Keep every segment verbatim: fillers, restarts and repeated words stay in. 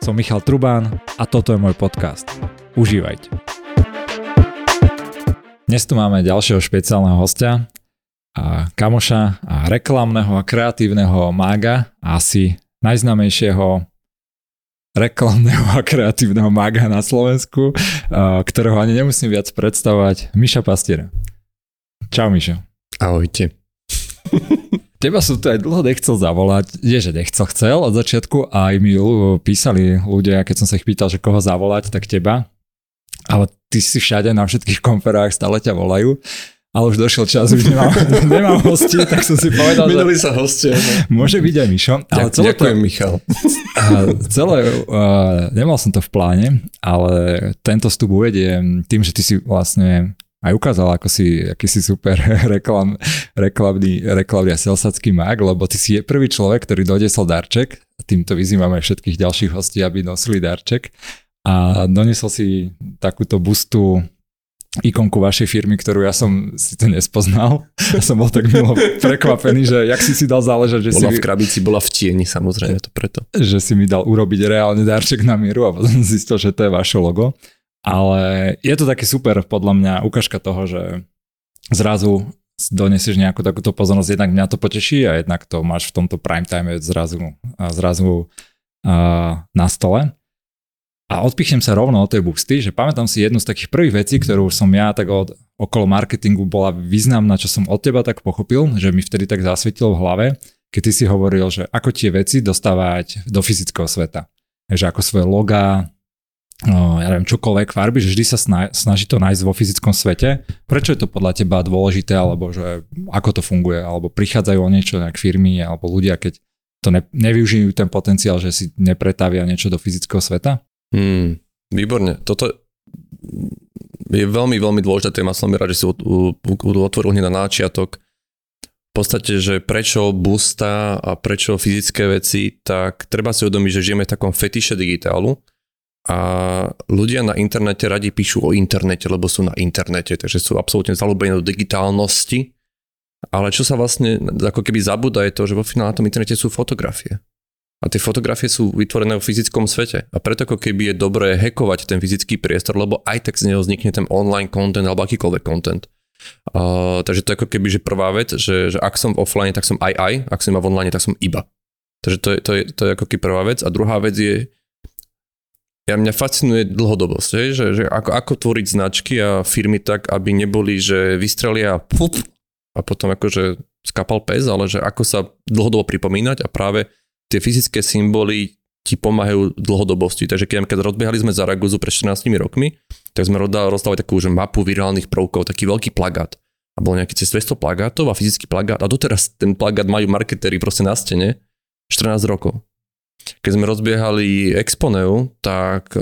Som Michal Trubán a toto je môj podcast. Užívajte. Dnes tu máme ďalšieho špeciálneho hostia, a kamoša a reklamného a kreatívneho mága, asi najznámejšieho reklamného a kreatívneho mága na Slovensku, ktorého ani nemusím viac predstavovať, Miša Pastiera. Čau, Mišo. Ahojte. Teba som tu aj dlho nechcel zavolať, nie že nechcel, chcel od začiatku a aj mi písali ľudia, keď som sa ich pýtal, že koho zavolať, tak teba. Ale ty si všade na všetkých konferách, stále ťa volajú. Ale už došiel čas, už nemám, nemám hostí, tak som si povedal, Minuli že... sa hostia. No. Môže byť aj Mišo. Ale Ďakujem, to... Michal. Celé, uh, nemal som to v pláne, ale tento vstup uvediem tým, že ty si vlastne aj ukázal, ako si, aký si super reklam, reklamný, reklamný a salesacký mag, lebo ty si je prvý človek, ktorý doniesol darček. Týmto vyzývame všetkých ďalších hostí, aby nosili darček. A doniesol si takúto bustu ikonku vašej firmy, ktorú ja som si to nespoznal. Ja som bol tak milo prekvapený, že jak si si dal záležať, že bola si... v krabici, bola v tieni, samozrejme, to preto. Že si mi dal urobiť reálne darček na mieru a potom zistil, že to je vaše logo. Ale je to taký super, podľa mňa, ukážka toho, že zrazu donesieš nejakú takúto pozornosť, jednak mňa to poteší a jednak to máš v tomto prime time zrazu, zrazu uh, na stole. A odpichnem sa rovno od tej busty, že pamätám si jednu z takých prvých vecí, ktorú som ja tak od, okolo marketingu bola významná, čo som od teba tak pochopil, že mi vtedy tak zasvietilo v hlave, keď ty si hovoril, že ako tie veci dostávať do fyzického sveta. Že ako svoje logá, no, ja neviem, čokoľvek farby, že vždy sa snaží to nájsť vo fyzickom svete. Prečo je to podľa teba dôležité, alebo že ako to funguje, alebo prichádzajú o niečo nejak firmy, alebo ľudia, keď to ne, nevyužijú ten potenciál, že si nepretavia niečo do fyzického sveta? Hmm, výborne. Toto je veľmi, veľmi dôležitá téma. Som rád, že si otvoril hneď na začiatok. V podstate, že prečo busta a prečo fyzické veci, tak treba si uvedomiť, že žijeme v takom fetiše digitálu. A ľudia na internete radi píšu o internete, lebo sú na internete, takže sú absolútne zalúbení do digitálnosti. Ale čo sa vlastne ako keby zabúda je to, že vo finále na tom internete sú fotografie. A tie fotografie sú vytvorené v fyzickom svete. A preto ako keby je dobré hackovať ten fyzický priestor, lebo aj tak z neho vznikne ten online content alebo akýkoľvek content. Uh, takže to je ako keby že prvá vec, že, že ak som v offline, tak som aj aj, ak som iba v online, tak som iba. Takže to je, to je, to je ako keby prvá vec. A druhá vec je, ja mňa fascinuje dlhodobosť, že, že, že ako, ako tvoriť značky a firmy tak, aby neboli, že vystrelia pup, a potom akože skapal pes, ale že ako sa dlhodobo pripomínať a práve tie fyzické symboly ti pomáhajú dlhodobosti. Takže keď, keď rozbiehali sme Zaragozu pred štrnástimi rokmi, tak sme rozdávali takú že mapu virálnych prvkov, taký veľký plagát. A bol nejaký cez dvesto plagátov a fyzický plagát a doteraz ten plagát majú marketéri proste na stene štrnásť rokov. Keď sme rozbiehali Exponeu, tak uh,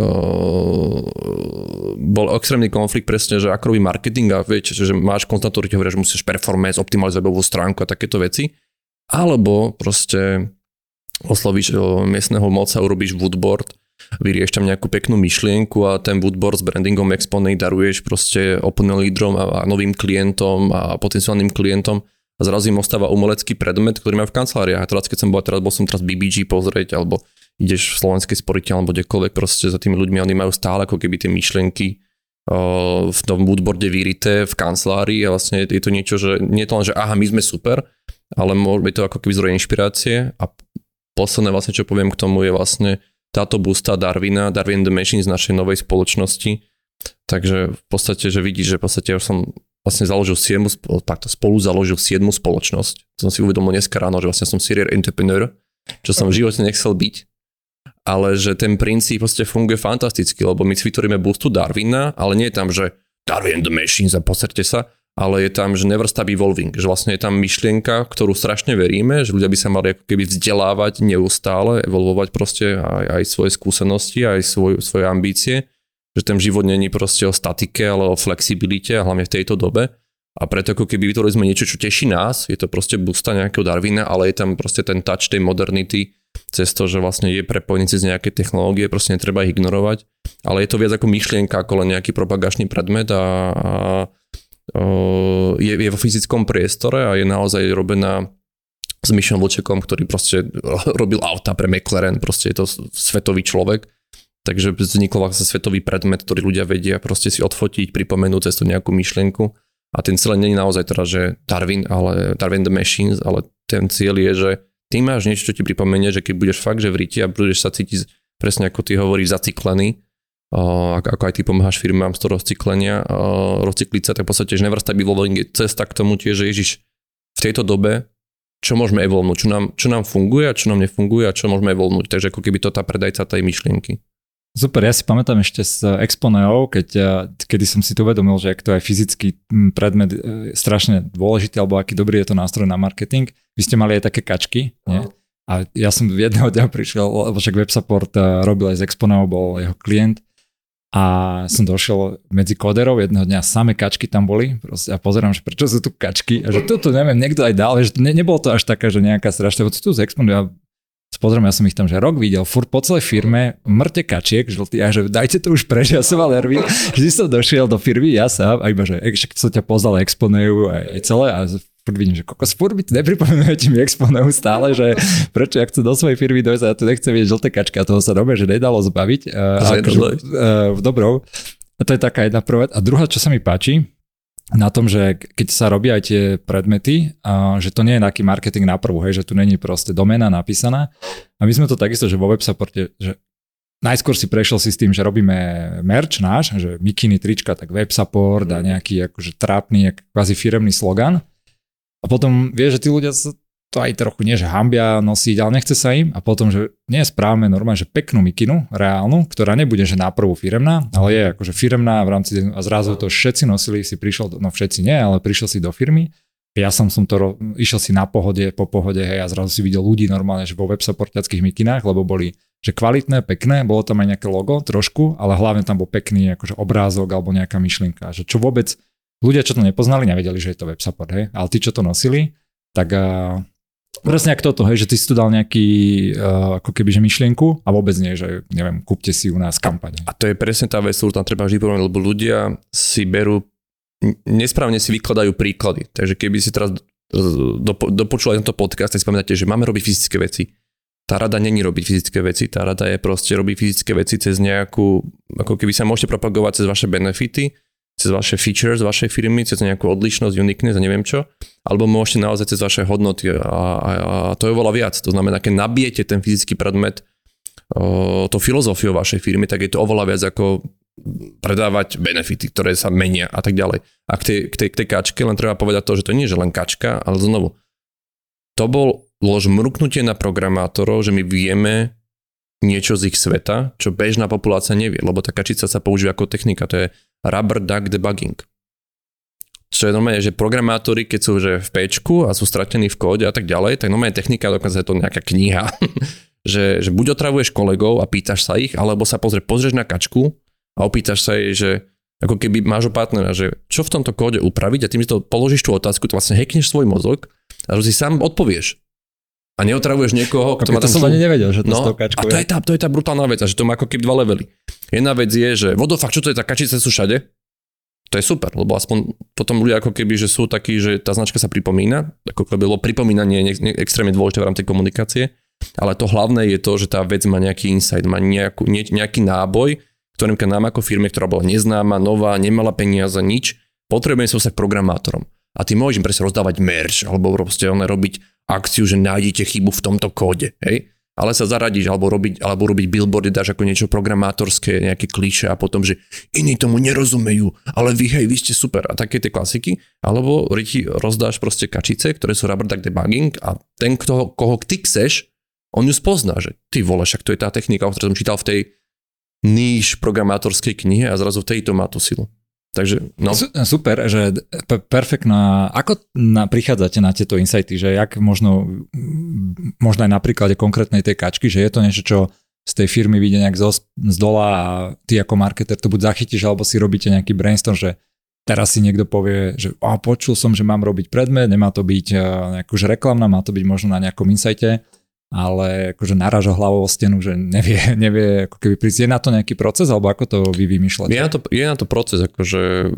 bol extrémny konflikt presne, že ako robí marketing a vieš, že máš konzultátor, ktorý hovorí, že musíš performance, optimalizovať webovú stránku a takéto veci. Alebo proste oslovíš miestneho moca, urobíš woodboard, vyrieš tam nejakú peknú myšlienku a ten woodboard s brandingom Exponei daruješ proste open lídrom a, a novým klientom a potenciálnym klientom. A zrazu im ostáva umelecký predmet, ktorý majú v kanceláriách. A teraz, keď som bol, teraz bol som teraz bé bé gé pozrieť, alebo ideš v Slovenskej sporiteľ, alebo kdekoľvek proste za tými ľuďmi, oni majú stále ako keby tie myšlienky uh, v tom moodboarde vyrité v kancelárii a vlastne je to niečo, že nie je to len, že aha, my sme super, ale môže byť to ako keby zdroj inšpirácie. A posledné vlastne, čo poviem k tomu, je vlastne táto busta Darwina, Darwin the Machine z našej novej spoločnosti. Takže v podstate, že vidíš, že v podstate ja som vlastne založil siedmu, takto spolu založil siedmu spoločnosť. To som si uvedomil dneska ráno, že vlastne som serial entrepreneur, čo som v živote nechcel byť. Ale že ten princíp vlastne funguje fantasticky, lebo my si vytvoríme bustu Darwina, ale nie je tam, že Darwin the Machine, zapozrite sa, ale je tam, že never stop evolving, že vlastne je tam myšlienka, ktorú strašne veríme, že ľudia by sa mali ako keby vzdelávať neustále, evolvovať proste aj, aj svoje skúsenosti, aj svoj, svoje ambície. Že ten život není proste o statike, ale o flexibilite a hlavne v tejto dobe. A preto ako keby vytvorili sme niečo, čo teší nás, je to proste busta nejakého Darwina, ale je tam proste ten touch tej modernity cez to, že vlastne je prepojený cez nejaké technológie, proste netreba ich ignorovať. Ale je to viac ako myšlienka, ako len nejaký propagačný predmet a, a o, je, je vo fyzickom priestore a je naozaj robená s Mišom Vlčekom, ktorý proste robil auta pre McLaren, proste je to svetový človek. Takže vznikol vlastne svetový predmet, ktorý ľudia vedia proste si odfotiť, pripomenúť cez to nejakú myšlienku. A ten cieľ nie je naozaj teda, že Darwin, ale Darwin the Machines, ale ten cieľ je, že ty máš niečo, čo ti pripomenie, že keď budeš fakt, že v riti a budeš sa cítiť presne ako ty hovoríš, zacyklený, ako aj ty pomáhaš firmám z toho rozcyklenia, rozcykliť sa, tak v podstate, že never stop evolving je cesta k tomu tiež, že Ježiš, v tejto dobe čo môžeme evolvnúť, čo nám, čo nám funguje a čo nám nefunguje a čo môžeme evolvnúť. Takže ako keby to tá predajca tej myšlienky. Super, ja si pamätám ešte s Exponeou, keď, kedy som si to uvedomil, že ak to aj fyzický predmet je strašne dôležitý, alebo aký dobrý je to nástroj na marketing. Vy ste mali aj také kačky, nie? A ja som jedného dňa prišiel, lebo však WebSupport robil aj s Exponeou, bol jeho klient a som došiel medzi koderov, jedného dňa samé kačky tam boli proste, a pozerám, že prečo sú tu kačky a že toto neviem, niekto aj dal, že to ne, nebolo to až taká, že nejaká strašná, lebo tu z Exponeu, ja pozriem, ja som ich tam že rok videl, furt po celej firme, mŕte kačiek, žltý, a že dajte to už preč, ja som mal nervy, že som došiel do firmy, ja sám, a iba, že však som ťa poznal Exponeu aj celé a furt vidím, že kokos, furt by to nepripomenujete mi Exponeu stále, že prečo ja chcem do svojej firmy dojsť a ja tu nechcem vidieť žlté kačky a toho sa dobe, že nedalo zbaviť. Uh, akože, uh, dobrou. A to je taká jedna prvá. A druhá, čo sa mi páči, na tom, že keď sa robia aj tie predmety, uh, že to nie je nejaký marketing na prvú, hej, že tu není proste doména napísaná. A my sme to takisto, že vo WebSupporte, že najskôr si prešiel si s tým, že robíme merch náš, že mikiny, trička, tak WebSupport a nejaký akože trápny, kvázi firemný slogan. A potom vieš, že tí ľudia sa to aj trochu nie, že hambia nosiť, ale nechce sa im. A potom, že nie správame normálne, že peknú mikinu, reálnu, ktorá nebude, že na prvú firemná, ale je akože firemná v rámci, a zrazu to všetci nosili, si prišiel, no všetci nie, ale prišiel si do firmy. Ja som som to, išiel si na pohode, po pohode, hej, a zrazu si videl ľudí normálne, že vo websupportiackých mikinách, lebo boli, že kvalitné, pekné, bolo tam aj nejaké logo trošku, ale hlavne tam bol pekný akože obrázok alebo nejaká myšlienka, že čo vôbec ľudia, čo to nepoznali, nevedeli, že je to WebSupport, hej, ale tí, čo to nosili, tak uh, presne ako toto, hej, že ty si tu dal nejaký uh, ako keby, že myšlienku a vôbec nie, že neviem, kúpte si u nás kampaň. A to je presne tá vec, ktorú tam treba vždy povedať, lebo ľudia si berú, nesprávne si vykladajú príklady. Takže keby si teraz dopo, dopočuli tento podcast, tak si pamätáte, že máme robiť fyzické veci. Tá rada není robiť fyzické veci, tá rada je proste robiť fyzické veci cez nejakú, ako keby sa môžete propagovať cez vaše benefity, cez vaše features vašej firmy, cez nejakú odlišnosť, uniqueness a neviem čo, alebo môžete naozaj cez vaše hodnoty a, a, a to je oveľa viac. To znamená, keď nabijete ten fyzický predmet o, to filozofiou vašej firmy, tak je to oveľa viac ako predávať benefity, ktoré sa menia a tak ďalej. A k tej, k tej, k tej kačke len treba povedať to, že to nie je len kačka, ale znovu, to bol lož mruknutie na programátorov, že my vieme niečo z ich sveta, čo bežná populácia nevie, lebo tá kačica sa používa ako technika, to je rubber duck debugging. Čo je normálne, že programátori, keď sú že v péčku a sú stratení v kóde a tak ďalej, tak normálne technika, dokonca je to nejaká kniha, že, že buď otravuješ kolegov a pýtaš sa ich, alebo sa pozrie, pozrieš na kačku a opýtaš sa jej, že ako keby máš partnera, že čo v tomto kóde upraviť a tým, že to položíš tú otázku, to vlastne hackneš svoj mozog a že si sám odpovieš. A neotravuješ niekoho, kto má tam... To som ani nevedel, že to no, s tou kačkou a to je, tá, to je tá brutálna vec, a že to má ako keby dva levely. Jedna vec je, že vodofakt, čo to je, tá kačice sú všade. To je super, lebo aspoň potom ľudia ako keby, že sú takí, že tá značka sa pripomína, ako keby bolo pripomínanie ne, ne, extrémne dôležité v rámci komunikácie, ale to hlavné je to, že tá vec má nejaký insight, má nejakú, ne, nejaký náboj, ktorým nám ako firme, ktorá bola neznáma, nová, nemala peniaze, nič, potrebujeme sa k programátorom. A ty môžeš im presne rozdávať merch, alebo proste one robiť akciu, že nájdete chybu v tomto kóde, hej? Ale sa zaradíš, alebo robiť, alebo robiť billboardy, dáš ako niečo programátorské, nejaké klíše a potom, že iní tomu nerozumejú, ale vy, hej, vy ste super a také tie klasiky, alebo ti rozdáš proste kačice, ktoré sú rubber duck debugging a ten, kto, koho ty chceš, on ju spozná, že ty vole, však to je tá technika, o ktorej som čítal v tej níž programátorskej knihe a zrazu v tejto má tú silu. Takže, no. Super, že perfektná. Ako na, prichádzate na tieto insighty, že jak možno, možno aj na príklade konkrétnej tej kačky, že je to niečo, čo z tej firmy vyjde nejak z, z dola a ty ako marketer to buď zachytíš, alebo si robíte nejaký brainstorm, že teraz si niekto povie, že a, počul som, že mám robiť predmet, nemá to byť nejakú reklamná, má to byť možno na nejakom insighte, ale akože naráža hlavou o stenu, že nevie, nevie ako keby prísť. Je na to nejaký proces, alebo ako to vy vymýšľate? Je na to, je na to proces, akože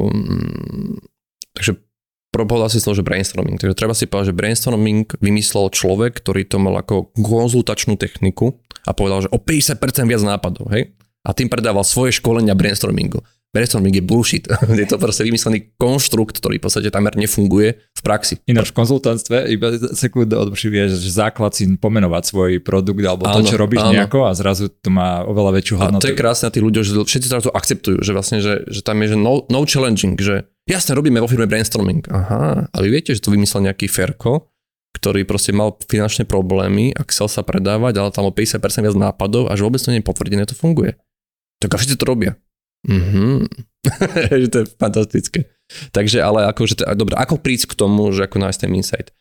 um, takže povedal si slovo, že brainstorming. Takže treba si povedať, že brainstorming vymyslel človek, ktorý to mal ako konzultačnú techniku a povedal, že o päťdesiat percent viac nápadov, hej? A tým predával svoje školenia brainstormingu. Brainstorming je bullshit. Je to proste vymyslený konštrukt, ktorý v podstate takmer nefunguje v praxi. Ináč v konzultantstve, iba sekundu odbočí, vieš, že základ si pomenovať svoj produkt alebo áno, to, čo robíš áno. nejako a zrazu to má oveľa väčšiu hodnotu. A to je krásne na tých ľuďoch, že všetci zrazu akceptujú, že vlastne, že, že tam je že no, no challenging, že jasne robíme vo firme brainstorming. Aha, ale viete, že to vymyslel nejaký Ferko, ktorý proste mal finančné problémy a chcel sa predávať, ale tam o päťdesiat percent viac nápadov a že vôbec to nie je potvrdené, to funguje. Tak a všetci to robia. Mhm. To je fantastické. Takže ale akože, dobre, ako prísť k tomu, že ako nájsť ten insight?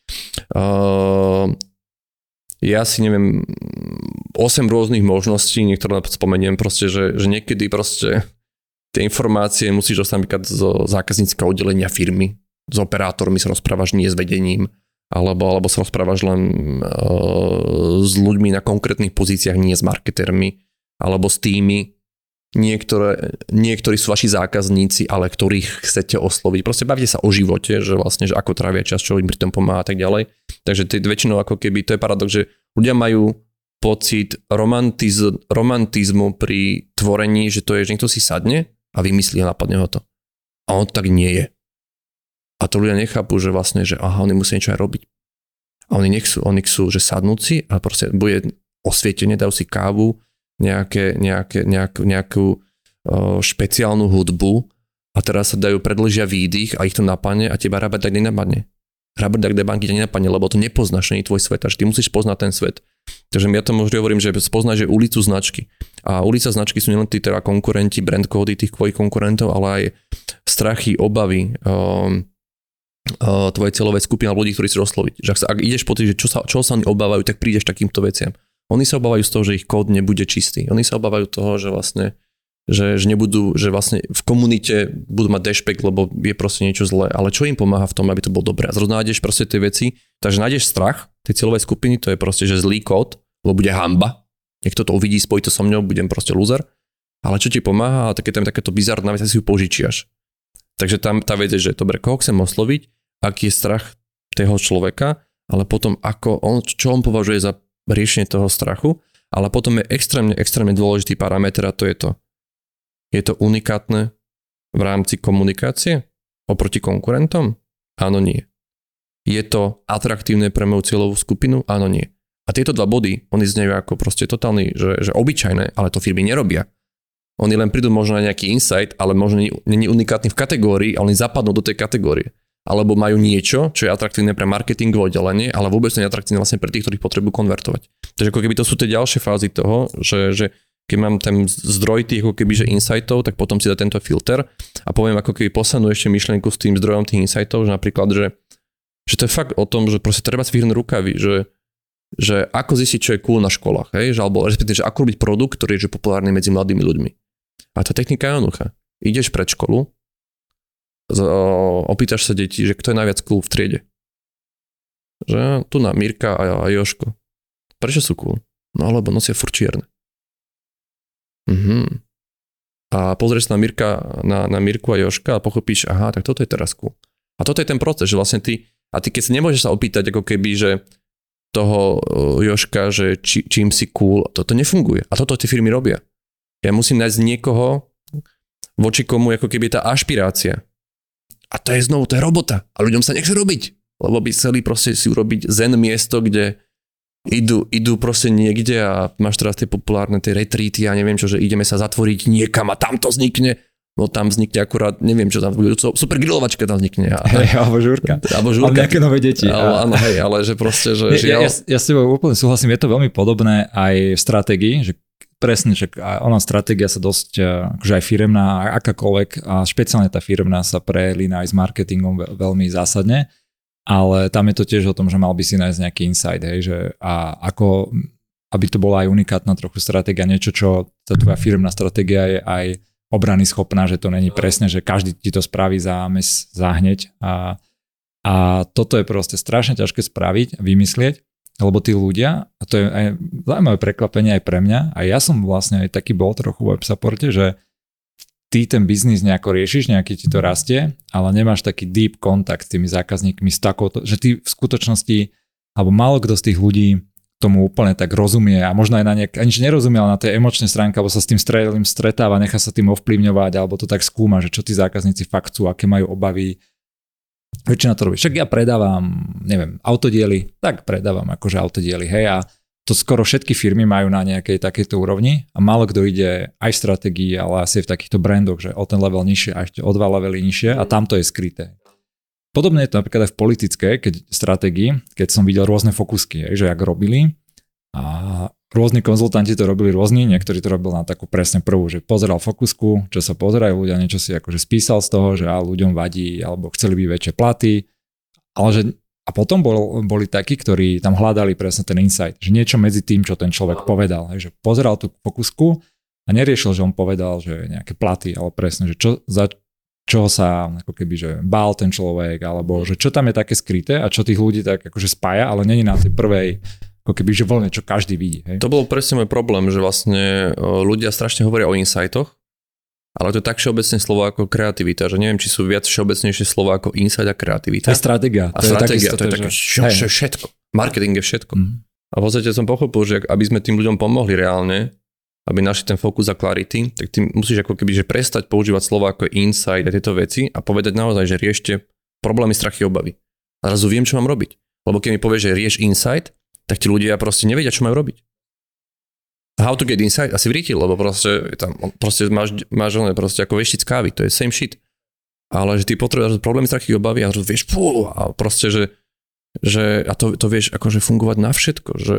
Uh, ja si neviem, osem rôznych možností, niektoré spomeniem proste, že, že niekedy proste tie informácie musíš dostať napríklad zo zákazníckeho oddelenia firmy, s operátormi sa rozprávaš, nie s vedením, alebo, alebo sa rozprávaš len uh, s ľuďmi na konkrétnych pozíciách, nie s marketermi, alebo s tými, Niektoré, niektorí sú vaši zákazníci, ale ktorých chcete osloviť. Proste bavite sa o živote, že vlastne, že ako trávia čas, čo im pri tom pomáha a tak ďalej. Takže tie väčšinou ako keby, to je paradox, že ľudia majú pocit romantiz, romantizmu pri tvorení, že to je, že niekto si sadne a vymyslí a napadne ho to. A on to tak nie je. A to ľudia nechápu, že vlastne, že aha, oni musia niečo aj robiť. A oni nechcú, oni chcú, že sadnúť si a proste bude osvietenie, dajú si kávu, nejaké, nejaké, nejakú, nejakú uh, špeciálnu hudbu a teraz sa dajú predlžia výdych a ich to napadne a teba Robert tak nenapadne. Robert tak debanky ťa nenapadne, lebo to nepoznáš, nie je tvoj svet, až ty musíš poznať ten svet. Takže ja tomu vždy hovorím, že spoznáš že ulicu značky. A ulica značky sú nielen tí teda konkurenti, brand kódy tých tvojich konkurentov, ale aj strachy, obavy, um, uh, tvoje celové skupiny alebo ľudí, ktorí chceš osloviť. Že ak, sa, ak ideš po tým, že čo sa, čo sa oni obávajú, tak prídeš takýmto veciam. Oni sa obávajú z toho, že ich kód nebude čistý. Oni sa obávajú toho, že vlastne, že, že nebudú, že vlastne v komunite budú mať dashback, lebo je proste niečo zlé. Ale čo im pomáha v tom, aby to bolo dobré? A zrovna nájdeš proste tie veci, takže nájdeš strach tej cieľovej skupiny, to je proste, že zlý kód, lebo bude hanba. Niekto to uvidí, spojí to so mňou, budem proste loser. Ale čo ti pomáha? A také tam takéto bizarná vec, si ju použičiaš. Takže tam tá vec je, že dobre, koho chcem osloviť, aký je strach toho človeka, ale potom ako on, čo on považuje za riešenie toho strachu, ale potom je extrémne, extrémne dôležitý parameter a to je to. Je to unikátne v rámci komunikácie oproti konkurentom? Áno, nie. Je to atraktívne pre moju cieľovú skupinu? Áno, nie. A tieto dva body, oni znejú ako proste totálny, že, že obyčajné, ale to firmy nerobia. Oni len prídu možno na nejaký insight, ale možno nie je unikátny v kategórii, ale oni zapadnú do tej kategórie. Alebo majú niečo, čo je atraktívne pre marketingové oddelenie, ale vôbec nie je atraktívne vlastne pre tých, ktorých potrebujú konvertovať. Takže ako keby to sú tie ďalšie fázy toho, že, že keď mám ten zdroj tých ako keby, že insightov, tak potom si dá tento filter a poviem ako keby posanú ešte myšlienku s tým zdrojom tých insightov, že napríklad, že, že to je fakt o tom, že proste treba si vyhrnúť rukavy, že, že ako zistiť, čo je cool na školách, hej? Že, alebo respektíve, že ako robiť produkt, ktorý je že populárny medzi mladými ľuďmi. A tá technika je jednoduchá. Ideš pred školu, opýtaš sa detí, že kto je najviac cool v triede. Že tu na Mirka a, a Jožko. Prečo sú cool? No lebo nosia furt čierne. Mhm. A pozrieš sa na Mirka, na, na Mirku a Jožka a pochopíš, aha, tak toto je teraz cool. A toto je ten proces, že vlastne ty, a ty keď sa nemôžeš sa opýtať ako keby, že toho Jožka, že či, čím si cool, toto nefunguje. A toto tie firmy robia. Ja musím nájsť niekoho, voči komu ako keby tá ašpirácia. A to je znovu, to je robota. A ľuďom sa nechce robiť. Lebo by chceli proste si urobiť zen miesto, kde idú, idú proste niekde a máš teraz tie populárne tie retreaty a neviem čo, že ideme sa zatvoriť niekam a tam to vznikne. No tam vznikne akurát, neviem čo tam, super grilovačka tam vznikne. A, hej, alebo žúrka. Alebo žúrka. Alebo nejaké nové deti. Ale, áno, hej, ale že proste, že... Ja, ja, ja s tebou úplne súhlasím, je to veľmi podobné aj v stratégii, že presne, že ona stratégia sa dosť, akože aj firemná, akákoľvek, a špeciálne tá firemná sa prelína aj s marketingom veľmi zásadne, ale tam je to tiež o tom, že mal by si nájsť nejaký insight, hej, že a ako, aby to bola aj unikátna trochu stratégia, niečo, čo tá tvoja firemná stratégia je aj obrany schopná, že to není presne, že každý ti to spraví za mes, za hneď a, a toto je proste strašne ťažké spraviť, vymyslieť, lebo tí ľudia, a to je aj zaujímavé prekvapenie aj pre mňa, a ja som vlastne aj taký bol trochu v web supporte, že ty ten biznis nejako riešiš, nejaký ti to rastie, ale nemáš taký deep kontakt s tými zákazníkmi, s takouto, že ty v skutočnosti, alebo málo kto z tých ľudí tomu úplne tak rozumie a možno aj na nejak, aniž nerozumie, ale na tej emočnej stránke, alebo sa s tým strelím stretáva, nechá sa tým ovplyvňovať, alebo to tak skúma, že čo tí zákazníci fakt sú, aké majú obavy. Väčšina to robí. Však ja predávam, neviem, autodiely, tak predávam akože autodiely, hej, a to skoro všetky firmy majú na nejakej takejto úrovni a málo kto ide aj v stratégii, ale asi v takýchto brandoch, že o ten level nižšie a ešte o dva levely nižšie a tam to je skryté. Podobne je to napríklad aj v politickej keď, stratégii, keď som videl rôzne fokusky, že jak robili a rôzni konzultanti to robili rôzni, niektorí to robili na takú presne prvú, že pozeral fokusku, čo sa pozerajú ľudia, niečo si akože spísal z toho, že á, ľuďom vadí alebo chceli by väčšie platy, ale že a potom bol, boli takí, ktorí tam hľadali presne ten insight, že niečo medzi tým, čo ten človek povedal, že pozeral tú fokusku a neriešil, že on povedal, že nejaké platy, ale presne, že čo za čoho sa ako keby, že bál ten človek, alebo že čo tam je také skryté a čo tých ľudí tak akože spája, ale není na tej prvej ako keby, že voľne, čo každý vidí. Hej? To bol presne môj problém, že vlastne ľudia strašne hovoria o insightoch, ale to je tak všeobecné slovo ako kreativita, že neviem, či sú viac všeobecnejšie slova ako insight a kreativita. A stratégia. A stratégia, to je také všetko. Marketing je všetko. Mm. A v podstate som pochopil, že aby sme tým ľuďom pomohli reálne, aby našli ten fokus a clarity, tak ty musíš ako keby že prestať používať slova ako insight a tieto veci a povedať naozaj, že riešte problémy, strachy, obavy. A zrazu viem, čo mám robiť. Lebo keď mi povieš, že rieš insight, tak ti ľudia proste nevedia, čo majú robiť. How to get insight? Asi v retail, lebo proste, tam, proste máš, máš oné proste ako veštiť z kávy, to je same shit. Ale že ty potrebuješ problémy, strachy, obavy a vieš, pú, a proste, že, že a to, to vieš akože fungovať na všetko, že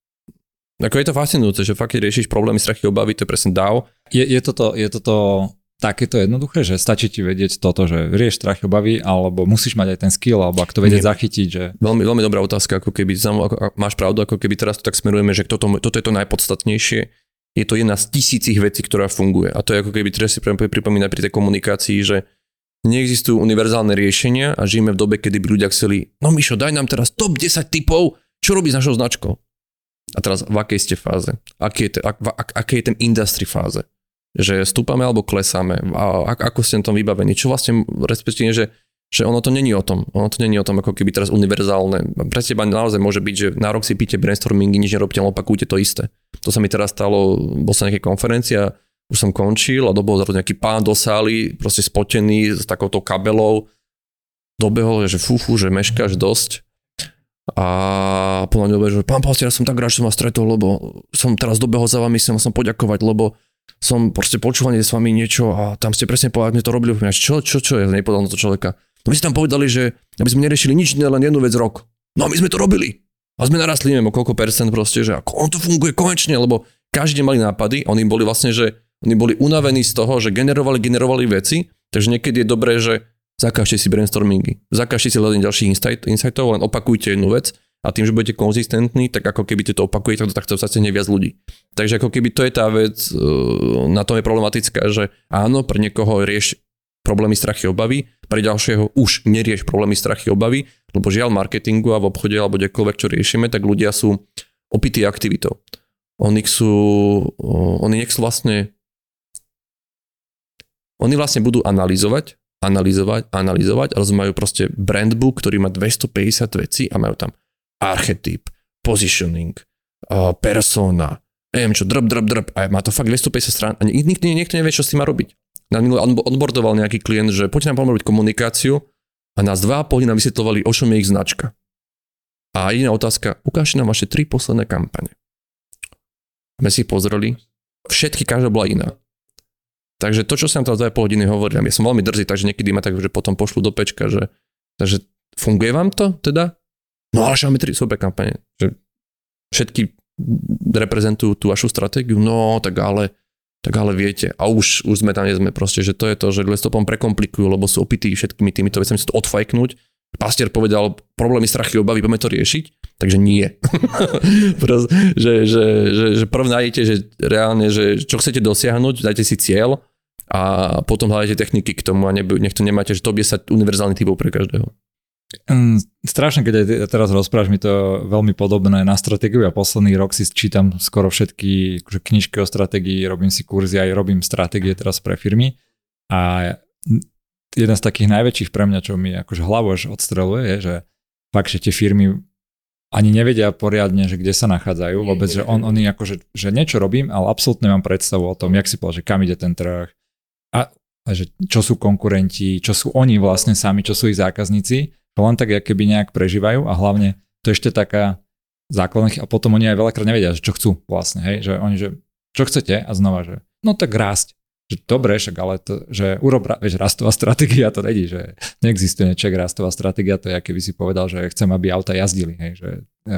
ako je to fascinujúce, že fakt, keď riešiš problémy, strachy, obavy, to je presne dá ó. Je, je, toto, je toto takéto jednoduché, že stačí ti vedieť toto, že rieš strachy, obavy, alebo musíš mať aj ten skill, alebo ak to vedieť Nie. zachytiť, že... Veľmi, veľmi dobrá otázka, ako keby, máš pravdu, ako keby teraz to tak smerujeme, že toto, toto je to najpodstatnejšie. Je to jedna z tisícich vecí, ktorá funguje. A to je ako keby, teraz si pripomínať pri tej komunikácii, že neexistujú univerzálne riešenia a žijeme v dobe, kedy by ľudia chceli, no Mišo, daj nám teraz top desať tipov, čo robí s našou značkou. A teraz v akej ste fáze? Aký je, te, ak, ak, aký je ten industry fáze? Že stúpame alebo klesáme? A ak, ako ste na tom vybavení? Čo vlastne, respektíve, že, že ono to není o tom. Ono to není o tom, ako keby teraz univerzálne. Pre teba naozaj môže byť, že na rok si píte brainstormingy, nič nerobíte, ale opakujte to isté. To sa mi teraz stalo, bol som na nejakej konferencii a už som končil a dobol zrazu nejaký pán do sály, proste spotený s takouto kabelou. Dobehol, že fúfu, že meškáš dosť. A podľa mňa že pán Pastier, ja som tak rád, že som vás stretol, lebo som teraz dobehol za vami, chcem vám poďakovať, lebo som proste počúval s vami niečo a tam ste presne povedali, sme to robili, čo, čo, čo, ja nepovedal na to človeka. No vy ste tam povedali, že aby sme neriešili nič, len jednu vec rok. No a my sme to robili. A sme narastli, neviem, o koľko percent proste, že ako on to funguje konečne, lebo každý deň mali nápady, oni boli vlastne, že oni boli unavení z toho, že generovali, generovali veci, takže niekedy je dobré, že zakážte si brainstormingy, zakážte si hľadanie ďalších insight, insightov, len opakujte jednu vec a tým, že budete konzistentní, tak ako keby to opakujete, tak to zase neviac ľudí. Takže ako keby to je tá vec, na tom je problematická, že áno, pre niekoho rieš problémy, strachy, obavy, pre ďalšieho už nerieš problémy, strachy, obavy, lebo žiaľ marketingu a v obchode alebo kdekoľvek, čo riešime, tak ľudia sú opití aktivitou. Oni sú, oni nech sú vlastne, oni vlastne budú analyzovať, analyzovať, analyzovať, ale majú proste brandbook, ktorý má dvestopäťdesiat vecí a majú tam archetyp, positioning, uh, persona, neviem čo, drb, drb, drb, a má to fakt dvestopäťdesiat strán a nikto, niekto nevie, čo s tým má robiť. Na minulé onboardoval nejaký klient, že poďte nám pomôcť komunikáciu a nás dva a pol hodiny vysvetľovali, o čom je ich značka. A jediná otázka, ukážte nám vaše tri posledné kampane. My si ich pozreli, všetky, každá bola iná. Takže to, čo sa nám teraz dva a pol hodiny hovorím, ja som veľmi drzý, takže niekedy ma tak, že potom pošlu do pečka, že takže funguje vám to teda? No ale máme tri super kampane. Že všetky reprezentujú tú vašu stratégiu, no tak ale, tak ale viete. A už, už sme tam, nie sme proste, že to je to, že ľudia to potom prekomplikujú, lebo sú opití všetkými týmito vecami, sa to odfajknúť. Pastier povedal, problémy, strachy, obavy, poďme to riešiť, takže nie. Prost, že, že, že, že prv nájdete, že reálne, že čo chcete dosiahnuť, dajte si cieľ a potom hľadajte techniky k tomu a neby, nech to nemáte, že top desať univerzálnych typov pre každého. Um, strašne, keď aj teraz rozprávaš, mi to veľmi podobné na stratégiu. Ja posledný rok si čítam skoro všetky akože knižky o stratégii, robím si kurzy, aj robím stratégie teraz pre firmy a jeden z takých najväčších pre mňa, čo mi akože hlavu až odstreluje, je, že fakt, že tie firmy, ani nevedia poriadne, že kde sa nachádzajú vôbec, že on, oni akože, že niečo robím, ale absolútne mám predstavu o tom, jak si povedal, že kam ide ten trh a, a že čo sú konkurenti, čo sú oni vlastne sami, čo sú ich zákazníci, to len tak keby nejak prežívajú a hlavne to ešte taká základná a potom oni aj veľakrát nevedia, že čo chcú vlastne, hej, že oni, že čo chcete a znova, že no tak rásť. Že dobre, však ale to, že urob, vieš, rastová stratégia to není, že neexistuje niečo rastová stratégia, to je, keby si povedal, že chcem, aby auta jazdili, hej, že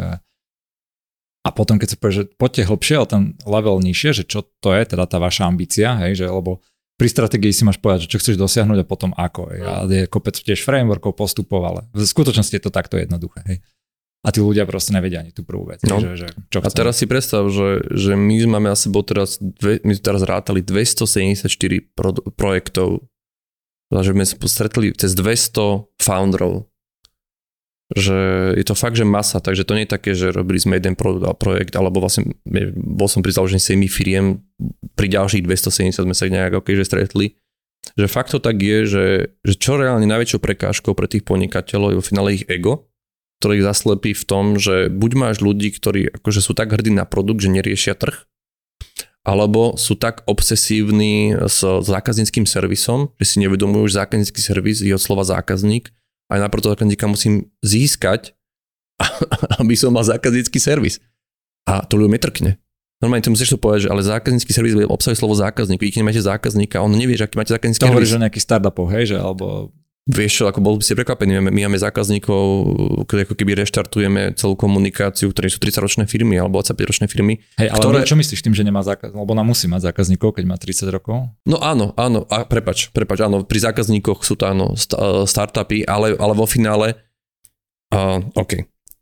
a potom, keď sa povie, že poďte hlbšie, ale ten level nižšie, že čo to je, teda tá vaša ambícia, hej, že lebo pri stratégii si máš povedať, že čo chceš dosiahnuť a potom ako, hej, a je kopec tiež frameworkov, postupov, ale v skutočnosti je to takto jednoduché, hej. A tí ľudia proste nevedia ani tú prvú vec. No. Že, že čo a teraz si predstav, že, že my máme asi bol teraz, dve, my teraz rátali dvestosedemdesiatštyri pro, projektov, že sme sa stretli cez dvesto founderov. Že je to fakt, že masa, takže to nie je také, že robili sme jeden projekt, alebo vlastne bol som pri založení sedem firiem, pri ďalších dvestosedemdesiat sme sa nejak okay, že stretli. Že fakt to tak je, že, že čo reálne najväčšou prekážkou pre tých podnikateľov je vo finále ich ego, ktorý ich zaslepí v tom, že buď máš ľudí, ktorí akože sú tak hrdí na produkt, že neriešia trh, alebo sú tak obsesívni s zákazníckým servisom, že si nevedomujú, že zákaznícky servis je od slova zákazník a aj naprosto zákazníka musím získať, aby som mal zákaznícky servis. A to ľuďom netrkne. Normálne ty musíš to povedať, že ale zákaznícky servis obsahuje slovo zákazník. Keď nemáte zákazníka, on nevie, že aký máte zákaznícky servis. To hovorí, že nejaký startupov, hej, že alebo... Vieš čo, ako bol by si prekvapený, my, my máme zákazníkov, keď ako keby reštartujeme celú komunikáciu, ktoré sú tridsaťročné firmy alebo dvadsaťpäťročné firmy. Hej, ale ktoré... čo myslíš tým, že nemá zákazníkov? Lebo nám musí mať zákazníkov, keď má tridsať rokov? No áno, áno, a prepač, prepač, áno, pri zákazníkoch sú to áno, startupy, ale, ale vo finále, uh, OK.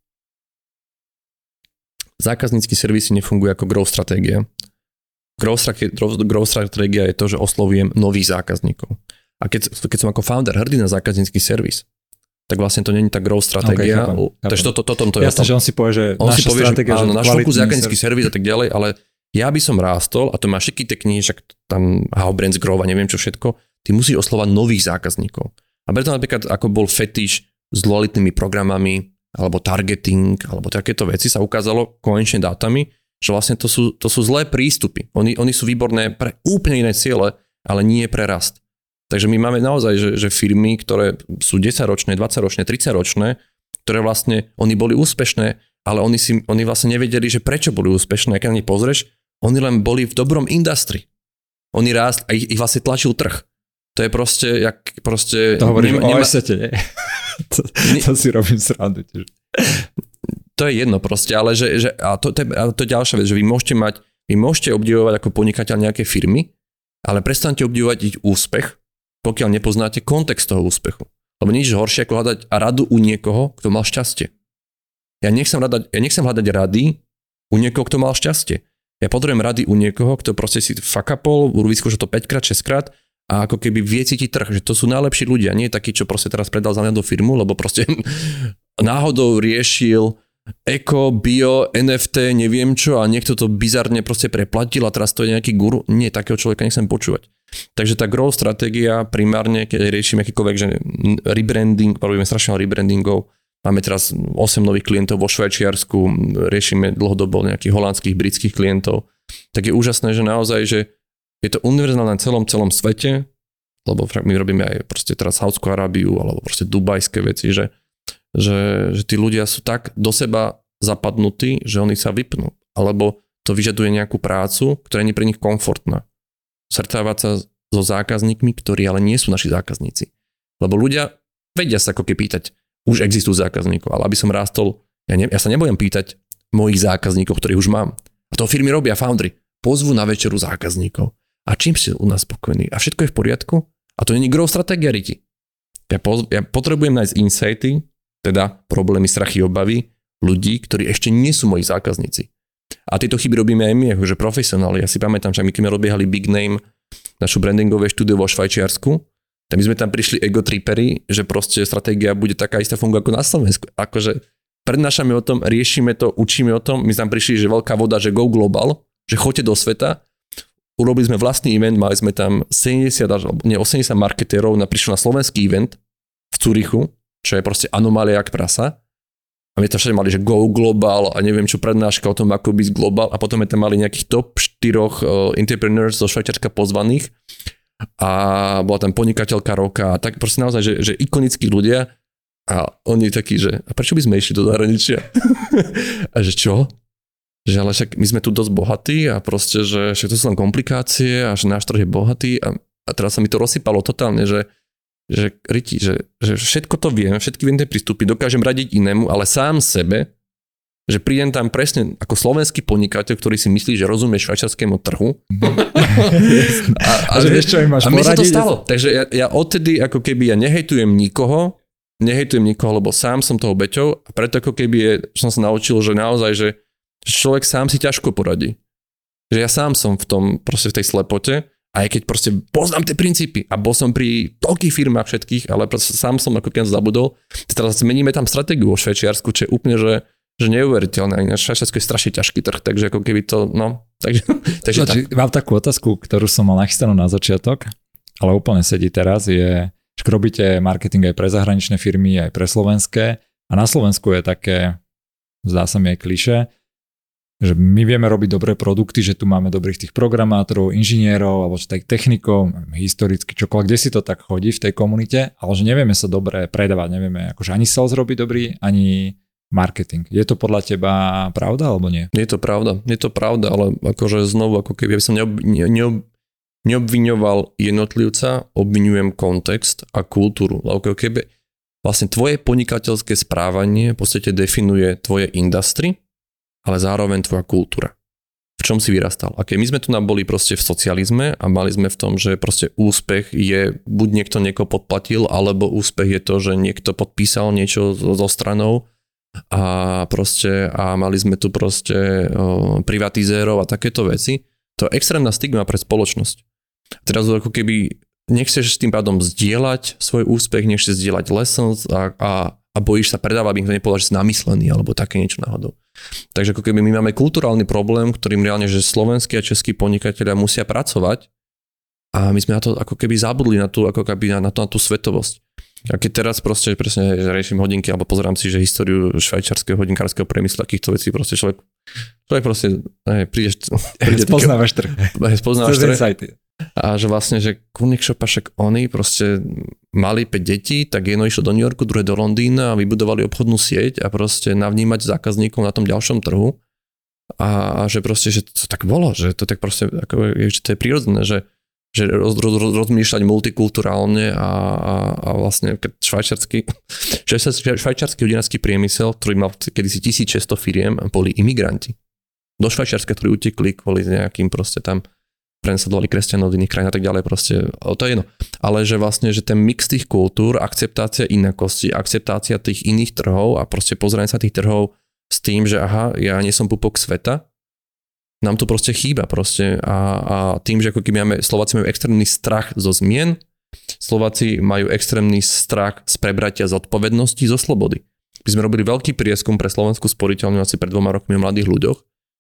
Zákaznícky servis nefunguje ako growth stratégia. Growth, growth stratégia je to, že oslovujem nových zákazníkov. A keď, keď som ako founder hrdý na zákaznícky servis, tak vlastne to není tá growth stratégia. Okay, Takže toto, toto, toto Jasne, že on si povie, že on naša si povie, stratégia, že áno, náš fokus zákaznícky servis a tak ďalej, ale ja by som rástol, a to má všetky tie knihy, však tam How Brands Grow a neviem čo všetko, ty musíš oslovať nových zákazníkov. A preto napríklad, ako bol fetiš s loyalitnými programami, alebo targeting, alebo takéto veci sa ukázalo konečne dátami, že vlastne to sú, to sú zlé prístupy. Oni, oni sú výborné pre úplne iné ciele, ale nie pre rast. Takže my máme naozaj, že, že firmy, ktoré sú desaťročné, dvadsaťročné, tridsaťročné, ktoré vlastne, oni boli úspešné, ale oni, si, oni vlastne nevedeli, že prečo boli úspešné. Keď na nich pozrieš, oni len boli v dobrom industrii. Oni rást a ich, ich vlastne tlačil trh. To je proste, jak proste... To hovoríš o esete, nie? to, to si robím srandu tiež. To je jedno proste, ale že, že a to, to, je, a to je ďalšia vec, že vy môžete mať, vy môžete obdivovať ako podnikateľ nejaké firmy, ale prestaňte obdivovať ich úspech, pokiaľ nepoznáte kontext toho úspechu. Lebo nič horšie ako hľadať radu u niekoho, kto mal šťastie. Ja nechcem hľadať, ja nechcem hľadať rady u niekoho, kto mal šťastie. Ja potrebujem rady u niekoho, kto proste si fakapol, vyskúša to päťkrát, šesťkrát a ako keby vie cítiť trh, že to sú najlepší ľudia, nie takí, čo proste teraz predal za do firmu, lebo proste náhodou riešil eko, bio, en ef té, neviem čo a niekto to bizarne proste preplatil a teraz to je nejaký guru. Nie, takého človeka nechcem počúvať. Takže tá growth stratégia primárne, keď riešime akýkoľvek, že rebranding, robíme strašne rebrandingov, máme teraz osem nových klientov vo Švajčiarsku, riešime dlhodobo nejakých holandských, britských klientov, tak je úžasné, že naozaj, že je to univerzálne na celom, celom svete, lebo my robíme aj proste teraz Saúdskú Arábiu alebo proste dubajské veci, že, že, že tí ľudia sú tak do seba zapadnutí, že oni sa vypnú, alebo to vyžaduje nejakú prácu, ktorá nie je pre nich komfortná. Stretávať sa so zákazníkmi, ktorí ale nie sú naši zákazníci. Lebo ľudia vedia sa ako keď pýtať, už existujú zákazníkov, ale aby som rástol, ja, ne, ja sa nebudem pýtať mojich zákazníkov, ktorých už mám. A to firmy robia foundry. Pozvú na večeru zákazníkov. A čím ste u nás spokojní? A všetko je v poriadku? A to nie je growth strategia, Riti. Ja, poz, ja potrebujem nájsť insighty, teda problémy, strachy, obavy ľudí, ktorí ešte nie sú moji zákazníci. A tieto chyby robíme aj my, akože profesionáli. Ja si pamätám, že my keď sme robiehali Big Name, našu brandingové štúdio vo Švajčiarsku, tak my sme tam prišli ego tripery, že proste stratégia bude taká istá funguje ako na Slovensku. Akože prednášame o tom, riešime to, učíme o tom, my sme tam prišli, že veľká voda, že go global, že choďte do sveta. Urobili sme vlastný event, mali sme tam sedemdesiat, nie osemdesiat marketérov, prišli na slovenský event v Cúrichu, čo je proste anomália jak prasa. A my tam všade mali, že Go Global a neviem čo prednáška o tom, ako byť global. A potom tam mali nejakých top štyroch uh, entrepreneurs zo Švajčiarska pozvaných. A bola tam podnikateľka roka a tak proste naozaj, že, že ikonickí ľudia. A oni takí, že a prečo by sme išli do zahraničia? A že čo? Že ale však my sme tu dosť bohatí a proste, že však to sú len komplikácie a že náš trh je bohatý a, a teraz sa mi to rozsypalo totálne, že, že riti, že, že všetko to viem, všetky viem tie prístupy, dokážem radiť inému, ale sám sebe, že prídem tam presne ako slovenský podnikateľ, ktorý si myslí, že rozumie švajčiarskému trhu. a, a, a, že vieš, čo im máš a mne sa to stalo. Takže ja, ja odtedy ako keby ja nehejtujem nikoho, nehejtujem nikoho, lebo sám som toho beťou a preto ako keby je, som sa naučil, že naozaj, že človek sám si ťažko poradí. Že ja sám som v tom, proste v tej slepote, aj keď proste poznám tie princípy a bol som pri toľkých firmách všetkých, ale proste sám som ako keď zabudol. Teraz zmeníme tam stratégiu vo Švajčiarsku, čo je úplne, že, že neuveriteľné. Na Švajčiarsku je strašne ťažký trh, takže ako keby to, no, takže, takže tak. Mám takú otázku, ktorú som mal nachystanú na začiatok, ale úplne sedí teraz, je, že robíte marketing aj pre zahraničné firmy, aj pre slovenské a na Slovensku je také, zdá sa mi aj klišé, že my vieme robiť dobré produkty, že tu máme dobrých tých programátorov, inžinierov alebo čo tak technikov, historicky čokoľvek, kde si to tak chodí v tej komunite, ale že nevieme sa dobre predávať, nevieme akože ani sales robiť dobrý, ani marketing. Je to podľa teba pravda alebo nie? Je to pravda, je to pravda, ale akože znovu, ako keby som neob, neob, neobviňoval jednotlivca, obviňujem kontext a kultúru. Ako keby vlastne tvoje podnikateľské správanie v podstate definuje tvoje industry, ale zároveň tvoja kultúra. V čom si vyrastal? A keď my sme tu boli proste v socializme a mali sme v tom, že proste úspech je, buď niekto niekoho podplatil, alebo úspech je to, že niekto podpísal niečo so stranou a proste a mali sme tu proste o, privatizérov a takéto veci. To je extrémna stigma pre spoločnosť. Teraz ako keby nechceš s tým pádom zdieľať svoj úspech, nechceš zdieľať lessons a, a a bojíš sa predávať, aby niekto nepovedal, že si namyslený alebo také niečo náhodou. Takže ako keby my máme kulturálny problém, ktorým reálne, že slovenskí a českí podnikatelia musia pracovať a my sme na to ako keby zabudli na tú, ako keby na, na, tú, na tú svetovosť. A keď teraz proste presne riešim hodinky alebo pozerám si, že históriu švajčiarskeho hodinkárskeho priemyslu, takýchto vecí proste človek, človek proste, ne, prídeš... príde spoznávaš trh. Spoznávaš trh. A že vlastne, že kurník šopa, však oni proste mali päť detí, tak jedno išlo do New Yorku, druhé do Londýna a vybudovali obchodnú sieť a proste navnímať zákazníkov na tom ďalšom trhu. A, a že proste, že to tak bolo, že to tak proste, ako, že to je prirodzené, že, že roz, roz, roz, rozmýšľať multikulturálne a, a, a vlastne keď švajčiarsky, švajčiarsky hodinársky priemysel, ktorý mal kedysi tisícšesťsto firiem, boli imigranti. Do Švajčiarska, ktorí utekli kvôli nejakým proste tam prenasledovali kresťanov v iných krajinách a tak ďalej proste, to je jedno. Ale že vlastne, že ten mix tých kultúr, akceptácia inakosti, akceptácia tých iných trhov a proste pozeranie sa tých trhov s tým, že aha, ja nie som pupok sveta, nám to proste chýba proste a, a tým, že ako keby máme, Slováci majú extrémny strach zo zmien, Slováci majú extrémny strach z prebratia zodpovednosti, zo slobody. My sme robili veľký prieskum pre Slovenskú sporiteľňu asi pred dvoma rokmi o mladých ľuďoch.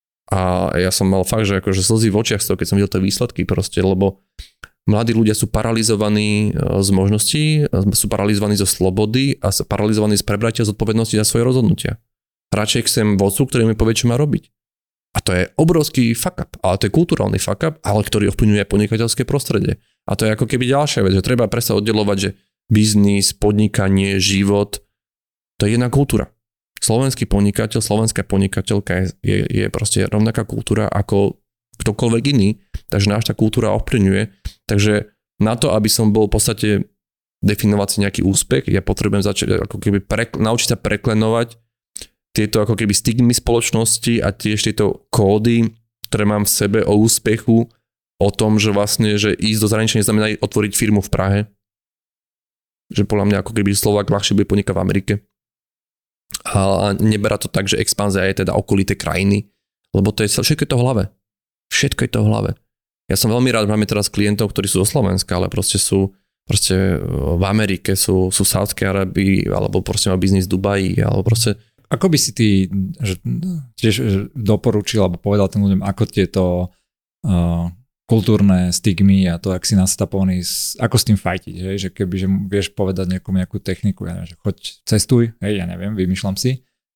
A ja som mal fakt, že akože slzy v očiach z toho, keď som videl tie výsledky proste, lebo mladí ľudia sú paralizovaní z možností, sú paralizovaní zo slobody a sú paralizovaní z prebratia zodpovednosti za svoje rozhodnutia. Radšej chcem vodcu, ktorý mi povie, čo má robiť. A to je obrovský fuck up, ale to je kulturálny fuck up, ale ktorý ovplyvňuje podnikateľské prostredie. A to je ako keby ďalšia vec, že treba presa oddelovať, že biznis, podnikanie, život, to je jedna kultúra. Slovenský podnikateľ, slovenská podnikateľka je, je, je proste rovnaká kultúra ako ktokoľvek iný, takže náš tá kultúra ovplyvňuje. Takže na to, aby som bol v podstate definovať si nejaký úspech, ja potrebujem začať ako keby prekl- naučiť sa preklenovať tieto ako keby stigmy spoločnosti a tiež tieto kódy, ktoré mám v sebe o úspechu, o tom, že vlastne, že ísť do zahraničia neznamená otvoriť firmu v Prahe. Že podľa mňa ako keby Slovák ľahšie bude podnikať v Amerike. A neberá to tak, že expanzia je teda okolité krajiny, lebo to je všetko je to v hlave. Všetko je to v hlave. Ja som veľmi rád, máme teraz klientov, ktorí sú zo Slovenska, ale proste sú proste v Amerike, sú, sú v Saudskej Arabii, alebo proste má biznis v Dubaji, alebo proste... Ako by si ty že, tiež doporučil, alebo povedal tým ľuďom, ako tieto uh, kultúrne stigmy a to, ak si nastavený, ako s tým fajtiť, hej? Že keby že vieš povedať niekomu nejakú techniku, ja neviem, že choď, cestuj, hej, ja neviem, vymýšľam si, s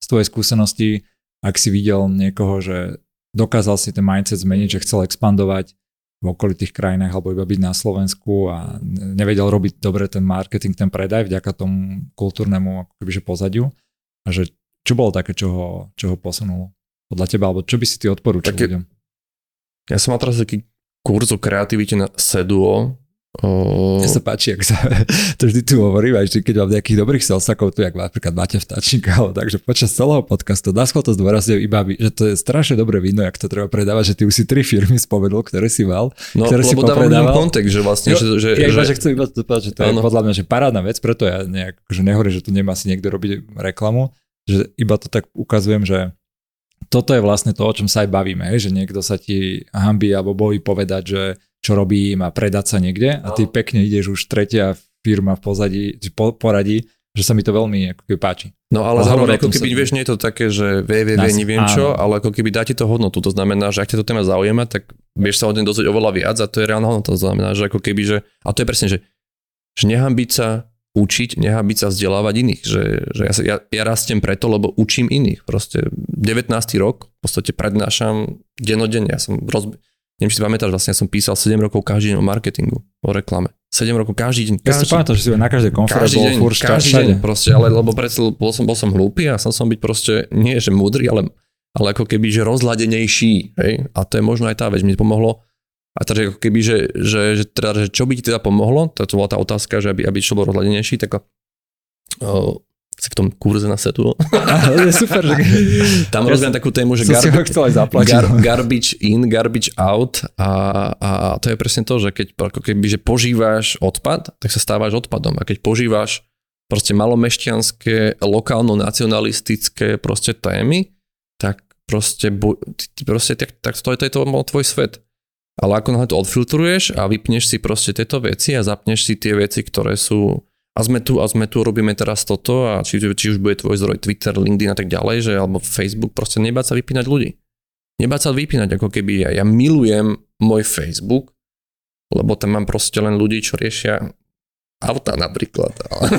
tvojej skúsenosti, ak si videl niekoho, že dokázal si ten mindset zmeniť, že chcel expandovať v okolitých krajinách alebo iba byť na Slovensku a nevedel robiť dobre ten marketing, ten predaj vďaka tomu kultúrnemu akobyže pozadiu a že čo bolo také, čo ho, čo ho posunulo podľa teba, alebo čo by si ty odporúčil Také, ľuďom? Ja som mal teraz taký kurz o kreativite na Seduo. O... Mne sa páči, ak sa to vždy tu hovorím, aj vždy, keď mám nejakých dobrých salesakov, tu jak napríklad Máte Vtáčnika, ale takže počas celého podcastu dá schvál to zdôrazňujem iba, že to je strašne dobre vidno, jak to treba predávať, že ty už si tri firmy spomenul, ktoré si mal, no, ktoré si popredával. No, lebo dávam kontext, že vlastne, jo, že... Ja iba, že... že chcem iba to povedať, že to ano. Je podľa mňa, že parádna vec, preto ja nejak, že nehovorím, že tu nemá si niekto robiť reklamu, že iba to tak ukazujem, že toto je vlastne to, o čom sa aj bavíme, že niekto sa ti hanbí alebo bojí povedať, že čo robím a predať sa niekde a ty no. pekne ideš už tretia firma v pozadí, po, poradí, že sa mi to veľmi ako keby páči. No ale zároveň ako keby, sa... vieš, nie je to také, že vie, vie, vie, neviem čo, ale ako keby dá ti to hodnotu. To znamená, že ak ťa to téma zaujíma, tak vieš sa o tom dozvedieť oveľa viac a to je reálna hodnota. To znamená, že ako keby, že, a to je presne, že, že nehanbiť sa učiť, nehanbiť sa vzdelávať iných. Že, že ja, sa, ja, ja rastiem preto, lebo učím iných. Proste devätnásty rok, v podstate prednášam dennodenne. Ja som rozbi- Neviem, či si pamätáš, vlastne ja som písal sedem rokov každý deň o marketingu, o reklame. sedem rokov každý deň. Každý, ja si pamätám, že si na každej konferencii bol furt každý deň, proste, ale lebo predstav, bol som, bol som hlúpy a som som byť proste, nie že múdry, ale, ale ako keby, že rozladenejší. Hej? A to je možno aj tá vec, mi pomohlo. A teda ako keby, že, že, že, teda, že čo by ti teda pomohlo, to bola tá otázka, že aby, aby čo bol rozladenejší, tak o, v tom kurze na setu. Je super, že... Tam ja rozvíjam takú tému, že garbi- gar- garbage in, garbage out a, a to je presne to, že keď ako keby, že požíváš odpad, tak sa stávaš odpadom a keď požívaš proste malomešťanské, lokálno-nacionalistické proste témy, tak proste, proste tak, tak to je to, to tvoj svet. Ale ako náhle to odfiltruješ a vypneš si proste tieto veci a zapneš si tie veci, ktoré sú a sme tu a sme tu, robíme teraz toto a či, či už bude tvoj zdroj Twitter, LinkedIn a tak ďalej, že alebo Facebook, proste nebáť sa vypínať ľudí. Nebáť sa vypínať, ako keby ja, ja milujem môj Facebook, lebo tam mám proste len ľudí, čo riešia auta napríklad.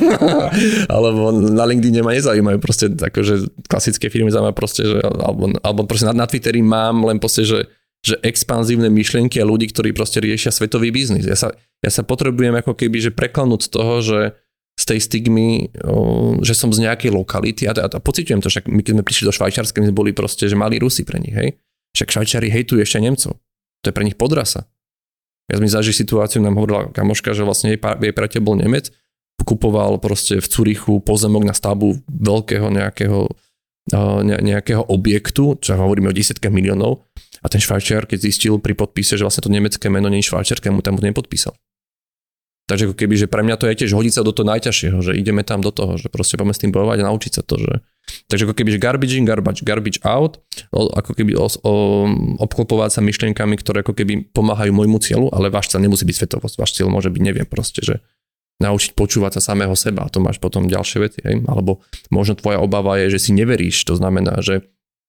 Alebo na LinkedIn ma nezaujímajú proste akože klasické firmy zaujímajú proste, že, alebo, alebo proste na, na Twitteri mám len proste, že že expanzívne myšlienky a ľudí, ktorí proste riešia svetový biznis. Ja sa, ja sa potrebujem ako keby, že preklanúť z toho, že z tej stigmy, o, že som z nejakej lokality a, a, a pociťujem to, však my keď sme prišli do Švajčiarska, my sme boli proste, že mali Rusi pre nich, hej. Však Švajčiari hejtujú ešte Nemcov. To je pre nich podrasa. Ja som mi zažil situáciu, nám hovorila kamoška, že vlastne jej, jej priateľ bol Nemec, kupoval proste v Curychu pozemok na stavbu veľkého nejakého, ne, nejakého objektu, čo hovoríme o desiatkách miliónov. A ten Švajčiar, keď zistil pri podpise, že vlastne to nemecké meno nie je Švajčiarské, mu tam to nepodpísal. Takže ako keby, že pre mňa to je tiež hodiť sa do toho najťažšieho, že ideme tam do toho, že proste poďme s tým bojovať a naučiť sa to. Že... Takže ako keby, že garbage in, garbage, garbage out, ako keby o, o, obklopovať sa myšlienkami, ktoré ako keby pomáhajú môjmu cieľu, ale váš cieľ nemusí byť svetovosť, váš cieľ môže byť, neviem, proste, že naučiť počúvať sa samého seba a to máš potom ďalšie veci, hej? Alebo možno tvoja obava je, že si neveríš, to znamená, že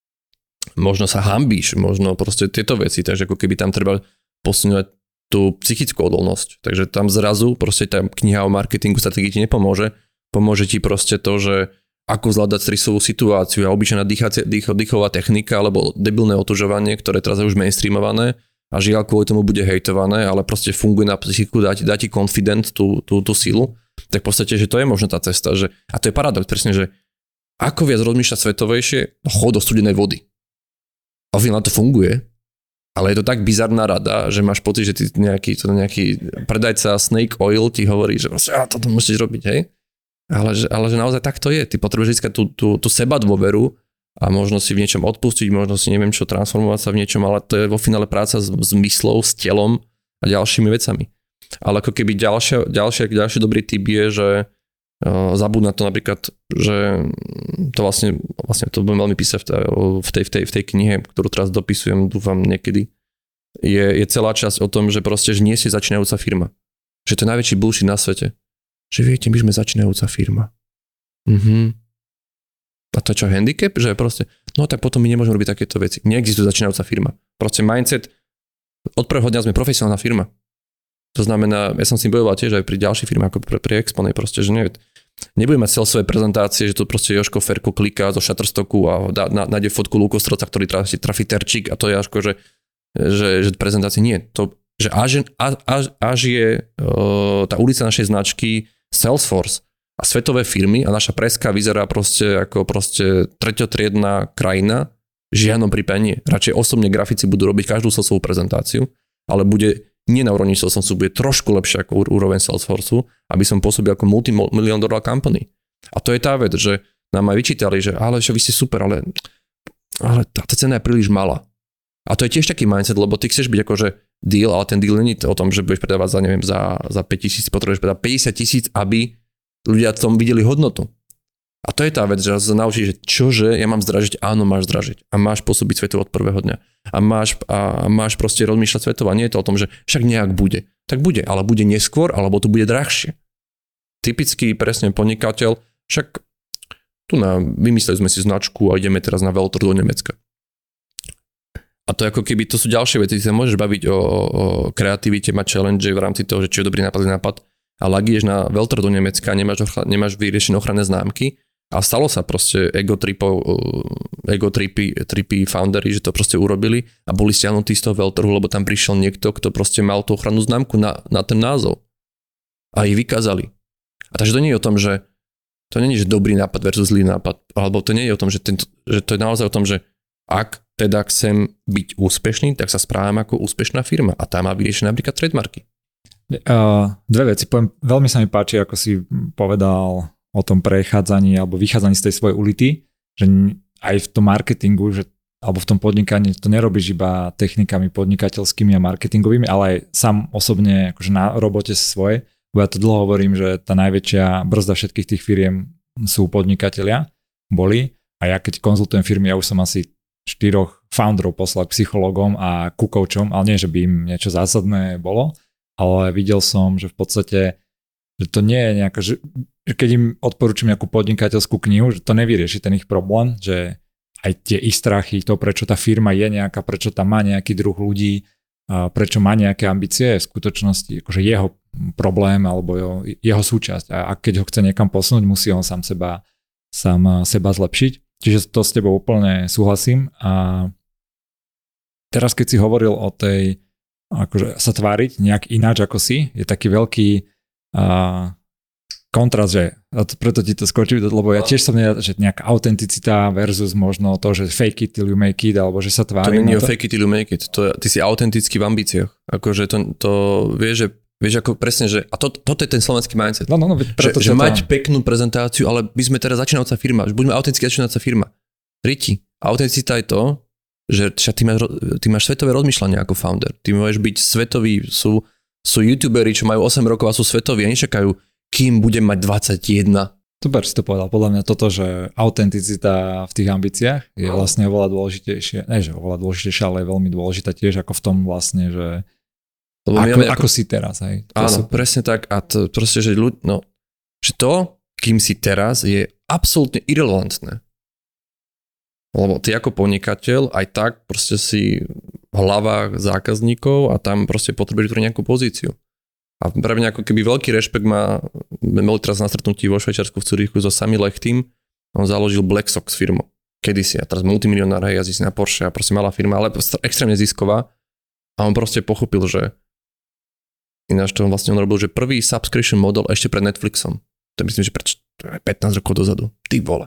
možno sa hanbíš, možno proste tieto veci, takže ako keby tam treba posunúť tú psychickú odolnosť. Takže tam zrazu proste tá kniha o marketingu strategii ti nepomôže. Pomôže ti proste to, že ako zvládať stresovú situáciu a obyčajná dýchacia, dých, dýchová technika alebo debilné otužovanie, ktoré teraz je už mainstreamované a žiaľ kvôli tomu bude hejtované, ale proste funguje na psychiku, dá ti, dá ti confident, tú, tú, tú silu, tak v podstate, že to je možno tá cesta. Že, a to je paradox, presne, že ako viac rozmýšľať svetovejšie, chod do studenej vody. A na to funguje, ale je to tak bizarná rada, že máš pocit, že ty nejaký, to nejaký predajca Snake Oil ti hovorí, že ja, toto musíš robiť, hej? Ale že, ale že naozaj tak to je. Ty potrebuješ získať tú, tú, tú seba dôveru a možno si v niečom odpustiť, možno si neviem čo, transformovať sa v niečom, ale to je vo finále práca s, s myslou, s telom a ďalšími vecami. Ale ako keby ďalšia, ďalšia, ďalší dobrý tip je, že zabudnúť na to napríklad, že to vlastne, vlastne to budem veľmi písať v tej, v, tej, v tej knihe, ktorú teraz dopisujem, dúfam niekedy, je, je celá časť o tom, že proste, že nie si začínajúca firma. Že to je najväčší bullshit na svete. Že viete, my sme začínajúca firma. Mhm. A to je čo, handicap? Že proste, no tak potom my nemôžeme robiť takéto veci. Neexistuje začínajúca firma. Proste mindset, od prvého dňa sme profesionálna firma. To znamená, ja som si bojoval tiež aj pri ďalších firmách, ako pri, pri Exponej, proste, že neviem, nebudem mať salesové prezentácie, že to proste Jožko Ferko kliká zo Shutterstocku a dá, nájde fotku Lukostroca, ktorý trafí, trafí terčík a to je až že, že, že prezentácie nie. To, že až, až, až je uh, tá ulica našej značky Salesforce a svetové firmy a naša preska vyzerá proste ako proste treťotriedna krajina, v žiadnom prípade nie. Radšej osobne grafici budú robiť každú salesovú prezentáciu, ale bude nie na úrovni Salesforce, bude trošku lepšie ako úroveň Salesforce, aby som pôsobil ako multimillion dollar company. A to je tá vec, že nám aj vyčítali, že ale že vy ste super, ale, ale tá, tá cena je príliš malá. A to je tiež taký mindset, lebo ty chceš byť akože deal, ale ten deal není o tom, že budeš predávať za, neviem, za, za päť tisíc, potrebuješ predávať päťdesiat tisíc, aby ľudia v tom videli hodnotu. A to je tá vec, že sa naučíš, že čože ja mám zdražiť, áno, máš zdražiť. A máš pôsobiť svetovo od prvého dňa. A máš, a máš proste rozmýšľať svetovo. A nie je to o tom, že však nejak bude. Tak bude, ale bude neskôr, alebo to bude drahšie. Typický presne podnikateľ, však tu na, vymysleli sme si značku a ideme teraz na veľtrh do Nemecka. A to ako keby, to sú ďalšie veci, ty sa môžeš baviť o, o kreativite, mať challenge v rámci toho, že čo je dobrý nápad, nápad, ale ak ideš na veľtrh do Nemecka, nemáš, nemáš vyriešené ochranné známky, a stalo sa proste ego tripov, ego tripy, tripy foundery, že to proste urobili a boli stiahnutí z toho veľtrhu, lebo tam prišiel niekto, kto proste mal tú ochrannú známku na, na ten názov. A ich vykázali. A takže to nie je o tom, že to nie je, že dobrý nápad versus zlý nápad, alebo to nie je o tom, že, tento, že to je naozaj o tom, že ak teda chcem byť úspešný, tak sa správam ako úspešná firma a tá má vyriešené napríklad trademarky. Uh, dve veci. Poviem, veľmi sa mi páči, ako si povedal o tom prechádzaní alebo vychádzaní z tej svojej ulity, že aj v tom marketingu, že, alebo v tom podnikaní to nerobíš iba technikami podnikateľskými a marketingovými, ale aj sám osobne akože na robote svoje, bo ja to dlho hovorím, že tá najväčšia brzda všetkých tých firiem sú podnikatelia, boli, a ja keď konzultujem firmy, ja už som asi štyroch founderov poslal k psychologom a ku coachom, ale nie, že by im niečo zásadné bolo, ale videl som, že v podstate že to nie je nejaká, že keď im odporúčam nejakú podnikateľskú knihu, že to nevyrieši ten ich problém, že aj tie ich strachy, to prečo tá firma je nejaká, prečo tam má nejaký druh ľudí, prečo má nejaké ambície, v skutočnosti akože jeho problém alebo jeho, jeho súčasť. A keď ho chce niekam posunúť, musí on sám seba, sám seba zlepšiť. Čiže to s tebou úplne súhlasím. A teraz keď si hovoril o tej, akože sa tváriť nejak ináč ako si, je taký veľký a kontrast, že preto ti to skočí, lebo ja tiež som nejak, že nejaká autenticita versus možno to, že fake it till you make it, alebo že sa tvári. To nie je o fake it till you make it, to je, ty si autentický v ambíciách. Akože to, to vieš, že vieš ako presne, že a to, toto je ten slovenský mindset. No, no, no, preto že, že mať peknú prezentáciu, ale my sme teraz začínajúca firma, že buďme autenticky začínajúca firma. Riti, autenticita je to, že ty máš, ty máš svetové rozmýšľanie ako founder. Ty môžeš byť svetový, sú Sú youtuberi, čo majú osem rokov a sú svetoví a nečakajú, kým budem mať dvadsaťjeden. Super si to povedal. Podľa mňa toto, že autenticita v tých ambíciách je vlastne oveľa dôležitejšie. Ne, že oveľa dôležitejšia, ale je veľmi dôležitá tiež ako v tom vlastne, že ako, ako, ako si teraz. Hej. To áno, presne tak. A to proste, že, ľud, no, že to, kým si teraz, je absolútne irrelevantné. Lebo ty ako podnikateľ aj tak proste si v hlavách zákazníkov a tam proste potrebuješ vytvoriť nejakú pozíciu. A pre mňa ako keby veľký rešpekt má, boli teraz na stretnutí vo Švajčiarsku v Zürichu so Sami Lechtim, on založil Black Sox firmu. Kedysi, a teraz multimilionár, hej, jazdí si na Porsche a proste malá firma, ale extrémne zisková. A on proste pochopil, že ináč to vlastne on robil, že prvý subscription model ešte pred Netflixom. To myslím, že pred pätnásť rokov dozadu. Ty vole.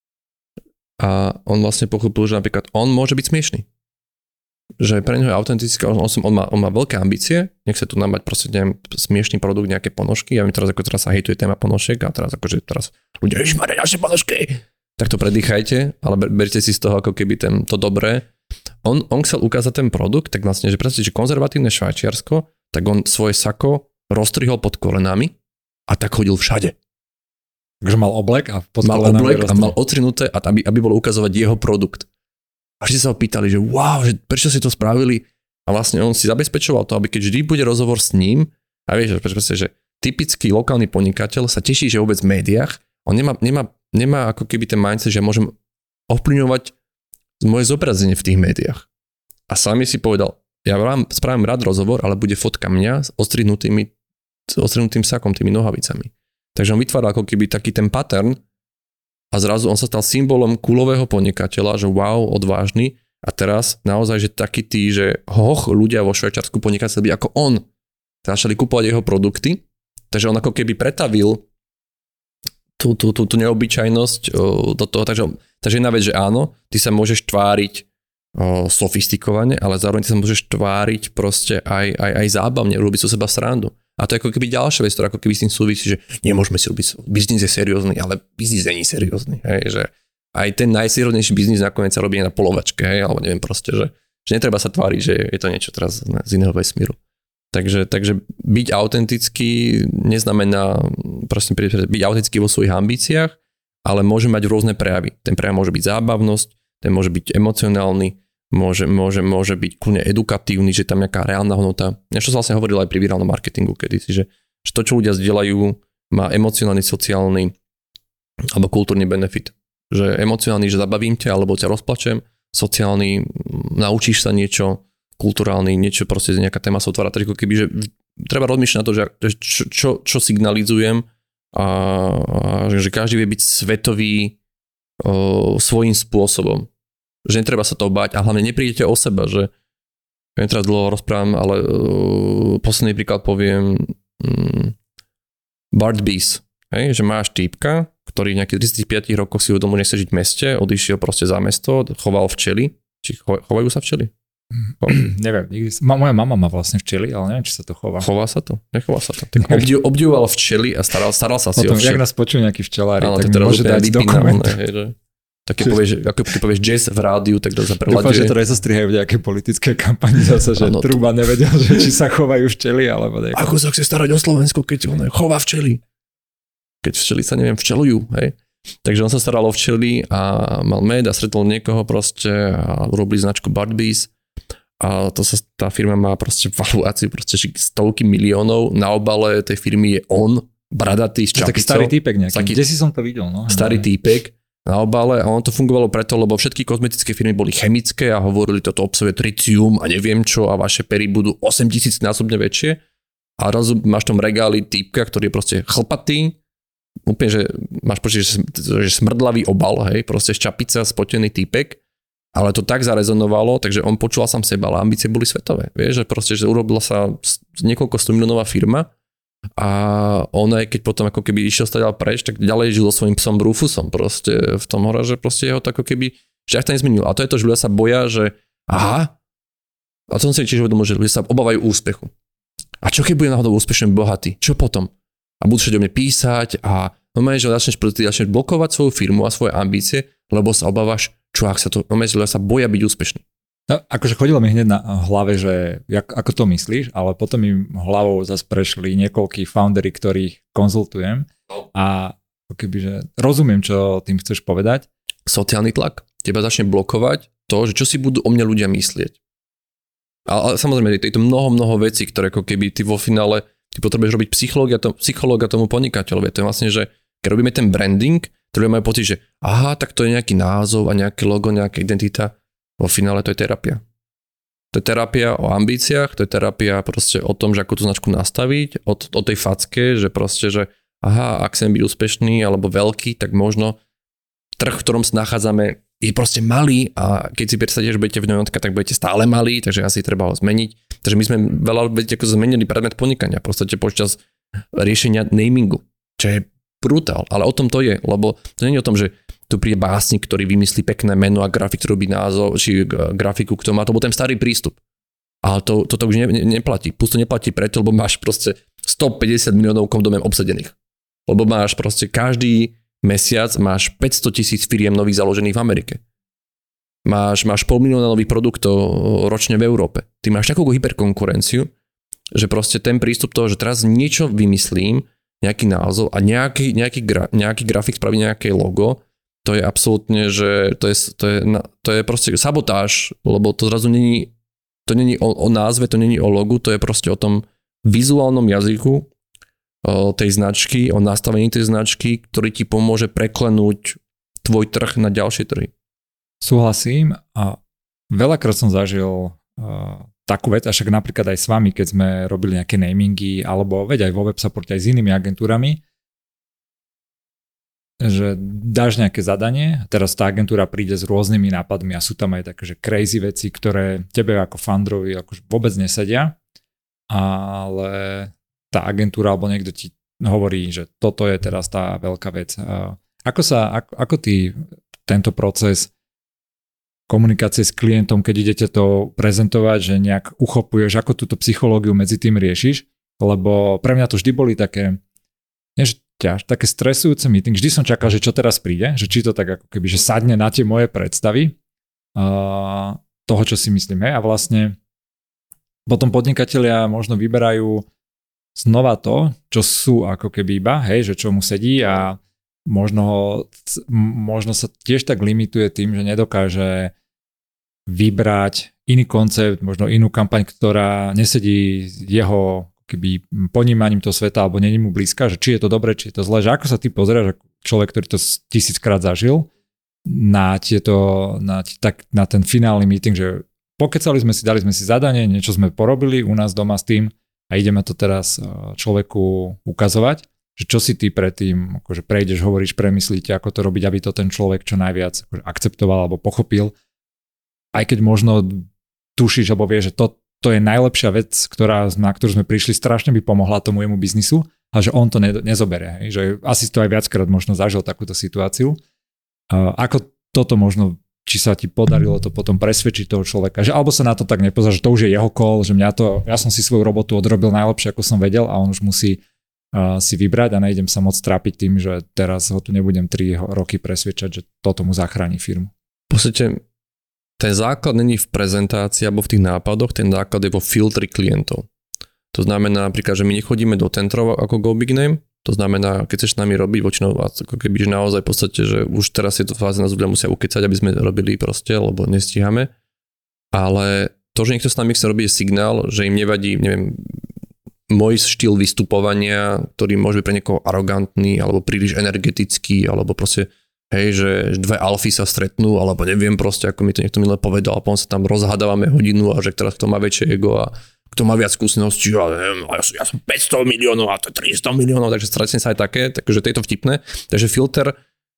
A on vlastne pochopil, že napríklad on môže byť smiešný. Že pre neho je autentický, on, on, má, on má veľké ambície, nech sa tu nám mať proste neviem, smiešný produkt, nejaké ponožky. Ja viem teraz, ako teraz sa hejtuje téma ponožiek a teraz akože teraz ľudia, ježišmarja, ďalšie ponožky. Tak to predýchajte, ale ber, berte si z toho ako keby ten, to dobré. On, on chcel ukázať ten produkt, tak vlastne, že predstavte, že konzervatívne Švajčiarsko, tak on svoje sako roztrihol pod kolenami a tak chodil všade. Takže mal oblek a pod mal oblek a mal otrinuté, aby, aby bolo ukazovať jeho produkt. A vždy sa ho pýtali, že wow, že prečo si to spravili? A vlastne on si zabezpečoval to, aby keď vždy bude rozhovor s ním, a vieš, že typický lokálny podnikateľ sa teší, že vôbec v médiách, on nemá, nemá, nemá ako keby ten mindset, že môžem ovplyvňovať moje zobrazenie v tých médiách. A sám si povedal, ja vám spravím rád rozhovor, ale bude fotka mňa s ostrihnutými, s ostrihnutým sakom, tými nohavicami. Takže on vytváral ako keby taký ten pattern a zrazu on sa stal symbolom kulového podnikateľa, že wow, odvážny. A teraz naozaj, že takí tí, že hoch, ľudia vo Švajčiarsku podnikať sa byť ako on. Začali kupovať jeho produkty, takže on ako keby pretavil tú, tú, tú, tú neobyčajnosť do toho. Takže, takže jedna vec, že áno, ty sa môžeš tváriť o, sofistikovane, ale zároveň ty sa môžeš tváriť proste aj, aj, aj zábavne, robiť so seba srandu. A to je ako keby ďalšia vec, ktorá ako keby s tým súvisí, že nemôžeme si robiť, biznis je seriózny, ale biznis nie je seriózny. Hej, že aj ten najserióznejší biznis nakoniec sa robí na polovačke, hej, alebo neviem proste, že, že netreba sa tváriť, že je to niečo teraz z iného vesmíru. Takže, takže byť autentický neznamená proste byť autentický vo svojich ambíciách, ale môže mať rôzne prejavy. Ten prejav môže byť zábavnosť, ten môže byť emocionálny, môže, môže, môže byť kľudne edukatívny, že tam nejaká reálna hodnota. Ja čo som vlastne hovoril aj pri virálnom marketingu kedysi, že, že to, čo ľudia zdieľajú, má emocionálny, sociálny alebo kultúrny benefit. Že emocionálny, že zabavím ťa alebo ťa rozplačem, sociálny, naučíš sa niečo, kulturálny, niečo proste nejaká téma sa otvára, takže keby, že treba rozmýšľať na to, že čo, čo, čo signalizujem a, a že každý vie byť svetový o, svojím spôsobom. Že netreba sa toho báť a hlavne neprídete o seba, že ja teraz dlho rozprávam, ale o, posledný príklad poviem um, Bart Bees, hej, že máš týpka, ktorý v nejakých tridsiatich rokoch si uvedomil, že chce žiť v meste, odišiel proste za mesto, choval včely, či chovajú sa včely? Neviem, nikdy som, moja mama má vlastne včely, ale neviem, či sa to chová. Chová sa to? Nechová sa to. Tak obdiv, obdivoval včely a staral, staral sa si potom, o včely. Jak nás počujú nejakí včelári, áno, tak mi môže dať dokument. Tak keď povieš, ako keď povieš jazz v rádiu, tak to sa preladuje. Dúfam, že to nezostrihajú v nejakej politickej kampani zase, že ano, Truba to... nevedel, že či sa chovajú včely, alebo nejako. Ako sa chce starať o Slovensko, keď on chová včely? Keď včely sa, neviem, včelujú, hej? Takže on sa staral o včely a mal med a stretol niekoho proste a urobili značku Bart Bees. A to sa, tá firma má proste valuáciu proste stovky miliónov. Na obale tej firmy je on, bradatý s čapicou. Taký starý týpek nejaký. Taký, kde si som to videl? No? Starý týpek na obale a on to fungovalo preto, lebo všetky kozmetické firmy boli chemické a hovorili, toto obsahuje tritium a neviem čo a vaše pery budú osemtisíc násobne väčšie. A razu máš v tom regáli týpka, ktorý je proste chlpatý, úplne, že máš počuť, že, že smrdlavý obal, hej, proste šťapica, spotený týpek. Ale to tak zarezonovalo, takže on počúval sám seba, ale ambície boli svetové. Vieš, že proste, že urobila sa niekoľko stomiliónová firma a on aj keď potom ako keby išiel stadiaľ preč, tak ďalej žil so svojím psom Rufusom proste v tom hore, že proste jeho to ako keby, že aj to nezmenil. A to je to, že ľudia sa boja, že aha, a to som si tiež uvedomil, že ľudia sa obávajú úspechu. A čo keď bude náhodou úspešný, bohatý? Čo potom? A budú všetko o mne písať a normálne, že začneš, začneš blokovať svoju firmu a svoje ambície, lebo sa obávaš, čo ak sa to, normálne, sa boja byť úspešný. No, akože chodilo mi hneď na hlave, že jak, ako to myslíš, ale potom mi hlavou zase prešli niekoľkí foundery, ktorých konzultujem a keby, že rozumiem, čo tým chceš povedať. Sociálny tlak teba začne blokovať to, že čo si budú o mne ľudia myslieť. Ale, ale samozrejme, je to mnoho, mnoho vecí, ktoré ako keby ty vo finále, ty potrebuješ robiť psychológia, to, psychológia tomu podnikateľovi. To je vlastne, že keď robíme ten branding, ktorí majú pocit, že aha, tak to je nejaký názov a nejaké logo, nejaká identita. Vo finále to je terapia. To je terapia o ambíciách, to je terapia proste o tom, že ako tú značku nastaviť, o, o tej facke, že proste, že aha, ak chcem byť úspešný alebo veľký, tak možno trh, v ktorom sa nachádzame, je proste malý a keď si predstavíte, že budete v ňom, tak budete stále malý, takže asi treba ho zmeniť. Takže my sme veľa vecí ako zmenili predmet podnikania, proste počas riešenia namingu, čo je brutál, ale o tom to je, lebo to nie je o tom, že tu príde básnik, ktorý vymyslí pekné meno a grafik, ktorý robí názov, či grafiku, kto má, to bol ten starý prístup. Ale to, toto už ne, ne, neplatí. Plus to neplatí preto, lebo máš proste stopäťdesiat miliónov kondomiem obsadených. Lebo máš proste každý mesiac máš päťsto tisíc firiem nových založených v Amerike. Máš, máš pol milióna nových produktov ročne v Európe. Ty máš takú hyperkonkurenciu, že proste ten prístup toho, že teraz niečo vymyslím, nejaký názov a nejaký, nejaký, gra, nejaký grafik spraví nejaké logo, to je absolútne, že to je, to je, to je proste sabotáž, lebo to zrazu není, to není o, o názve, to není o logu, to je proste o tom vizuálnom jazyku o tej značky, o nastavení tej značky, ktorý ti pomôže preklenúť tvoj trh na ďalšie trhy. Súhlasím a veľakrát som zažil uh, takú vec, a však napríklad aj s vami, keď sme robili nejaké namingy, alebo veď aj vo WebSupporte aj s inými agentúrami, že dáš nejaké zadanie a teraz tá agentúra príde s rôznymi nápadmi a sú tam aj také, že crazy veci, ktoré tebe ako founderovi akože vôbec nesedia, ale tá agentúra alebo niekto ti hovorí, že toto je teraz tá veľká vec. Ako sa, ako, ako ty tento proces komunikácie s klientom, keď idete to prezentovať, že nejak uchopuješ, ako túto psychológiu medzi tým riešiš, lebo pre mňa to vždy boli také, nie že ťaž, také stresujúce meeting. Vždy som čakal, že čo teraz príde, že či to tak ako keby, že sadne na tie moje predstavy uh, toho, čo si myslím. Hej? A vlastne potom podnikatelia možno vyberajú znova to, čo sú ako keby iba, hej, že čo mu sedí a možno, možno sa tiež tak limituje tým, že nedokáže vybrať iný koncept, možno inú kampaň, ktorá nesedí jeho keby ponímaním toho sveta alebo není mu blízka, že či je to dobre, či je to zlé, že ako sa ty pozeráš ako človek, ktorý to tisíckrát zažil na, tieto, na, tak, na ten finálny meeting, že pokecali sme si, dali sme si zadanie, niečo sme porobili u nás doma s tým a ideme to teraz človeku ukazovať, že čo si ty predtým akože prejdeš, hovoríš, premyslíte, ako to robiť, aby to ten človek čo najviac akože akceptoval alebo pochopil, aj keď možno tušíš alebo vieš, že to to je najlepšia vec, ktorá, na ktorú sme prišli, strašne by pomohla tomu jemu biznisu a že on to ne, nezoberie. Hej? Že asi to aj viackrát možno zažil takúto situáciu. Uh, ako toto možno, či sa ti podarilo to potom presvedčiť toho človeka, že alebo sa na to tak nepozerá, že to už je jeho call, že mňa to, ja som si svoju robotu odrobil najlepšie, ako som vedel a on už musí uh, si vybrať a nejdem sa moc trápiť tým, že teraz ho tu nebudem tri roky presvedčať, že toto mu zachráni firmu. V podstate ten základ není v prezentácii alebo v tých nápadoch, ten základ je vo filtri klientov. To znamená napríklad, že my nechodíme do tentrov ako Go Big Name, to znamená, keď chceš s nami robiť, vočinou ako keby, že naozaj v podstate, že už teraz je to fáze, nás ľudia musia ukecať, aby sme robili proste, lebo nestíhame. Ale to, že niekto s nami chce robiť, je signál, že im nevadí, neviem, môj štýl vystupovania, ktorý môže byť pre niekoho arogantný, alebo príliš energetický, alebo proste hej, že dve alfy sa stretnú, alebo neviem proste, ako mi to niekto milé povedal, a potom sa tam rozhadávame hodinu a že teraz kto má väčšie ego a kto má viac skúseností, ja neviem, ja som, ja som päťsto miliónov a to je tristo miliónov, takže stretne sa aj také, takže to je to vtipné. Takže filter,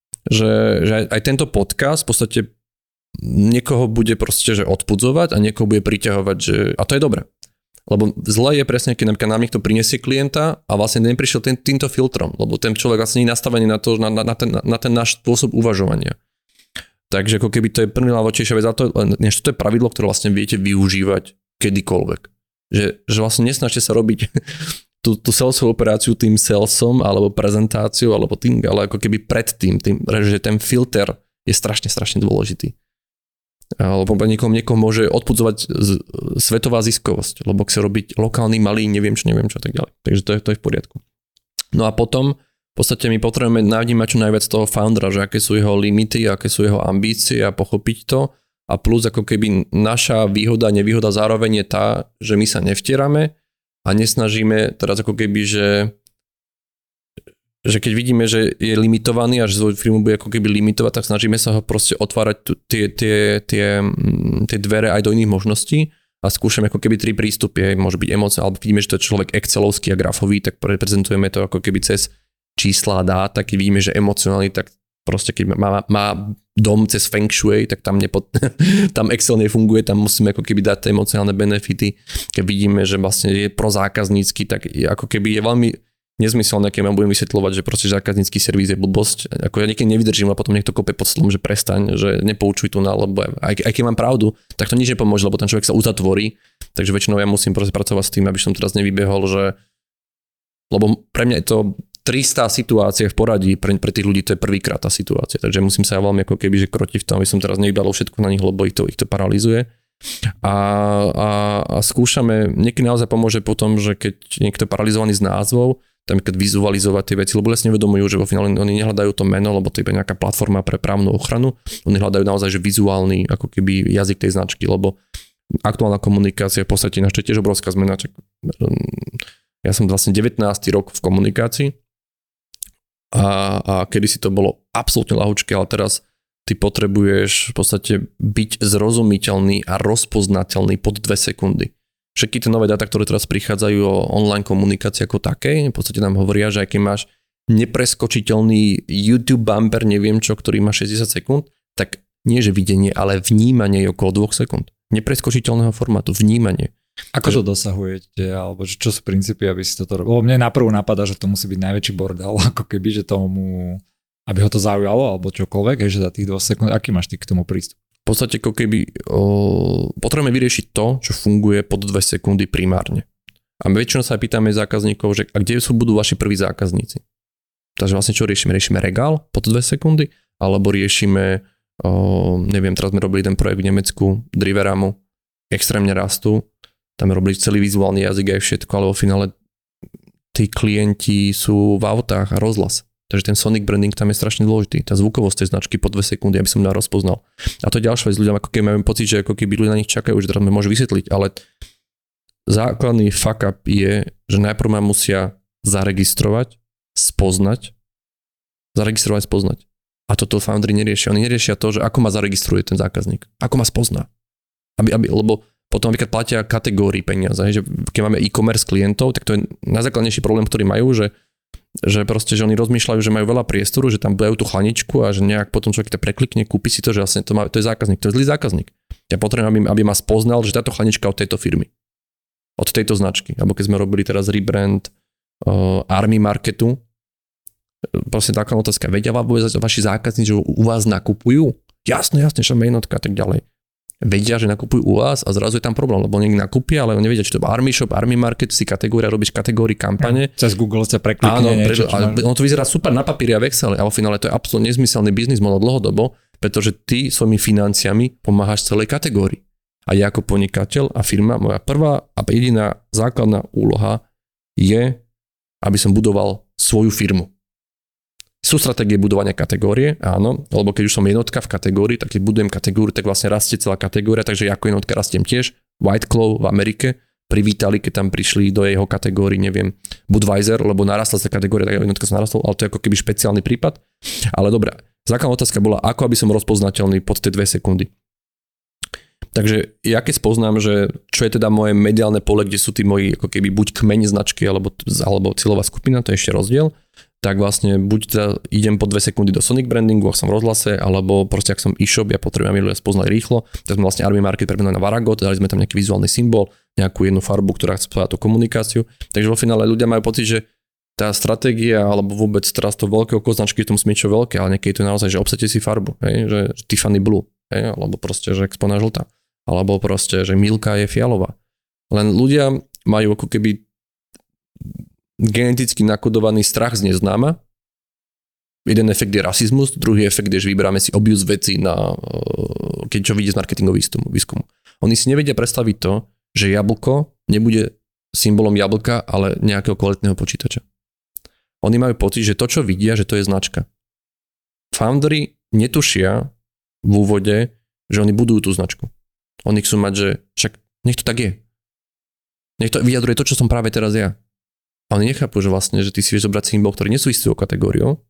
že, že aj tento podcast v podstate niekoho bude proste že odpudzovať a niekoho bude priťahovať, že, a to je dobré. Lebo zle je presne, keď napríklad nám niekto prinesie klienta a vlastne neprišiel tým, týmto filtrom, lebo ten človek vlastne nie je nastavený na, to, na, na, ten, na ten náš spôsob uvažovania. Takže ako keby to je prvná najľahšia vec, ale to, než to je pravidlo, ktoré vlastne viete využívať kedykoľvek. Že, že vlastne nesnažte sa robiť tú, tú salesovú operáciu tým salesom alebo prezentáciou alebo tým, ale ako keby predtým, tým, že ten filter je strašne, strašne dôležitý. Alebo niekomu, niekomu môže odpudzovať svetová ziskovosť, lebo chce robiť lokálny, malý, neviem čo, neviem čo a tak ďalej. Takže to je, to je v poriadku. No a potom v podstate my potrebujeme navnímať čo najviac toho foundera, že aké sú jeho limity, aké sú jeho ambície a pochopiť to. A plus ako keby naša výhoda, nevýhoda zároveň je tá, že my sa nevtierame a nesnažíme teraz ako keby, že že keď vidíme, že je limitovaný a že svoju firmu bude ako keby limitovať, tak snažíme sa ho proste otvárať tie, tie, tie, tie dvere aj do iných možností a skúšame ako keby tri prístupy. Môže byť emócia, alebo vidíme, že to je človek excelovský a grafový, tak reprezentujeme to ako keby cez čísla, dáta. Keď vidíme, že emocionálny, tak proste keď má, má dom cez Feng Shui, tak tam, nepo, tam Excel nefunguje, tam musíme ako keby dať tie emocionálne benefity. Keď vidíme, že vlastne je prozákaznícky, tak ako keby je veľmi nezmyselné, keď vám budem vysvetľovať, že proste zákaznícky servis je blbosť. Ako ja niekedy nevydržím a potom niekto kope pod stolom, že prestaň, že nepoučuj tu na, lebo aj, aj keď mám pravdu, tak to nič nepomôže, lebo ten človek sa uzatvorí. Takže väčšinou ja musím proste pracovať s tým, aby som teraz nevybehol, že lebo pre mňa je to tristá situácia v poradí, pre, pre tých ľudí to je prvýkrát tá situácia. Takže musím sa ja veľmi ako keby že krotiť v tom, aby som teraz nevybalo všetko na nich, lebo ich to, ich to paralizuje. A, a, a skúšame, niekedy naozaj pomôže potom, že keď niekto je paralizovaný z názvov, tam keď vizualizovať tie veci, lebo lesne nevedomujú, že vo finále oni nehľadajú to meno, lebo to je iba nejaká platforma pre právnu ochranu, oni hľadajú naozaj že vizuálny ako keby jazyk tej značky, lebo aktuálna komunikácia v podstate naša tiež obrovská zmena. Ja som vlastne devätnásty rok v komunikácii a, a kedysi to bolo absolútne ľahučké, ale teraz ty potrebuješ v podstate byť zrozumiteľný a rozpoznateľný pod dve sekundy. Všetky tie nové dáta, ktoré teraz prichádzajú o online komunikácii ako takej, v podstate nám hovoria, že aj keď máš nepreskočiteľný YouTube bumper, neviem čo, ktorý má šesťdesiat sekúnd, tak nie že videnie, ale vnímanie je okolo dvoch sekúnd. Nepreskočiteľného formátu, vnímanie. Ako to dosahujete, alebo čo sú princípy, aby si toto robil? Lebo mne naprvu napadá, že to musí byť najväčší bordel, ako keby, že tomu, aby ho to zaujalo, alebo čokoľvek, že za tých dvoch sekúnd, aký máš ty k tomu prístup? V podstate ako keby o, potrebujeme vyriešiť to, čo funguje pod dve sekundy primárne. A my väčšinou sa pýtame zákazníkov, že a kde sú budú vaši prví zákazníci? Takže vlastne čo riešime? Riešime regál pod dve sekundy, alebo riešime, o, neviem, teraz sme robili ten projekt v Nemecku, Driveramu, extrémne rastú, tam robili celý vizuálny jazyk aj všetko, ale vo finále tí klienti sú v autách a rozhlas. Takže ten sonic branding tam je strašne dôležitý. Tá zvukovosť tej značky po dve sekundy, aby som ju rozpoznal. A to je ďalšia vec, ľuďom ako keby máme pocit, že ako keby ľudia na nich čakajú, že teraz mi môžu vysvetliť, ale základný fuck up je, že najprv ma musia zaregistrovať, spoznať, zaregistrovať, spoznať. A toto foundry neriešia. Oni neriešia to, že ako ma zaregistruje ten zákazník, ako ma spozná. Aby, aby, lebo potom napríklad platia kategórii peniaze. Že keď máme e-commerce klientov, tak to je najzákladnejší problém, ktorý majú, že, že proste, že oni rozmýšľajú, že majú veľa priestoru, že tam dajú tú chlaničku a že nejak potom človek to preklikne, kúpi si to, že vlastne to, má, to je zákazník, to je zlý zákazník. Ja potrebujem, aby, aby ma spoznal, že táto chlanička od tejto firmy. Od tejto značky. Alebo keď sme robili teraz rebrand uh, Army Marketu, proste taká otázka, vedia vôbec vaši zákazníci, že u vás nakupujú? Jasne, jasne, že jednotka a tak ďalej. Vedia, že nakupujú u vás a zrazu je tam problém, lebo niekto nakúpia, ale oni nevedia, či to je Army Shop, Army Market, si kategória, robíš kategórii kampane. Cez Google sa preklikne áno, niečo. Áno, ono to vyzerá super na papieri a v Excel, ale vo finále to je absolútne nezmyselný biznis model dlhodobo, pretože ty svojimi financiami pomáhaš celej kategórii. A ja ako podnikateľ a firma, moja prvá a jediná základná úloha je, aby som budoval svoju firmu. Sú stratégie budovania kategórie, áno, lebo keď už som jednotka v kategórii, tak keď budujem kategóriu, tak vlastne rastie celá kategória, takže ja ako jednotka rastiem tiež. White Claw v Amerike privítali, keď tam prišli do jeho kategórii, neviem, Budweiser, lebo narastla sa kategória, tak jednotka sa narastla, ale to je ako keby špeciálny prípad. Ale dobré, základná otázka bola, ako aby som rozpoznateľný pod tie dve sekundy. Takže ja keď spoznám, že čo je teda moje mediálne pole, kde sú tí moji ako keby buď kmeň značky alebo, alebo cieľová skupina, to je ešte rozdiel, tak vlastne buď teda idem po dve sekundy do Sonic brandingu, ak som v rozhlase, alebo proste ak som e-shop, ja potrebujem, aby ľudia spoznali rýchlo, tak sme vlastne Army Market premenali na Varagot, dali sme tam nejaký vizuálny symbol, nejakú jednu farbu, ktorá chce tú komunikáciu. Takže vo finále ľudia majú pocit, že tá stratégia, alebo vôbec teraz to veľké oko značky, to musí niečo veľké, ale niekedy to je naozaj, že obsate si farbu, hej, že Tiffany Blue, hej, alebo proste, že Exponent žltá, alebo proste, že Milka je fialová. Len ľudia majú ako keby geneticky nakodovaný strach z neznáma. Jeden efekt je rasizmus, druhý efekt je, že vyberáme si obvious veci, na, keď čo vidie z marketingového výskumu. Oni si nevedia predstaviť to, že jablko nebude symbolom jablka, ale nejakého kvalitného počítača. Oni majú pocit, že to, čo vidia, že to je značka. Foundry netušia v úvode, že oni budujú tú značku. Oni chcú mať, že však nech to tak je. Nech to vyjadruje to, čo som práve teraz ja. A oni nechápu, že vlastne, že ty si vieš zobrať symbol, ktorý nesúvisí s tou kategóriou,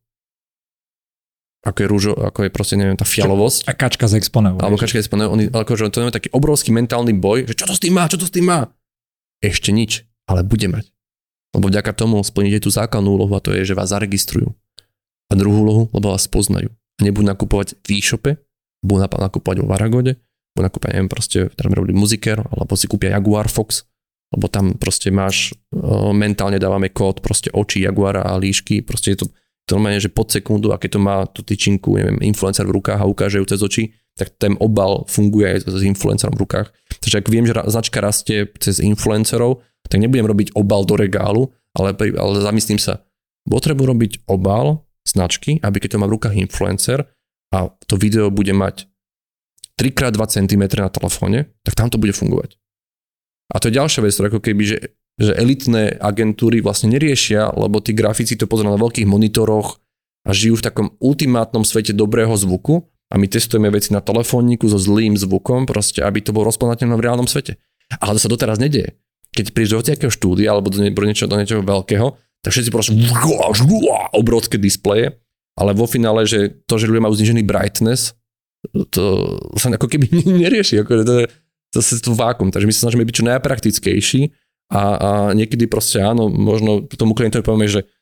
ako je rúžo, ako je proste, neviem, tá fialovosť. A kačka z Exponent. Alebo kačka z Exponent. Oni, akože to je taký obrovský mentálny boj, že čo to s tým má, čo to s tým má? Ešte nič, ale bude mať. Lebo vďaka tomu splníte tú základnú úlohu a to je, že vás zaregistrujú. A druhú úlohu, lebo vás poznajú. A nebudú nakupovať v e-shope, budú nakupovať vo Varagode, budú nakupovať, neviem, proste, teraz robili Muziker, alebo si kúpia Jaguar Fox, lebo tam proste máš, o, mentálne dávame kód, proste oči Jaguara a líšky, proste je to, to normálne, že pod sekundu, a keď to má tú tyčinku, neviem, influencer v rukách a ukáže ju cez oči, tak ten obal funguje aj s influencerom v rukách. Takže ak viem, že značka rastie cez influencerov, tak nebudem robiť obal do regálu, ale, ale zamyslím sa, potrebujem robiť obal značky, aby keď to má v rukách influencer a to video bude mať tri krát dva centimetre na telefóne, tak tam to bude fungovať. A to je ďalšia vec, ako keby, že, že elitné agentúry vlastne neriešia, lebo tí grafici to pozerajú na veľkých monitoroch a žijú v takom ultimátnom svete dobrého zvuku a my testujeme veci na telefónniku so zlým zvukom, proste, aby to bolo rozpoznateľné v reálnom svete. Ale to sa doteraz nedieje. Keď prídeš do hociakého štúdia alebo do niečoho, do niečoho veľkého, tak všetci proste obrovské displeje, ale vo finále, že to, že ľudia majú znižený brightness, to sa ako keby nerieši. Ako to je zase to vákum. Takže my sa snažíme byť čo najpraktickejší a, a niekedy proste áno, možno tomu klientovi povieme, že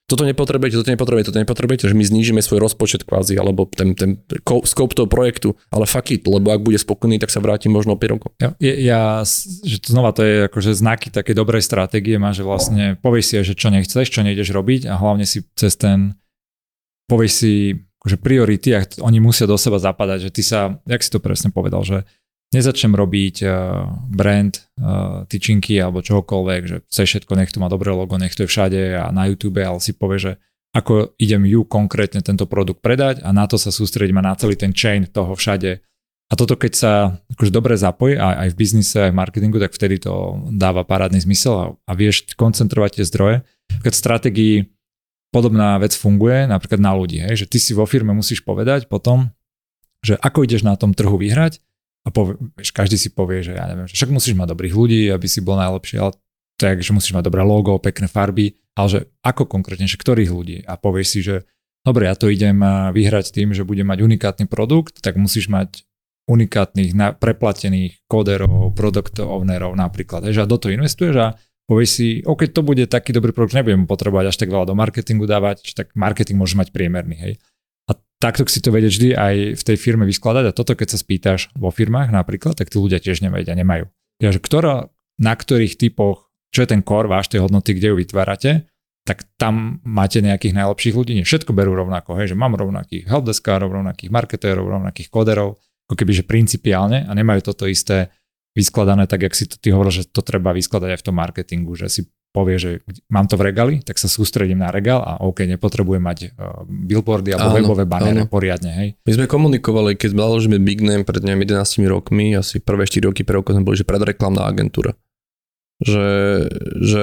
toto nepotrebujete, toto nepotrebujete, toto nepotrebujete, že my znížime svoj rozpočet kvázi, alebo ten, ten scope toho projektu, ale fuck it, lebo ak bude spokojný, tak sa vráti možno o päť rokov. Ja, ja, že to znova to je akože znaky také dobrej stratégie, má, že vlastne povieš si, že čo nechceš, čo nejdeš robiť a hlavne si cez ten, povieš si akože priority a oni musia do seba zapadať, že ty sa, jak si to presne povedal, že nezačnem robiť uh, brand, uh, tyčinky alebo čohokoľvek, že chceš všetko, nech to má dobré logo, nech to je všade a na YouTube, ale si povie, že ako idem ju konkrétne tento produkt predať a na to sa sústredím na celý ten chain toho všade. A toto keď sa akože dobre zapojí aj, aj v biznise, aj v marketingu, tak vtedy to dáva parádny zmysel a, a vieš koncentrovať tie zdroje. Keď v stratégii podobná vec funguje, napríklad na ľudí, hej, že ty si vo firme musíš povedať potom, že ako ideš na tom trhu vyhrať. A povie, vieš, každý si povie, že ja neviem, že však musíš mať dobrých ľudí, aby si bol najlepší, ale tak, že musíš mať dobré logo, pekné farby, ale že ako konkrétne, že ktorých ľudí. A povieš si, že dobre, ja to idem vyhrať tým, že budem mať unikátny produkt, tak musíš mať unikátnych, preplatených kóderov, product ownerov napríklad. Že a do toho investuješ a povieš si, OK, to bude taký dobrý produkt, nebudem potrebovať až tak veľa do marketingu dávať, tak marketing môže mať priemerný, hej. Takto si to vedieť vždy aj v tej firme vyskladať a toto keď sa spýtaš vo firmách napríklad, tak tí ľudia tiež nevedia, nemajú. Takže ktorá, na ktorých typoch, čo je ten core váš tej hodnoty, kde ju vytvárate, tak tam máte nejakých najlepších ľudí. Nie všetko berú rovnako, hej, že mám rovnakých helpdeskárov, rovnakých marketérov, rovnakých koderov, ako keby že principiálne a nemajú toto isté vyskladané tak, jak si to ty hovoril, že to treba vyskladať aj v tom marketingu, že si povie, že mám to v regáli, tak sa sústredím na regál a OK, nepotrebujem mať uh, billboardy alebo áno, webové banéry poriadne, hej. My sme komunikovali, keď založíme Big Name pred neviem jedenástimi rokmi, asi prvé štyri roky pre rokov sme boli, že predreklamná agentúra. Že, že,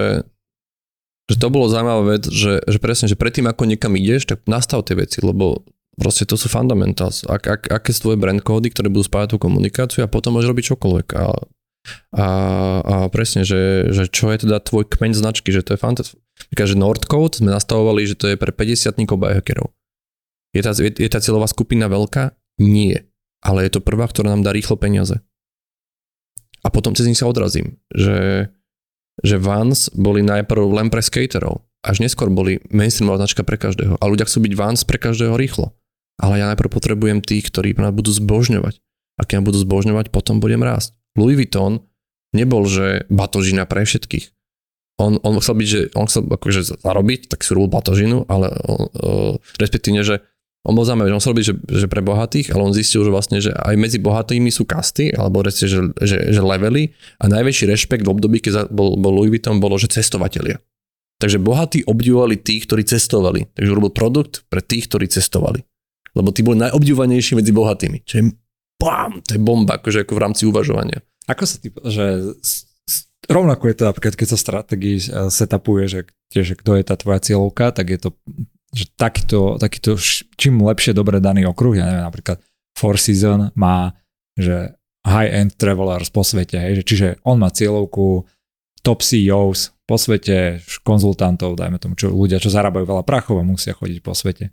že to bolo zaujímavá vec, že, že presne, že predtým ako niekam ideš, tak nastav tie veci, lebo proste to sú fundamentals. Ak, ak, aké sú tvoje brand kódy, ktoré budú spájať tú komunikáciu a potom môžeš robiť čokoľvek. A A, a presne, že, že čo je teda tvoj kmeň značky, že to je fantastické. Že Nordcode sme nastavovali, že to je pre päťdesiatnikov biohackerov. Je tá, je, je tá cieľová skupina veľká? Nie. Ale je to prvá, ktorá nám dá rýchlo peniaze. A potom cez nich sa odrazím, že, že Vans boli najprv len pre skaterov. Až neskôr boli mainstreamová značka pre každého. A ľudia chcú byť Vans pre každého rýchlo. Ale ja najprv potrebujem tých, ktorí ma budú zbožňovať. A keď ma budú zbožňovať, potom budem rásť. Louis Vuitton nebol, že batožina pre všetkých. On, on chcel byť, že on chcel akože zarobiť, tak si robil batožinu, ale on, uh, respektívne, že on bol zaujímavý, že on chcel byť, že, že pre bohatých, ale on zistil, že vlastne, že aj medzi bohatými sú kasty, alebo respektíve, že, že, že levely a najväčší rešpekt v období, keď bol, bol Louis Vuitton, bolo, že cestovatelia. Takže bohatí obdivovali tých, ktorí cestovali. Takže robil produkt pre tých, ktorí cestovali. Lebo tí boli najobdivovanejší medzi bohatými. Čo je bam, to je bomba, akože ako v rámci uvažovania. Ako sa ty, že rovnako je to napríklad, keď sa stratégii setupuje, že tiež, kto je tá tvoja cieľovka, tak je to, že takýto, takýto čím lepšie dobre daný okruh, ja neviem, napríklad Four Seasons má, že high-end travelers po svete, hej, že čiže on má cieľovku top C E Os po svete, konzultantov, dajme tomu, čo ľudia, čo zarábajú veľa prachov a musia chodiť po svete.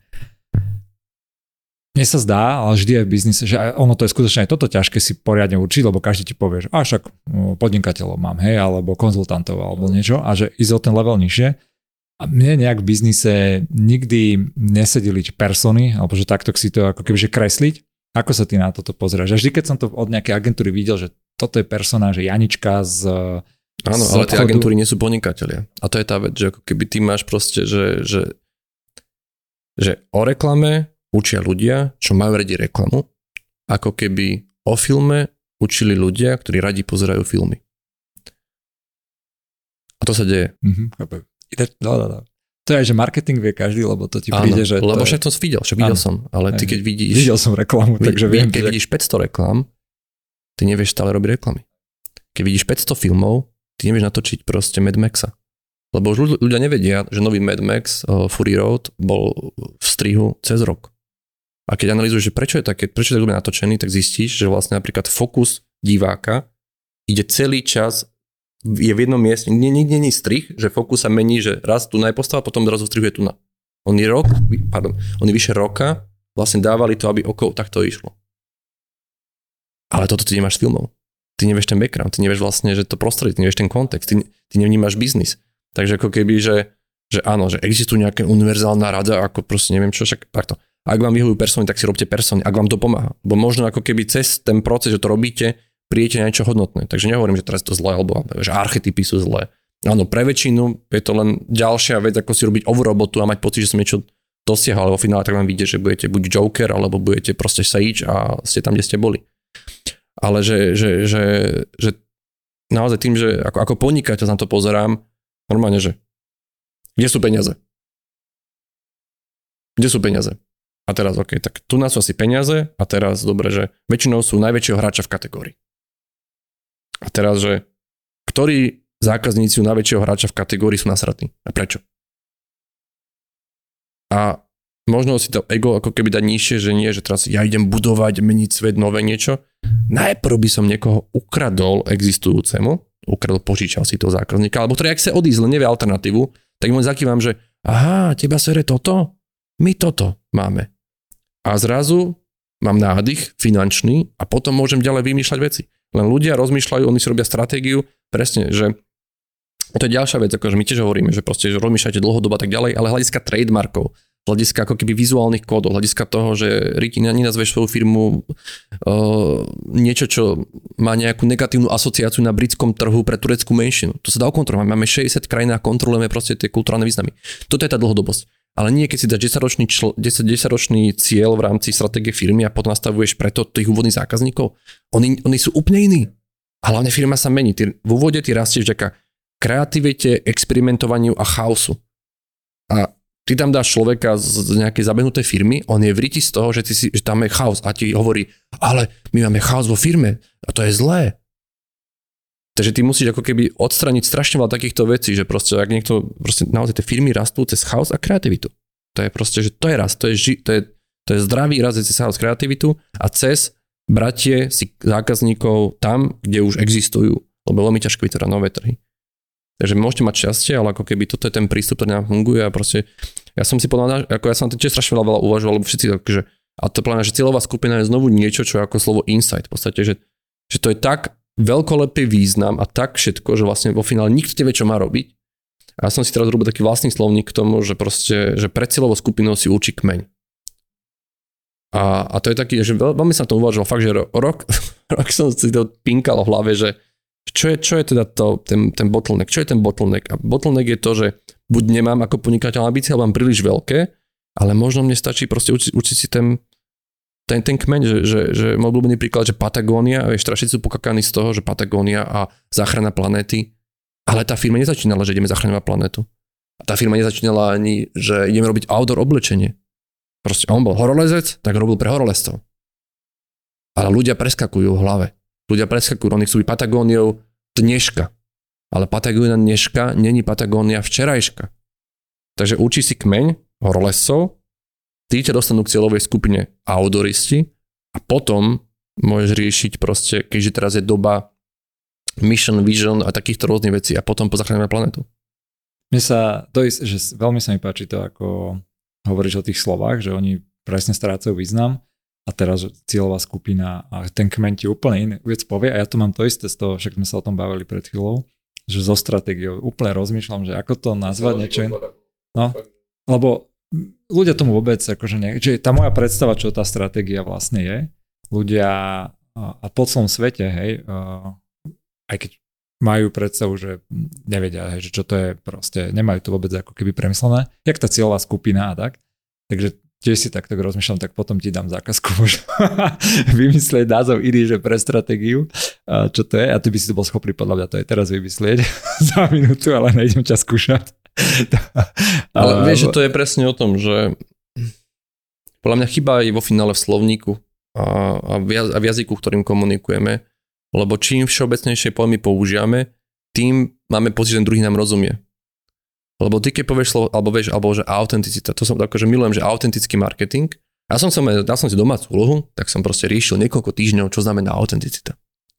Mne sa zdá, ale vždy je v biznise, že ono to je skutočne aj toto ťažké si poriadne určiť, lebo každý ti povie, že a však podnikateľov mám, hej, alebo konzultantov, alebo niečo, a že ísť o ten level nižšie. A mne nejak v biznise nikdy nesedili persony, alebo že takto si to ako kebyže kresliť. Ako sa ty na toto pozrieš? A vždy, keď som to od nejakej agentúry videl, že toto je persona, že Janička z... Áno, ale tie agentúry nie sú podnikatelia. A to je tá vec, že ako keby ty máš proste, že, že, že o reklame učia ľudia, čo majú radi reklamu, ako keby o filme učili ľudia, ktorí radi pozerajú filmy. A to sa deje. Mm-hmm. No, no, no. To je, že marketing vie každý, lebo to ti príde, áno, že... Lebo to však to videl, však videl áno. som, ale ty keď vidíš... Videl som reklamu, takže viem. Keď vidíš päťsto reklam, ty nevieš stále robiť reklamy. Keď vidíš päťsto filmov, ty nevieš natočiť proste Mad Maxa. Lebo už ľudia nevedia, že nový Mad Max uh, Fury Road bol v strihu cez rok. A keď analyzuješ, že prečo je také, prečo je tak natočený, tak zistíš, že vlastne napríklad fokus diváka ide celý čas, je v jednom mieste, nikde nie je strih, že fokus sa mení, že raz tu najpostava, potom zrazu strihu je tu na. On je rok, pardon, on je vyše roka, vlastne dávali to, aby oko takto išlo. Ale toto ty nemáš s filmov. Ty nevieš ten background, ty nevieš vlastne, že to prostredie, ty nevieš ten kontext, ty, ty nevnímaš biznis. Takže ako keby, že že áno, že existuje nejaká univerzálna rada, ako proste neviem čo, však takto. Ak vám vyhovujú persony, tak si robte persony, ak vám to pomáha. Bo možno ako keby cez ten proces, že to robíte, príjete na niečo hodnotné. Takže nehovorím, že teraz je to zlé, alebo že archetypy sú zlé. Áno, pre väčšinu je to len ďalšia vec, ako si robiť overrobotu a mať pocit, že som niečo dosiahol, ale vo finále tak vám vidíte, že budete buď Joker, alebo budete proste Sage a ste tam, kde ste boli. Ale že, že, že, že naozaj tým, že ako, ako podnikateľ na to pozerám, normálne, že kde sú peniaze? Kde sú peniaze? A teraz, OK, tak tu nás sú asi peniaze a teraz, dobre, že väčšinou sú najväčšieho hráča v kategórii. A teraz, že ktorí zákazníci u najväčšieho hráča v kategórii sú nasratí? A prečo? A možno si to ego ako keby dať nižšie, že nie, že teraz ja idem budovať, meniť svet, nové niečo. Najprv by som niekoho ukradol existujúcemu, ukradol, požičal si toho zákazníka, alebo ktorý, ak sa odísť, len nevie alternatívu, tak mu zakývam, že aha, teba sere toto? My toto máme. A zrazu mám nádych finančný a potom môžem ďalej vymýšľať veci. Len ľudia rozmýšľajú, oni si robia stratégiu, presne, že to je ďalšia vec, akože my tiež hovoríme, že proste že rozmýšľate dlhodobo a tak ďalej, ale hľadiska trademarkov, hľadiska ako keby vizuálnych kódov, hľadiska toho, že Ricky, nenazveš svoju firmu uh, niečo, čo má nejakú negatívnu asociáciu na britskom trhu pre tureckú menšinu. To sa dá okontrolovať. Máme šesťdesiat krajín a kontrolujeme proste tie kulturálne významy. Toto je tá dlhodobosť. Ale nie, keď si dáš desaťročný, čl- desaťročný cieľ v rámci stratégie firmy a potom nastavuješ preto tých úvodných zákazníkov. Oni, oni sú úplne iní. A hlavne firma sa mení. Ty, v úvode ty rastieš vďaka kreativite, experimentovaniu a chaosu. A ty tam dáš človeka z nejakej zabehnutej firmy, on je v riti z toho, že, ty si, že tam je chaos a ti hovorí, ale my máme chaos vo firme a to je zlé. Takže ty musíš ako keby odstraniť strašne veľa takýchto vecí, že proste ak niekto, proste naozaj tie firmy rastú cez chaos a kreativitu. To je proste, že to je rast, to je, ži, to je, to je zdravý rast cez chaos, kreativitu a cez bratie si zákazníkov tam, kde už existujú, lebo veľmi ťažko vytvárať nové trhy. Takže môžete mať šťastie, ale ako keby toto je ten prístup, ktorý nám funguje a proste, ja som si povedal, ako ja som tiež strašne veľa, veľa uvažoval, lebo všetci tak, že, a to pláne, že cieľová skupina je znovu niečo, čo je ako slovo insight, v podstate, že, že to je tak veľkolepý význam a tak všetko, že vlastne vo finále nikto nevie, čo má robiť. A ja som si teraz robil taký vlastný slovník k tomu, že proste, že pred cieľovou skupinou si určí kmeň. A, a to je taký, že veľ, veľmi sa to uvažoval, fakt, že rok, rok som si to pinkal v hlave, že čo je, čo je teda to, ten, ten bottleneck, čo je ten bottleneck? A bottleneck je to, že buď nemám ako podnikateľ ambície, alebo mám príliš veľké, ale možno mne stačí proste učiť, učiť si ten Ten, ten kmeň, že, že, že môj obľúbený príklad, že Patagónia, vieš, strašiť sú pokakaní z toho, že Patagónia a záchrana planéty, ale tá firma nezačínala, že ideme zachraňovať planétu. A tá firma nezačínala ani, že ideme robiť outdoor oblečenie. Proste on bol horolezec, tak robil pre horolezcov. Ale ľudia preskakujú v hlave. Ľudia preskakujú, oni chcú byť Patagóniou dneška. Ale Patagónia dneška není Patagónia včerajška. Takže učí si kmeň horolezcov, tí ťa dostanú k cieľovej skupine outdooristi a potom môžeš riešiť proste, keďže teraz je doba mission, vision a takýchto rôznych vecí a potom pozachránime planetu. Mne sa, to je, že veľmi sa mi páči to, ako hovoríš o tých slovách, že oni presne strácajú význam a teraz cieľová skupina a ten kmeň ti úplne iný vec povie a ja to mám to isté z toho, však sme sa o tom bavili pred chvíľou, že zo stratégiou úplne rozmýšľam, že ako to nazvať niečo iné. No, lebo ľudia tomu vôbec, akože nie, že tá moja predstava, čo tá stratégia vlastne je, ľudia a po celom svete, hej, aj keď majú predstavu, že nevedia, hej, že čo to je proste, nemajú to vôbec ako keby premyslené, jak tá cieľová skupina a tak, takže tiež si takto rozmýšľam, tak potom ti dám zákazku možno vymyslieť názov iný, že pre stratégiu, čo to je, a ty by si to bol schopný podľa mňa to aj teraz vymyslieť za minútu, ale nejdem ťa skúšať. Ale vieš, že to je presne o tom, že podľa mňa chyba aj vo finále v slovníku a, a, v, a v jazyku, ktorým komunikujeme, lebo čím všeobecnejšie pojmy používame, tým máme pocit, že druhý nám rozumie. Lebo ty keď povieš slovo, alebo vieš, alebo že autenticita, to som akože milujem, že autentický marketing. Ja som, som dal som si domácu úlohu, tak som proste riešil niekoľko týždňov, čo znamená autenticita.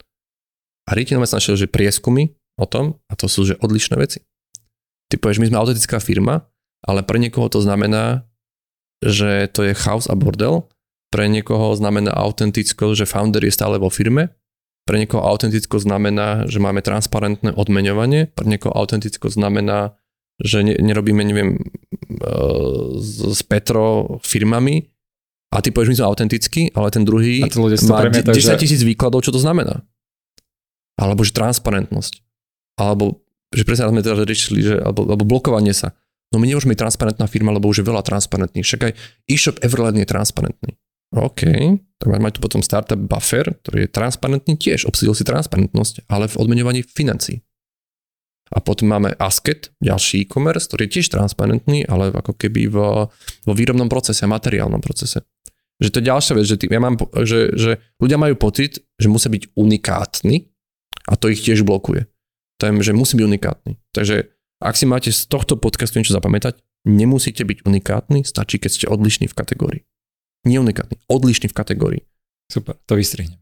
A Ricky nám našiel, že prieskumy o tom, a to sú že odlišné veci. Ty povieš, my sme autentická firma, ale pre niekoho to znamená, že to je chaos a bordel. Pre niekoho znamená autentickosť, že founder je stále vo firme. Pre niekoho autentickosť znamená, že máme transparentné odmeňovanie. Pre niekoho autentickosť znamená, že ne, nerobíme, neviem, s, s Petro firmami a ty povieš, my sme autentickí, ale ten druhý má desať tisíc že... výkladov, čo to znamená. Alebo že transparentnosť. Alebo, že presne sme teda riešili, že, alebo, alebo blokovanie sa. No my nemôžeme byť transparentná firma, lebo už je veľa transparentných. Však aj e-shop Everland je transparentný. OK, tak máme tu potom startup Buffer, ktorý je transparentný tiež, obsadil si transparentnosť, ale v odmeňovaní financií. A potom máme Asket, ďalší e-commerce, ktorý je tiež transparentný, ale ako keby vo, vo výrobnom procese, materiálnom procese. Že to je ďalšia vec, že, tý, ja mám, že, že ľudia majú pocit, že musia byť unikátni a to ich tiež blokuje. To je, že musí byť unikátny. Takže ak si máte z tohto podcastu niečo zapamätať, nemusíte byť unikátni, stačí, keď ste odlišní v kategórii. Nie unikátny, odlišný v kategórii. Super, to vystrihnem.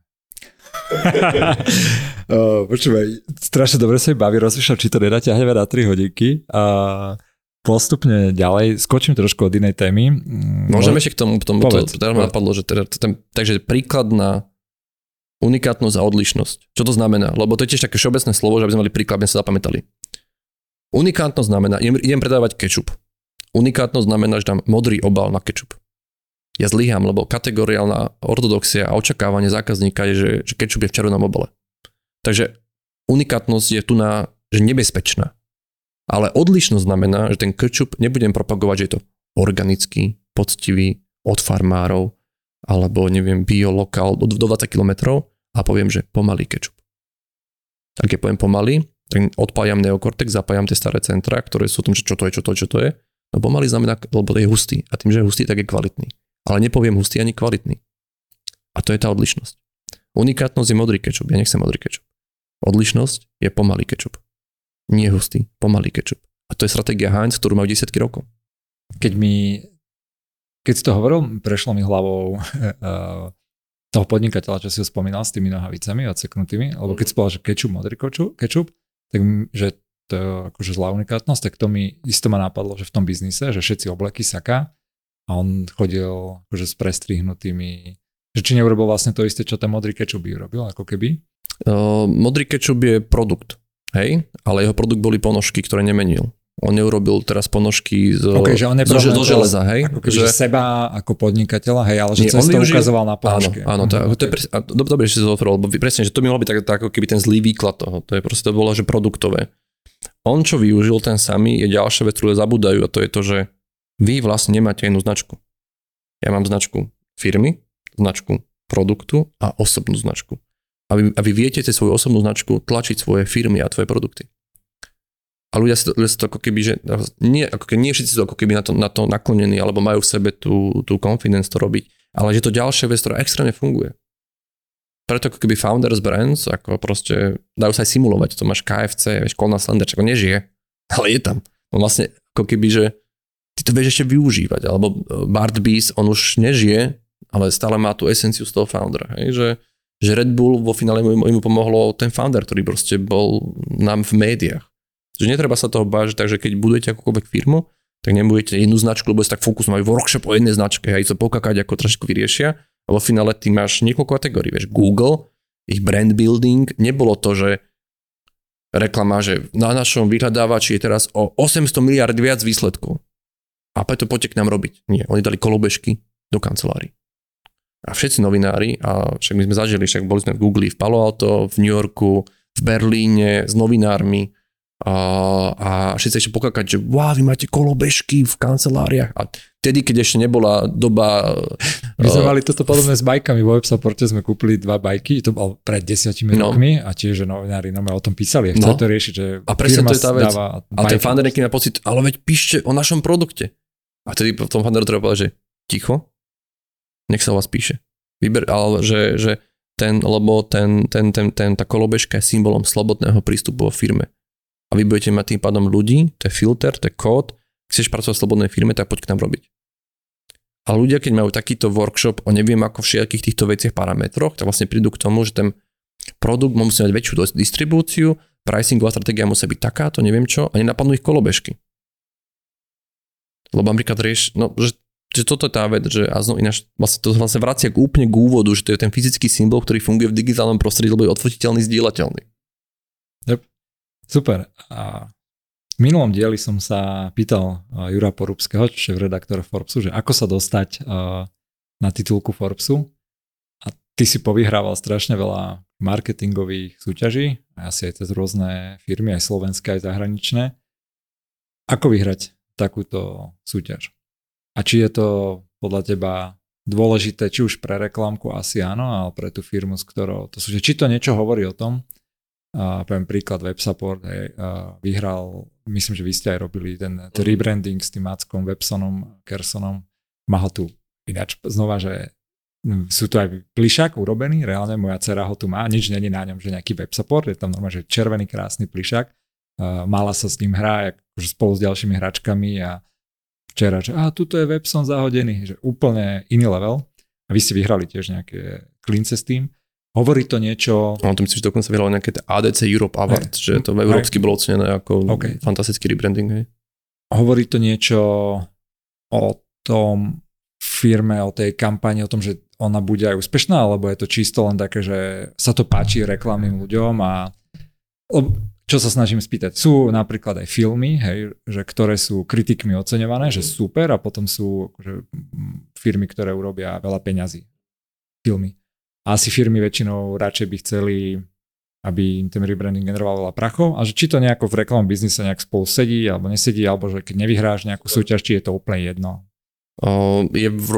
uh, počúvaj, strašne dobre sa mi baví, rozmýšľam, či to nedá ťahňať na tri hodinky a postupne ďalej, skočím trošku od inej témy. Môžeme ešte k tomu, k tomu to, teda ma napadlo, že teda, ten, takže príklad na unikátnosť a odlišnosť. Čo to znamená? Lebo to je tiež také všeobecné slovo, že aby sme mali príklad, aby sme sa zapamätali. Unikátnosť znamená, idem, idem predávať kečup. Unikátnosť znamená, že dám modrý obal na kečup. Ja zlyhám, lebo kategoriálna ortodoxia a očakávanie zákazníka je, že, že kečup je v červenom obale. Takže unikátnosť je tu na, že nebezpečná. Ale odlišnosť znamená, že ten kečup nebudem propagovať, že je to organický, poctivý, od farmárov, alebo neviem, bio, lokál do dvadsať kilometrov a poviem, že pomalý kečup. Tak keď poviem pomalý, tak odpájam neokortex, zapájam tie staré centra, ktoré sú o tom, že čo to je, čo to je, čo to je. No pomalý znamená, lebo to je hustý. A tým, že je hustý, tak je kvalitný. Ale nepoviem hustý ani kvalitný. A to je tá odlišnosť. Unikátnosť je modrý kečup, ja nechcem modrý kečup. Odlišnosť je pomalý kečup. Nie hustý, pomalý kečup. A to je stratégia Heinz, ktorú majú desiatky rokov. Keď mi, keď si to hovoril, prešlo mi hlavou uh, toho podnikateľa, čo si ho spomínal s tými nohavicami odseknutými, lebo keď si povedal, že kečup, modrý kečup, tak že to je akože zlá unikátnosť, tak to mi isto ma napadlo, že v tom biznise, že všetci obleky saká, a on chodil akože s prestrihnutými, že či neurobil vlastne to isté, čo ten modrý kečup by urobil, ako keby? Uh, modrý kečup je produkt, hej, ale jeho produkt boli ponožky, ktoré nemenil. On neurobil teraz ponožky z, okay, že on zo, zo železa, hej. Ako keby, že, že seba ako podnikateľa, hej, ale že nie, cez to využil... ukazoval na ponožky. Áno, áno, to, okay. to je presne, dobre, dobre, že si to otvoril, lebo presne, že to by mohlo byť tak, tak ako keby ten zlý výklad toho, to je proste to bolo, že produktové. On, čo využil ten samý, je ďalšia vec, ktorú zabúdajú, a to je to, že vy vlastne nemáte jednu značku. Ja mám značku firmy, značku produktu a osobnú značku. A vy, a vy viete cez svoju osobnú značku tlačiť svoje firmy a tvoje produkty. A ľudia si to, ľudia si to ako keby, že nie, ako keby, nie všetci sú ako keby na to, na to naklonení, alebo majú v sebe tú, tú confidence to robiť, ale že to ďalšia vec, ktorá extrémne funguje. Preto ako keby founders brands, ako proste dajú sa aj simulovať, to máš ká ef cé, vieš, Colna Slender, čo nežije, ale je tam. No vlastne ako keby, že ty to vieš ešte využívať, alebo Bart Bees, on už nežije, ale stále má tú esenciu z toho foundera, hej, že, že Red Bull vo finále mu, mu pomohlo ten founder, ktorý proste bol nám v médiách. Že netreba sa toho báť, takže keď budujete akúkoľvek firmu, tak nebudete jednu značku, lebo ste tak fokus, majú workshop o jednej značke, hej, to pokakať, ako trošku vyriešia, a vo finále ty máš niekoľko kategórií, vieš, Google, ich brand building, nebolo to, že reklama, že na našom vyhľadávači je teraz o osemsto miliárd viac výsledkov. A preto poďte k nám robiť. Nie, oni dali kolobežky do kancelárií. A všetci novinári, a však my sme zažili, však boli sme v Google, v Palo Alto, v New Yorku, v Berlíne s novinármi a, a všetci ešte pokakať, že wow, vy máte kolobežky v kanceláriách. A vtedy, keď ešte nebola doba... My sme uh, mali toto podobné s bajkami. Vo Websupporte sme kúpili dva bajky, to bolo pred desiatimi no. rokmi a tiež, že novinári nám o tom písali. Chceli no. to riešiť, že a presne to je tá vec. A ten founder neký má pocit, ale veď píšte o našom produkte. A vtedy v tom founderu treba povedať, že ticho, nech sa o vás píše. Vyber, ale že, že ten, lebo ten, ten, ten, ten, tá kolobežka je symbolom slobodného prístupu vo firme. A vy budete mať tým pádom ľudí, to je filter, to je kód, chceš pracovať v slobodnej firme, tak poď k nám robiť. A ľudia, keď majú takýto workshop o neviem ako všetkých týchto veciach parametroch, tak vlastne prídu k tomu, že ten produkt musí mať väčšiu distribúciu, pricingová stratégia musí byť takáto, neviem čo, a nenapadnú ich kolobežky. Lebo napríklad rieš, no, že, že toto je tá vec, že a znovu ináč, vlastne to vlastne vracia k úplne k úvodu, že to je ten fyzický symbol, ktorý funguje v digitálnom prostredí, lebo je odfotiteľný, zdieľateľný. Yep. Super. A v minulom dieli som sa pýtal Jura Porubského, šéf-redaktora Forbesu, že ako sa dostať na titulku Forbesu. A ty si povyhrával strašne veľa marketingových súťaží, asi aj cez rôzne firmy, aj slovenské, aj zahraničné. Ako vyhrať takúto súťaž? A či je to podľa teba dôležité, či už pre reklamku, asi áno, ale pre tú firmu, s ktorou to sú, či to niečo hovorí o tom. Uh, poviem príklad, WebSupport hej, uh, vyhral, myslím, že vy ste aj robili ten, ten rebranding s tým Mackom, Websonom, Kersonom. Má ho tu ináč znova, že sú tu aj plišák urobený, reálne moja dcera ho tu má, nič není na ňom, že nejaký WebSupport, je tam normálne, že červený krásny plišák. Uh, mala sa s ním hrá, akože spolu s ďalšími hračkami a včera, že a tuto je Webson zahodený, že úplne iný level. A vy ste vyhrali tiež nejaké klince s tým. Hovorí to niečo... No, to myslím, že dokonca vyhralo nejaké á dé cé Europe Award, hey. Že to v európsky bolo ocenené ako okay. Fantastický rebranding. Hej. Hovorí to niečo o tom firme, o tej kampani, o tom, že ona bude aj úspešná, alebo je to čisto len také, že sa to páči reklamným ľuďom a čo sa snažím spýtať, sú napríklad aj filmy, hej, že ktoré sú kritikmi oceňované, že super a potom sú že, firmy, ktoré urobia veľa peňazí. Filmy. A asi firmy väčšinou radšej by chceli, aby im ten rebranding generoval veľa prachov a že či to nejako v reklamnom biznise nejak spolu sedí alebo nesedí, alebo že keď nevyhráš nejakú súťaž, či je to úplne jedno. O, je, v,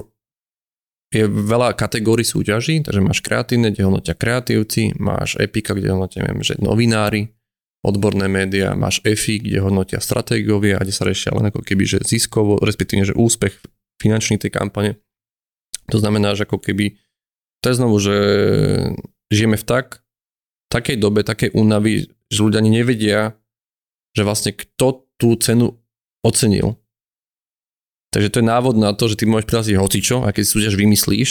je veľa kategórií súťaží, takže máš kreatívne, kde hodnotia kreatívci, máš Epika, kde hodnotia, neviem, že novinári, odborné médiá, máš ef í, kde hodnotia stratégovia, kde sa riešia len ako keby, že ziskovo, respektíve, že úspech finančný tej kampane. To znamená, že ako keby to je znovu, že žijeme v tak, takej dobe, takej únavy, že ľudia ani nevedia, že vlastne kto tú cenu ocenil. Takže to je návod na to, že ty môžeš prihlásiť hocičo, a keď si súťaž vymyslíš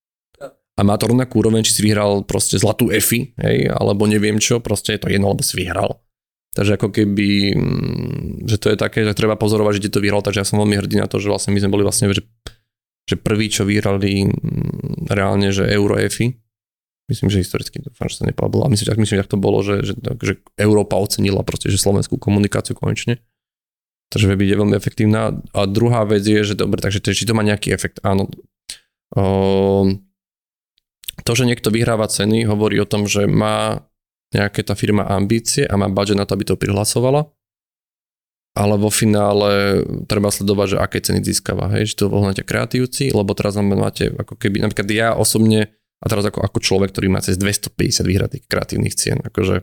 a má to rovnakú úroveň, či si vyhral proste zlatú ef í, hej, alebo neviem čo, proste je to jedno, alebo si vyhral. Takže ako keby, že to je také, že treba pozorovať, že ti to vyhral, takže ja som veľmi hrdý na to, že vlastne my sme boli vlastne, že že prví, čo vyhrali reálne, že Euro ef í. Myslím, že historicky to fakt, že sa nepovedalo. Myslím, že, myslím, že tak to bolo, že, že, že Európa ocenila proste, že slovenskú komunikáciu konečne. Takže vie byť veľmi efektívna. A druhá vec je, že dobre, takže či to má nejaký efekt. Áno. O, to, že niekto vyhráva ceny, hovorí o tom, že má nejaké tá firma ambície a má budget na to, aby to prihlasovala. Ale vo finále treba sledovať, že aké ceny získava, hej, že to vohnáte kreatívci, lebo teraz máte ako keby, napríklad ja osobne, a teraz ako, ako človek, ktorý má cez dvestopäťdesiat vyhratých kreatívnych cien, akože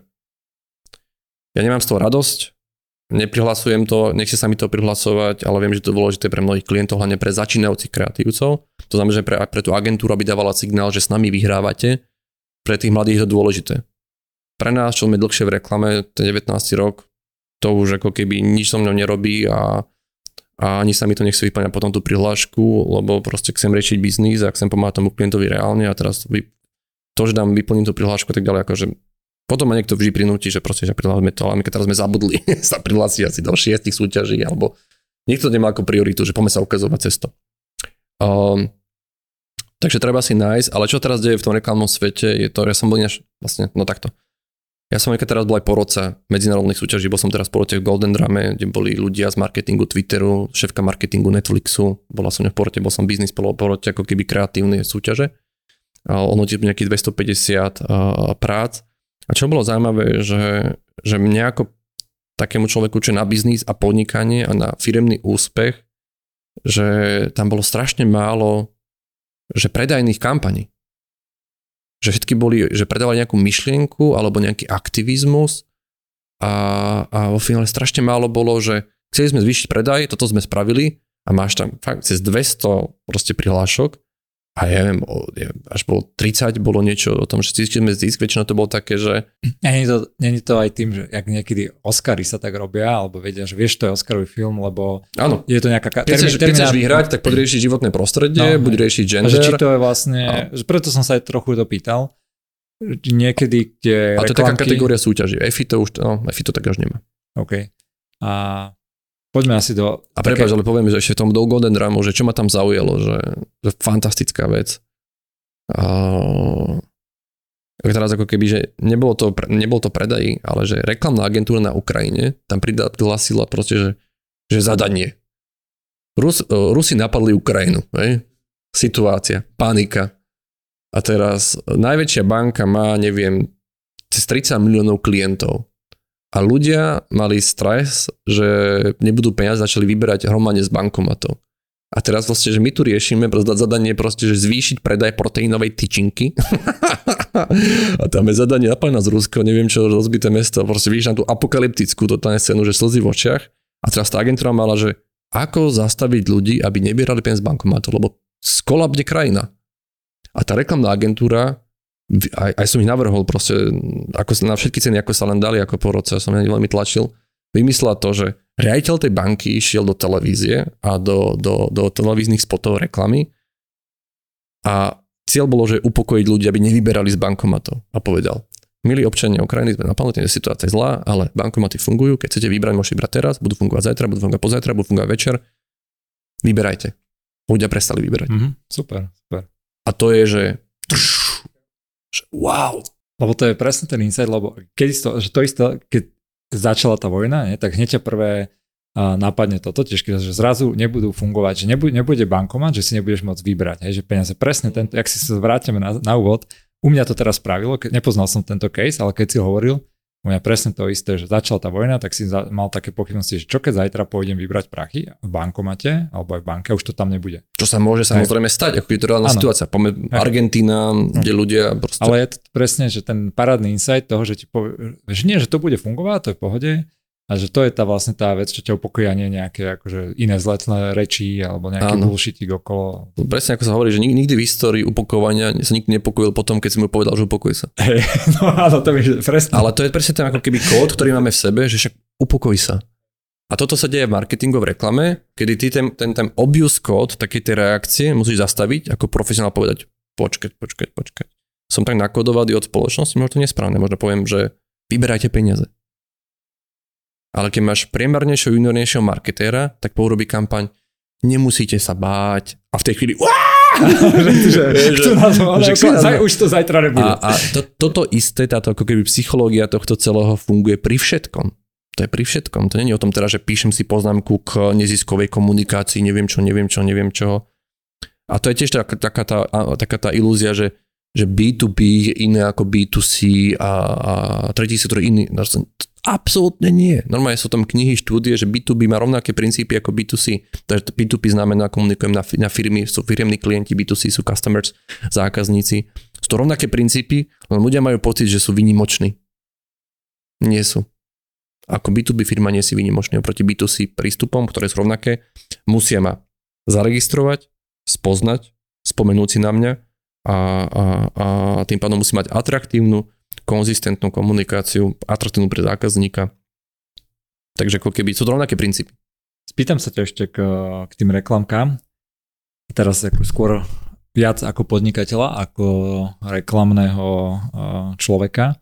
ja nemám z toho radosť, neprihlasujem to, nechce sa mi to prihlasovať, ale viem, že to je dôležité pre mnohých klientov, hlavne pre začínajúcich kreatívcov. To znamená, že pre, pre tú agentúru by dávala signál, že s nami vyhrávate, pre tých mladých je to dôležité. Pre nás, čo sme dlhšie v reklame, ten devätnásty rok, to už ako keby nič so mnou nerobí a, a ani sa mi to nechce vyplňať potom tú prihlášku, lebo proste chcem riešiť biznis a chcem pomáhať tomu klientovi reálne a teraz to, to že dám, vyplním tú prihlášku a tak ďalej, akože potom ma niekto vždy prinúti, že proste, že prihlášme to, ale my keď teraz sme zabudli sa prihlásiť asi do šiestich súťaží, alebo niekto nemá ako prioritu, že poďme sa ukazovať cesto. Um, takže treba si nájsť, ale čo teraz deje v tom reklamnom svete je to, ja som bol než, vlastne, no takto. Ja som keď teraz bol aj poroca medzinárodných súťaží, bol som teraz porote v Golden Drame, kde boli ľudia z marketingu Twitteru, šéfka marketingu Netflixu, bola som v porote, bol som biznis porote, ako keby kreatívne súťaže. Ono tiež nejakých dvestopäťdesiat prác. A čo bolo zaujímavé, že, že mňa ako takému človeku, čo na biznis a podnikanie a na firemný úspech, že tam bolo strašne málo že predajných kampaní. Že všetky boli, že predávali nejakú myšlienku alebo nejaký aktivizmus a, a vo finále strašne málo bolo, že chceli sme zvýšiť predaj, toto sme spravili a máš tam fakt cez dvesto proste prihlášok a ja neviem, až bolo tridsať, bolo niečo o tom, že získime zisk, väčšinou to bolo také, že... Nie je to, nie je to aj tým, že jak niekedy Oscary sa tak robia, alebo vedia, že vieš, to je Oscarový film, lebo áno. Je to nejaká... Keď chceš termína... vyhrať, tak poď riešiť životné prostredie, no, buď riešiť gender. A či to je vlastne... No. Preto som sa aj trochu dopýtal. Niekedy, kde a to je taká kategória súťaží. ef í to už, no, ef í to tak až nemá. OK. A poďme asi do... A prepáč, také... ale poviem, že ešte v tom do Golden Dramu, že čo ma tam zaujalo, že, že fantastická vec. A, teraz ako keby, že nebolo to, nebolo to predaj, ale že reklamná agentúra na Ukrajine tam prihlasila proste, že, že zadanie. Rus, Rusi napadli Ukrajinu, hej? Situácia, panika. A teraz najväčšia banka má, neviem, cez tridsať miliónov klientov. A ľudia mali stres, že nebudú peniaze, začali vyberať hromadne z bankomatov. A teraz vlastne, že my tu riešime zadanie proste, že zvýšiť predaj proteínovej tyčinky. A tam je zadanie napálená z Rusko, neviem čo, rozbité mesto, proste vidíš na tú apokalyptickú totálne scénu, že slzy v očiach. A teraz tá agentúra mala, že ako zastaviť ľudí, aby nebierali peniaze z bankomatov, lebo skolabne krajina. A tá reklamná agentúra, aj, aj som ich navrhol proste, ako na všetky ceny, ako sa len dali, ako po roce, som ja veľmi tlačil, vymyslela to, že riaditeľ tej banky išiel do televízie a do, do, do televíznych spotov reklamy a cieľ bolo, že upokojiť ľudí, aby nevyberali z bankomatov a povedal, milí občania Ukrajiny, sme napadnutí, situácia je zlá, ale bankomaty fungujú, keď chcete vybrať, môžete brať teraz, budú fungovať zajtra, budú fungovať pozajtra, budú fungovať večer, vyberajte. Ľudia prestali vyberať. Mm-hmm, super, super. A to je, že, že wow. Lebo to je presne ten insight, lebo keď to, že to isté, keď začala tá vojna, nie, tak hneď ťa prvé uh, napadne toto, tiež keď, že zrazu nebudú fungovať, že nebude, nebude bankomat, že si nebudeš môcť vybrať, hej, že peniaze presne tento, jak si sa vrátime na, na úvod, u mňa to teraz spravilo, keď, nepoznal som tento case, ale keď si hovoril, u mňa presne to isté, že začala tá vojna, tak si za, mal také pochybnosti, že čo keď zajtra pôjdem vybrať prachy v bankomate, alebo aj v banke, už to tam nebude. Čo sa môže samozrejme stať, ako je to reálna situácia. Poďme Argentína, kde ľudia proste... Ale je to presne, že ten parádny insight toho, že ti povie, že nie, že to bude fungovať, to je v pohode, a že to je tá vlastne tá vec, čo ťa upokojí, a nie nejaké akože iné zletné reči alebo nejaký bullshitík okolo. Presne ako sa hovorí, že nikdy v histórii upokovania sa nikto nepokojil potom, keď si mu povedal, že upokoj sa. Hey, no áno, to je presne. Ale to je presne ten ako keby kód, ktorý máme v sebe, že však upokoj sa. A toto sa deje v marketingu, v reklame, kedy ty ten, ten, ten obvious kód takej tej reakcie musíš zastaviť, ako profesionál povedať, počkať, počkať, počkať. Som tak nakodovaný od spoločnosti, možno to nesprávne, možno poviem, že vyberajte peniaze. Ale keď máš priemernejšieho, juniornejšieho marketéra, tak pourobí kampaň, nemusíte sa báť. A v tej chvíli už to zajtra nebude. A, a to, toto isté, táto ako keby psychológia tohto celého funguje pri všetkom. To je pri všetkom. To nie je o tom teda, že píšem si poznámku k neziskovej komunikácii, neviem čo, neviem čo, neviem čo. A to je tiež taká, taká, tá, taká tá ilúzia, že, že bé dva bé je iné ako bé dva cé a, a tretí sektor je iný. Absolútne nie. Normálne sú tam knihy, štúdie, že bé dva bé má rovnaké princípy ako bé dva cé. Takže bé dva bé znamená, komunikujem na, na firmy, sú firemní klienti, bé dva cé sú customers, zákazníci. Sú to rovnaké princípy, len ľudia majú pocit, že sú výnimoční. Nie sú. Ako bé dva bé firma nie si výnimočný oproti bé dva cé prístupom, ktoré sú rovnaké. Musia ma zaregistrovať, spoznať, spomenúť si na mňa a, a, a tým pádom musí mať atraktívnu, konzistentnú komunikáciu, atraktívnu pre zákazníka. Takže ako keby sú to rovnaké princípy. Spýtam sa ťa ešte k, k tým reklamkám. Teraz ako skôr viac ako podnikateľa, ako reklamného človeka.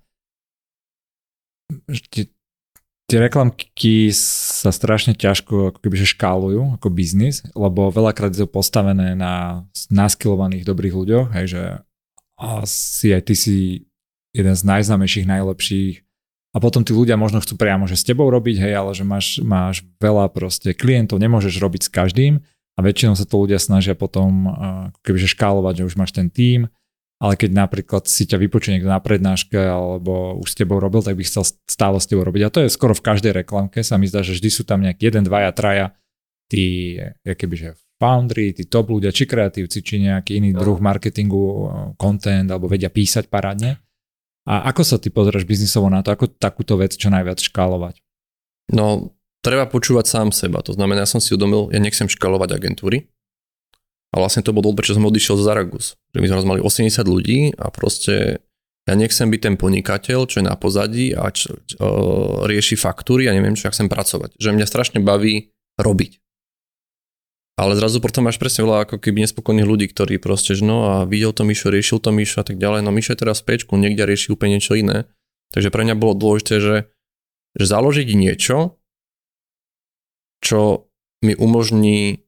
Tie, tie reklamky sa strašne ťažko ako kebyže škálujú ako biznis, lebo veľakrát je to postavené na naskilovaných dobrých ľuďoch, hej, že asi aj ty si jeden z najznámejších, najlepších. A potom tí ľudia možno chcú priamo, že s tebou robiť, hej, ale že máš, máš veľa proste klientov, nemôžeš robiť s každým a väčšinou sa to ľudia snažia potom ako kebyže škálovať, že už máš ten tím, ale keď napríklad si ťa vypočuje niekto na prednáške alebo už s tebou robil, tak by chcel stále s tebou robiť. A to je skoro v každej reklamke, sa mi zdá, že vždy sú tam nejaký jeden, dvaja, traja, tí, kebyže foundry, tí top ľudia, či kreatívci, či nejaký iný druh marketingu, content, alebo vedia písať parádne. A ako sa ty pozeráš biznisovo na to, ako takúto vec čo najviac škálovať? No, treba počúvať sám seba. To znamená, ja som si uvedomil, ja nechcem škálovať agentúry. A vlastne to bol dôvod, prečo som odišiel z Zaragus. Že my sme mali osemdesiat ľudí a proste ja nechcem byť ten podnikateľ, čo je na pozadí a čo, čo, o, rieši faktúry a neviem, čo ja chcem pracovať. Že mňa strašne baví robiť. Ale zrazu potom máš presne veľa ako keby nespokojných ľudí, ktorí proste, že no a videl to Mišo, riešil to Mišo a tak ďalej. No Mišo je teraz v péčku, niekde rieši úplne niečo iné. Takže pre mňa bolo dôležité, že, že založiť niečo, čo mi umožní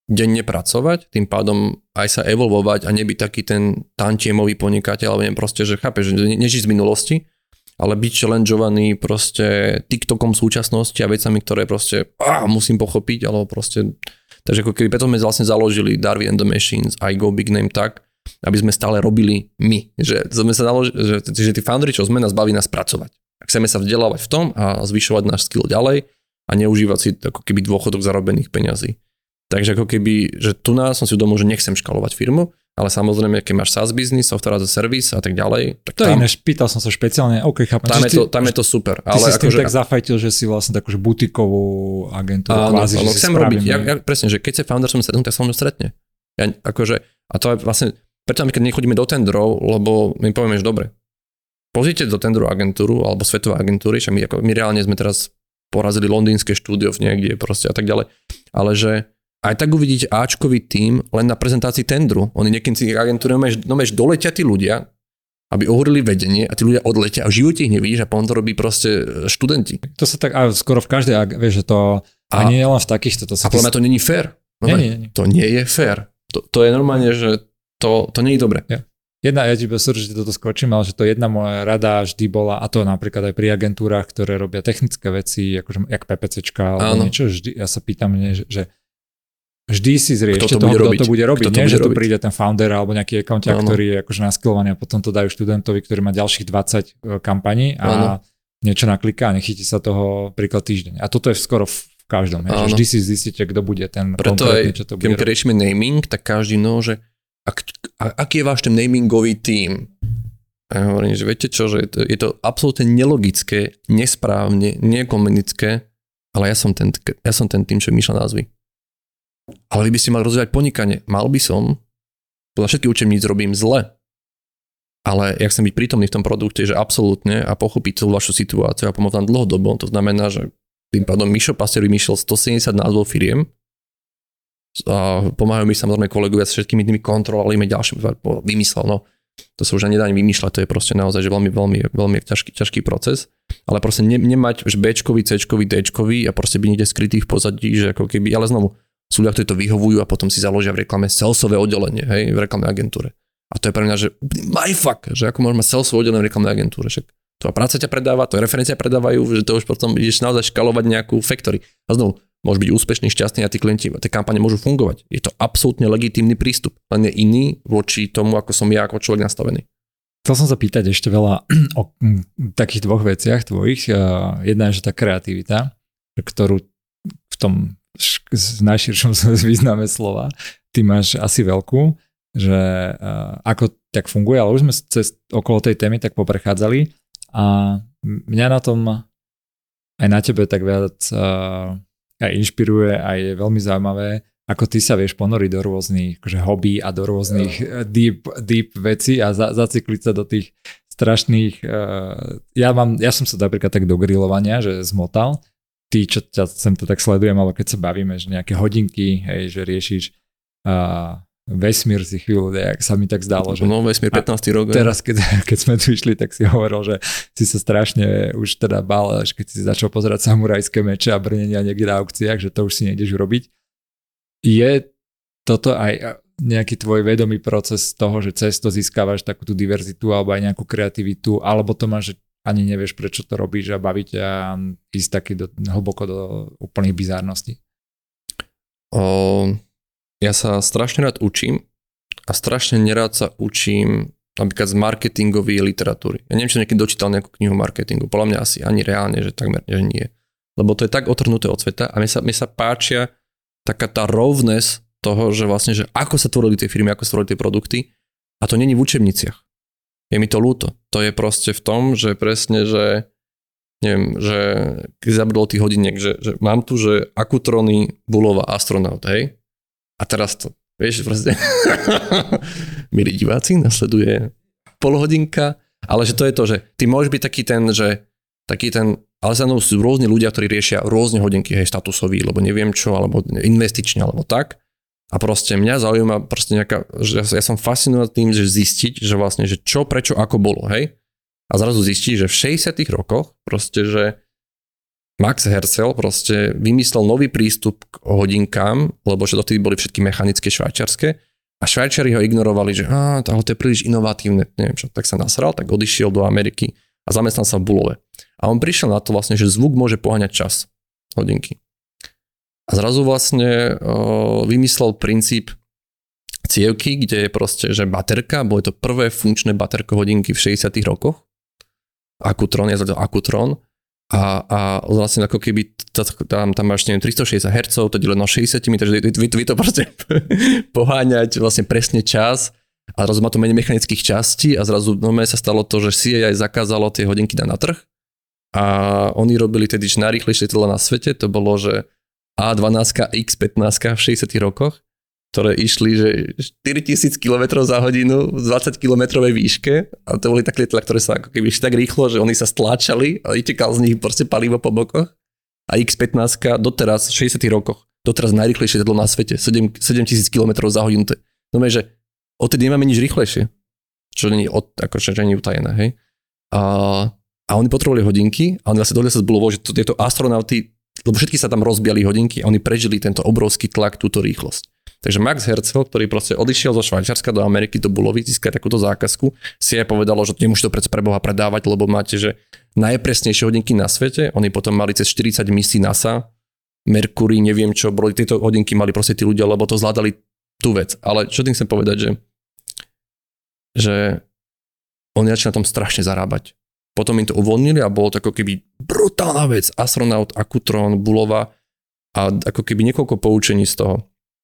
denne pracovať, tým pádom aj sa evolvovať a nebyť taký ten tantiemový podnikateľ, alebo neviem proste, že chápeš, že nežiť z minulosti, ale byť challengeovaný proste TikTokom súčasnosti a vecami, ktoré proste á, musím pochopiť, alebo proste, takže ako keby preto sme vlastne založili Darwin and the Machines, I Go Big Name tak, aby sme stále robili my, že sme sa založili, že, že tí founderi, čo sme, nás baví nás pracovať. A chceme sa vzdelávať v tom a zvyšovať náš skill ďalej a neužívať si ako keby dôchodok zarobených peňazí. Takže ako keby, že tu nás som si uvedomil, že nechcem škalovať firmu, ale samozrejme, keď máš SaaS business, software as a service a tak ďalej. Tak to tam, je iné, pýtal som sa špeciálne, ok, chápem. Tam, je ty, to, tam je to super. Ty ale si s tým akože, tak zafajtil, že si vlastne takúže butikovú agentúru. Áno, kvázi, áno, že chcem robiť. Ja, ja, presne, že keď sa founder som stretnú, tak sa mnou stretne. Ja, akože, a to je vlastne, preto my keď nechodíme do tendrov, lebo my povieme, že dobre, pozrite do tendru agentúru alebo svetová agentúry, že my, ako, my reálne sme teraz porazili londýnske štúdio niekde proste a tak ďalej, ale že aj tak uvidíte áčkový tím len na prezentácii tendru. Oni niekým si agentúry nomeš doletia tí ľudia, aby ohorili vedenie a tí ľudia odletia a v živote ich nevidíš a potom to robí proste študenti. To sa tak, a skoro v každej, vieš, že to a, ani len v takýchto. To a podľa mňa to není fér. Nie, nie, nie. To nie je fér. To, to je normálne, že to, to nie je dobre. Ja. Jedna, ja ti bez že toto skočím, ale že to jedna moja rada vždy bola, a to napríklad aj pri agentúrach, ktoré robia technické veci, akože jak PPCčka alebo Áno. niečo, vždy, ja sa pýtam, nie, že, že vždy si zriešte toho, kto to bude robiť. Nie, že tu príde ten founder alebo nejaký accountant, ktorý je akože naskilovaný a potom to dajú študentovi, ktorý má ďalších dvadsať kampaní a Áno. niečo nakliká a nechytí sa toho príklad týždeň. A toto je skoro v každom. Je, že vždy si zistíte, kto bude ten Preto konkrétny, aj, čo to bude. keď riešime naming, tak každý no, že ak, a, aký je váš ten namingový tím? A ja hovorím, že viete čo, že je to, je to absolútne nelogické, nesprávne, nekomunické, ale ja som ten, ja som ten tým, čo vymýšľa názvy. Ale vy by ste mali rozvíjať podnikanie. Mal by som, podľa všetkých učebníc robím zle, ale ja chcem byť prítomný v tom produkte, že absolútne a pochopiť celú vašu situáciu a pomôcť vám dlhodobo. To znamená, že tým pádom Mišo Pastier vymýšľal stosedemdesiat názvov firiem a pomáhajú mi samozrejme kolegovia s všetkými tými kontrolami ďalším vymyslel. No, to sa už ani nedá ani vymýšľať, to je proste naozaj že veľmi, veľmi, veľmi ťažký, ťažký proces. Ale proste ne, nemať Bčkový, Cčkový, Dčkový a proste byť niekde skrytý v pozadí, že ako keby, ale znovu sú ľudia, ktorí to vyhovujú a potom si založia v reklame salesové oddelenie, hej, v reklamnej agentúre. A to je pre mňa, že mindfuck, že ako môžeme salesové oddelenie v reklamnej agentúre, však to práca ťa predáva, to referencia predávajú, že to už potom ideš naozaj škalovať nejakú factory. A znovu, môžeš byť úspešný, šťastný a tí klienti, tie kampane môžu fungovať. Je to absolútne legitímny prístup, len je iný voči tomu, ako som ja ako človek nastavený. Chcel som sa pýtať ešte veľa o takých dvoch veciach tvojich. Jedna je, že tá kreativita, ktorú v tom v najširšom význame slova, ty máš asi veľkú, že uh, ako tak funguje, ale už sme cez, okolo tej témy tak poprechádzali a mňa na tom aj na tebe tak viac uh, aj inšpiruje a je veľmi zaujímavé, ako ty sa vieš ponoriť do rôznych akože hobby a do rôznych deep, deep vecí a za, zacykliť sa do tých strašných uh, ja, mám, ja som sa napríklad tak do grilovania, že zmotal. Ty, čo ťa sem to tak sledujem, ale keď sa bavíme, že nejaké hodinky, hej, že riešiš uh, vesmír si chvíľu, jak sa mi tak zdalo. Že, no, vesmír pätnásty rok. Teraz, keď, keď sme tu išli, tak si hovoril, že si sa strašne už teda bál, že keď si začal pozerať samurajské meče a brnenia niekde na aukciách, že to už si nejdeš urobiť. Je toto aj nejaký tvoj vedomý proces toho, že cez to získavaš takú tú diverzitu alebo aj nejakú kreativitu, alebo to máš, že ani nevieš, prečo to robíš a baví ťa a ísť taký do, hlboko do úplných bizárností? O, ja sa strašne rád učím a strašne nerád sa učím napríklad z marketingovej literatúry. Ja neviem, či som niekedy dočítal nejakú knihu marketingu. Podľa mňa asi ani reálne, že takmer že nie. Lebo to je tak otrhnuté od sveta a mne sa, mne sa páčia taká tá rovness toho, že vlastne, že ako sa tvorili tie firmy, ako sa tvorili tie produkty a to není v učebniciach. Je mi to ľúto. To je proste v tom, že presne, že neviem, že keď zabudol tých hodiniek, že, že mám tu, že Akutrony, Bulova, astronaut, hej? A teraz to, vieš, proste milí diváci, nasleduje polhodinka, ale že to je to, že ty môžeš byť taký ten, že taký ten, ale za mnou sú rôzni ľudia, ktorí riešia rôzne hodinky, hej, statusový, lebo neviem čo, alebo investične, alebo tak. A proste mňa zaujíma proste nejaká, že ja, ja som fascinovaný tým, že zistiť, že vlastne, že čo, prečo, ako bolo, hej? A zrazu zistiť, že v šesťdesiatych rokoch proste, že Max Hercel proste vymyslel nový prístup k hodinkám, lebo že dotedy boli všetky mechanické švajčiarske a Švajčiari ho ignorovali, že á, to je príliš inovatívne, neviem čo, tak sa nasral, tak odišiel do Ameriky a zamestnal sa v Bulove. A on prišiel na to vlastne, že zvuk môže poháňať čas hodinky. A zrazu vlastne o, vymyslel princíp cievky, kde je proste, že baterka, boli to prvé funkčné baterko hodinky v šesťdesiatych rokoch. Akutron, je to Akutron. A, a vlastne ako keby tam, tam máš neviem, tristošesťdesiat hertzov, to je len na šesťdesiat, takže vy, vy to proste poháňať vlastne presne čas a zrazu má to menej mechanických častí a zrazu no, sa stalo to, že C A I zakázalo tie hodinky dať na trh a oni robili tedy najrýchlejšie telo na svete, to bolo, že A dvanásť, X pätnásť v šesťdesiatych rokoch, ktoré išli, že štyritisíc kilometrov za hodinu v dvadsať kilometrovej výške a to boli také lietadlá, ktoré sa ako keby išli tak rýchlo, že oni sa stláčali a vytekal z nich proste palivo po bokoch. A X pätnásť doteraz, v šesťdesiatych rokoch, doteraz najrýchlejšie lietadlo na svete, sedemtisíc kilometrov za hodinu. No je, že odtedy nemáme nič rýchlejšie, čo nie je akože, nie utajené, hej. A, a oni potrebovali hodinky a oni vlastne dohodli sa s Bullovou, že to, tieto astronauty, lebo všetky sa tam rozbiali hodinky a oni prežili tento obrovský tlak, túto rýchlosť. Takže Max Herzel, ktorý proste odišiel zo Švajčiarska do Ameriky, do Bullovy, získať takúto zákazku, si aj povedalo, že nemôže to predsa pre Boha predávať, lebo máte, že najpresnejšie hodinky na svete, oni potom mali cez štyridsať misií NASA, Mercury, neviem čo, boli tieto hodinky mali proste tí ľudia, lebo to zvládali tú vec. Ale čo tým chcem povedať, že, že oni začali na tom strašne zarábať. Potom im to uvoľnili a bolo to ako keby brutálna vec. Astronaut, Akutron, Bullova a ako keby niekoľko poučení z toho.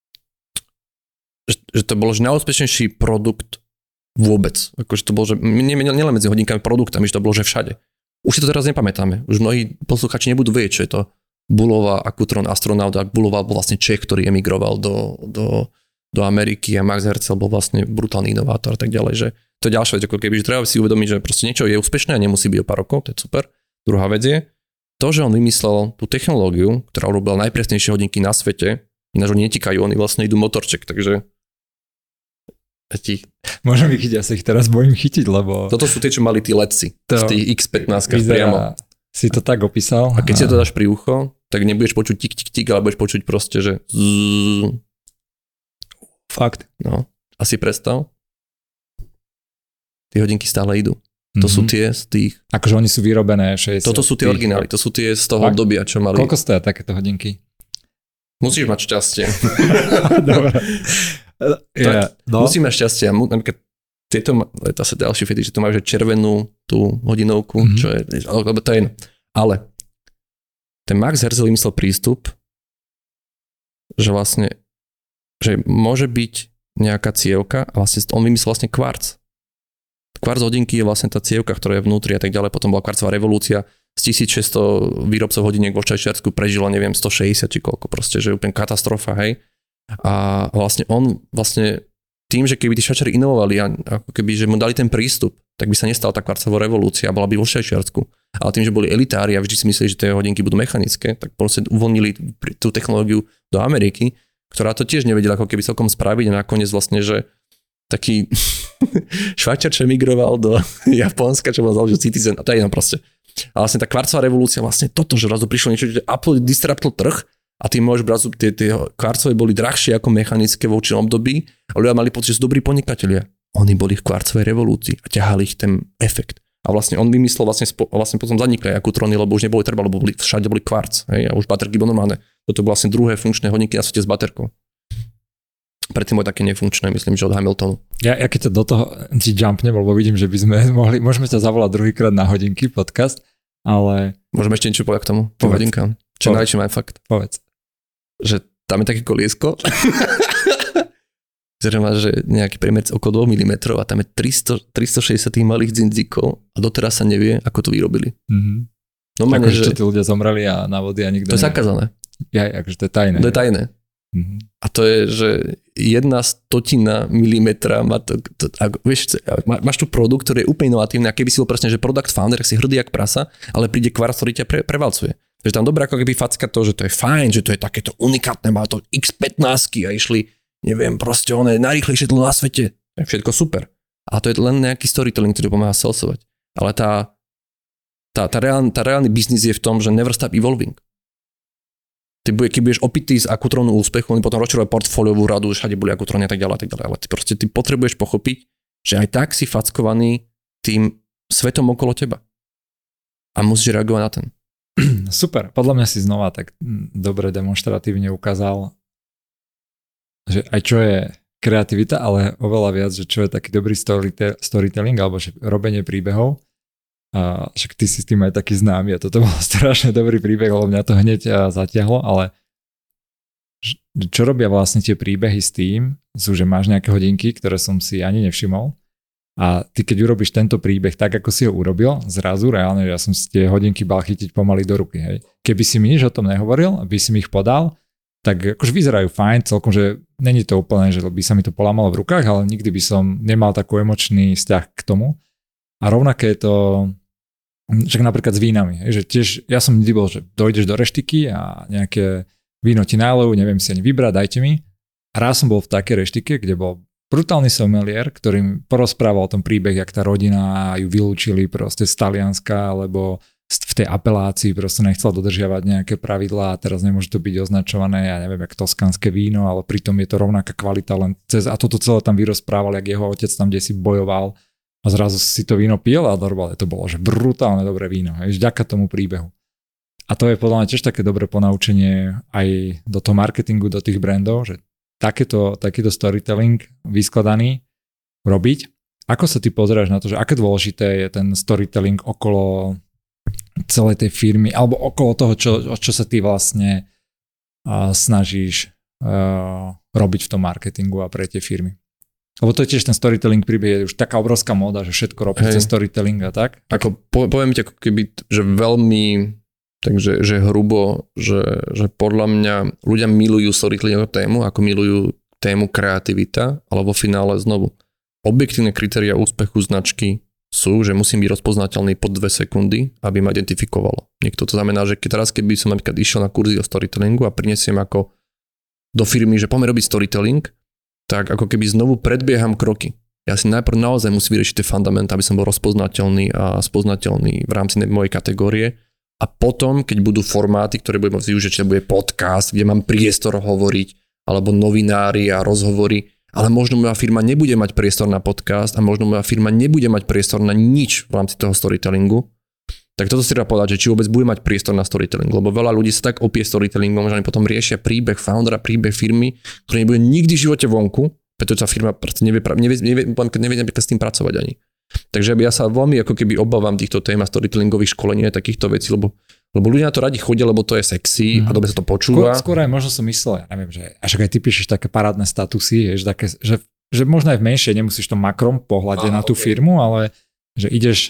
Že, že to bol že najúspešnejší produkt vôbec. Akože to bolo, že nielen medzi hodinkami produktami, že to bolo, že všade. Už si to teraz nepamätáme. Už mnohí posluchači nebudú vedieť, čo je to Bullova, Akutron, astronaut. A Bullova bol vlastne Čech, ktorý emigroval do, do, do Ameriky a Max Herzel bol vlastne brutálny inovátor a tak ďalej. Že to je ďalšia vec, ako keby, že treba si uvedomiť, že proste niečo je úspešné a nemusí byť o pár rokov, to je super. Druhá vec je, to, že on vymyslel tú technológiu, ktorá urobila najpresnejšie hodinky na svete, ináč oni netikajú, oni vlastne idú motorček, takže Ti... Môžem ich chytiť, ja sa ich teraz bojím chytiť, lebo... Toto sú tie, čo mali tí letci z tých X pätnásť priamo. Si to tak opísal. A keď a... si to dáš pri ucho, tak nebudeš počuť tik, tik, tik, ale budeš počuť proste, že zzz. Fakt. No, asi predstav. Tie hodinky stále idú. To mm-hmm. sú tie z tých... Akože oni sú vyrobené šesťdesiat. Toto sú tie originály, to sú tie z toho Fakt? obdobia, čo mali. Koľko stoja takéto hodinky? Musíš mať šťastie. Dobre. Yeah, no. Musí mať šťastie. Napríklad tieto, to je asi ďalší fetiš, že to máš červenú tú hodinovku, mm-hmm. čo je, lebo to je, ale ten Max Herzel vymyslel prístup, že vlastne, že môže byť nejaká cievka a vlastne on vymyslel vlastne kvarc. Kvarc hodinky je vlastne tá cievka, ktorá je vnútri a tak ďalej, potom bola kvarcová revolúcia, z tisícšesťsto výrobcov hodiniek vo Švajčiarsku prežilo, neviem, stošesťdesiat či koľko, proste, že je úplne katastrofa, hej. A vlastne on vlastne tým, že keby tí Švajčiari inovovali a ako keby, že mu dali ten prístup, tak by sa nestala tá kvarcová revolúcia, bola by vo Švajčiarsku. Ale tým, že boli elitári a vždy si mysleli, že tie hodinky budú mechanické, tak proste uvoľnili tú technológiu do Ameriky, ktorá to tiež nevedela ako keby celkom spraviť a nakoniec vlastne, že taký Švajčiar, čo emigroval do Japonska, čo bol založil Citizen a to je jedno proste. A vlastne tá kvarcová revolúcia, vlastne toto, že razu prišlo niečo, že Apple disruptol trh a ty môžeš brať, tie, tie kvarcové boli drahšie ako mechanické v určitom období a ľudia mali pocit, že sú dobrí podnikatelia. Oni boli v kvarcovej revolúcii a ťahali ich ten efekt. A vlastne on vymyslel, vlastne, vlastne potom zanikli Akutrony, lebo už neboli treba, lebo boli, všade boli kvarc. Hej, a už baterky boli normálne. Toto boli vlastne druhé funkčné hodinky na svete s baterkou. Predtým boli také nefunkčné, myslím, že od Hamiltonu. Ja, ja keď to do toho ti jumpnem, lebo vidím, že by sme mohli, môžeme ťa zavolať druhýkrát na hodinky podcast, ale... Môžeme ešte niečo povedať k tomu? Po hodinkám. Čo najväčší mám fakt? Povedz. Že tam je také koliesko, ktoré má, že nejaký priemer okolo dva milimetre a tam je tristo, tristošesťdesiat malých dzindzikov a doteraz sa nevie, ako to vyrobili. Mm-hmm. No ako, že tí ľudia zomreli a na vody a nikto To je nevie. Zakázané. Ja, akože to je tajné. To je tajné. Mm-hmm. A to je, že jedna stotina milimetra má to, to a vieš, má, máš tu produkt, ktorý je úplne inovatívny a keby si bol presne, že product founder, si hrdý jak prasa, ale príde kvarc, ktorý ťa pre, prevalcuje. Takže tam dobré ako keby facka to, že to je fajn, že to je takéto unikátne, má to X pätnásť a išli, neviem, proste one najrýchlejšie tlo na svete. To je všetko super. A to je len nejaký storytelling, ktorý pomáha salesovať. Ale tá, tá, tá, reálny, tá reálny biznis je v tom, že never stop evolving. Ty bude, keď budeš opitý z akutrónu úspechu, oni potom rozširovali portfóliovú radu, všade boli akutróny a tak ďalej a tak ďalej. Ale ty proste ty potrebuješ pochopiť, že aj tak si fackovaný tým svetom okolo teba. A musíš reagovať na ten. Super. Podľa mňa si znova tak dobre demonstratívne ukázal, že aj čo je kreativita, ale oveľa viac, že čo je taký dobrý storytelling alebo že robenie príbehov. A však ty si s tým aj taký známy a toto bol strašne dobrý príbeh, lebo mňa to hneď zatiahlo, ale čo robia vlastne tie príbehy s tým, sú, že máš nejaké hodinky, ktoré som si ani nevšimol a ty keď urobíš tento príbeh tak, ako si ho urobil, zrazu reálne, ja som si tie hodinky bal chytiť pomaly do ruky. Hej. Keby si mi nič o tom nehovoril, aby si mi ich podal, tak akože vyzerajú fajn, celkom, že není to úplne, že by sa mi to polámalo v rukách, ale nikdy by som nemal taký emočný vzťah k tomu. A rovnaké je to však napríklad s vínami, že tiež ja som nikdy bol, že dojdeš do reštiky a nejaké víno ti nálejú, neviem si ani vybrať, dajte mi. A raz som bol v takej reštike, kde bol brutálny sommelier, ktorý mi porozprával o tom príbeh, jak tá rodina ju vylúčili proste z Talianska, alebo v tej apelácii proste nechcel dodržiavať nejaké pravidlá a teraz nemôže to byť označované, ja neviem, jak toskanské víno, ale pritom je to rovnaká kvalita len cez, a toto celé tam vyrozprával, jak jeho otec tam kdesi bojoval. A zrazu si to víno pil a normálne to bolo, že brutálne dobré víno, hej, vďaka tomu príbehu. A to je podľa mňa tiež také dobré ponaučenie aj do toho marketingu, do tých brandov, že takéto, takýto storytelling vyskladaný robiť. Ako sa ty pozeráš na to, že aké dôležité je ten storytelling okolo celej tej firmy, alebo okolo toho, čo, čo sa ty vlastne uh, snažíš uh, robiť v tom marketingu a pre tie firmy? Lebo to je tiež ten storytelling príbeh, je už taká obrovská móda, že všetko robí cez storytelling a tak. Ako, po, poviem ti ako keby, že veľmi takže, že hrubo, že, že podľa mňa ľudia milujú storytelling tému, ako milujú tému kreativita, ale vo finále znovu. Objektívne kritériá úspechu značky sú, že musím byť rozpoznateľný po dve sekundy, aby ma identifikovalo. Niekto to znamená, že keď teraz keby som napríklad išiel na kurzy o storytellingu a prinesiem ako do firmy, že poďme robiť storytelling, tak ako keby znovu predbieham kroky. Ja si najprv naozaj musím vyriešiť tie fundamenty, aby som bol rozpoznateľný a spoznateľný v rámci mojej kategórie. A potom, keď budú formáty, ktoré budem môcť využiť, či to bude podcast, kde mám priestor hovoriť, alebo novinári a rozhovory, ale možno moja firma nebude mať priestor na podcast a možno moja firma nebude mať priestor na nič v rámci toho storytellingu, tak toto si treba povedať, že či vôbec bude mať priestor na storytelling, lebo veľa ľudí sa tak opie storytellingom, že oni potom riešia príbeh foundera, príbeh firmy, ktorý nebude nikdy v živote vonku, pretože tá firma nevie, nevie, nevie, nevie, nevie s tým pracovať ani. Takže ja sa veľmi ako keby obávam týchto tém a storytellingových školení a takýchto vecí, lebo, lebo ľudia na to radi chodia, lebo to je sexy mm. a dobre sa to počúva. Skôr, skôr aj možno som myslel, ja neviem, že až aj ty píšeš také parádne statusy, že, také, že, že možno aj v menšej nemusíš to makrom pohľade na tú okay. firmu, ale že ideš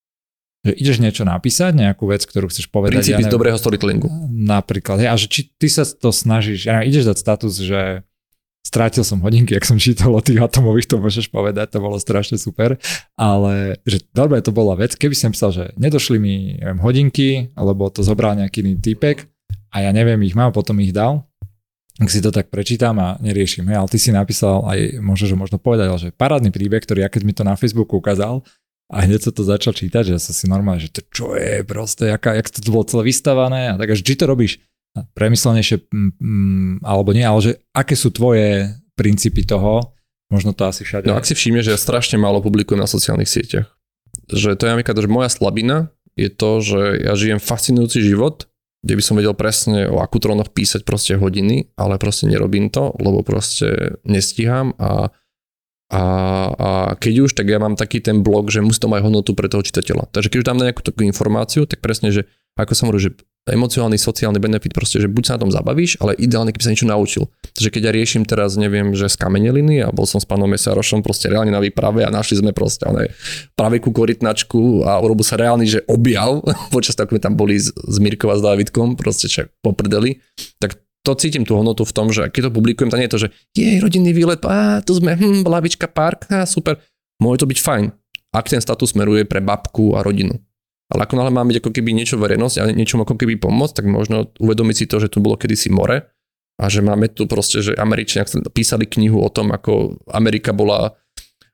že ideš niečo napísať, nejakú vec, ktorú chceš povedať. Princípy ja z dobrého storytellingu. Napríklad. Hej, a že či ty sa to snažíš, ja neviem, ideš dať status, že strátil som hodinky, ak som čítal o tých atomových, to môžeš povedať, to bolo strašne super, ale že dobre, to bola vec, keby som myslel, že nedošli mi neviem, hodinky, alebo to zobral nejaký iný týpek a ja neviem, ich mám, potom ich dal, ak si to tak prečítam a neriešim. Hej, ale ty si napísal aj, možno, že možno povedať, že parádny príbeh, ktorý ja keď mi to na Facebooku ukázal, a hneď sa to začal čítať, že ja som si normálne, že to čo je proste, jaká, jak to bolo celé vystavané a tak, že či to robíš premyslenejšie mm, alebo nie, ale že aké sú tvoje princípy toho, možno to asi všade. No ak si všimneš, že ja strašne málo publikujem na sociálnych sieťach. Že to je napríklad, že moja slabina je to, že ja žijem fascinujúci život, kde by som vedel presne o akutrónoch písať proste hodiny, ale proste nerobím to, lebo proste nestíham a A, a keď už, tak ja mám taký ten blog, že musí to mať hodnotu pre toho čitateľa. Takže keď už dám nejakú takú informáciu, tak presne, že ako som hovoril, že emocionálny, sociálny benefit proste, že buď sa na tom zabavíš, ale ideálne, keby sa niečo naučil. Takže keď ja riešim teraz, neviem, že z kameneliny a bol som s pánom Mesárošom proste reálne na výprave a našli sme proste ne, praveku korytnačku a urobil sa reálny, že objav, počas toho, tam boli s, s Mirkou a s Dávidkom, proste čo poprdeli, tak to cítim tú hodnotu v tom, že keď to publikujem, to nie je to, že je rodinný výlet, a tu sme, hm, lavička, park, a super. Môže to byť fajn, ak ten status smeruje pre babku a rodinu. Ale ako náhle má byť ako keby niečo verejnosť a niečom ako keby pomôcť, tak možno uvedomiť si to, že tu bolo kedysi more a že máme tu proste, že Američania písali knihu o tom, ako Amerika bola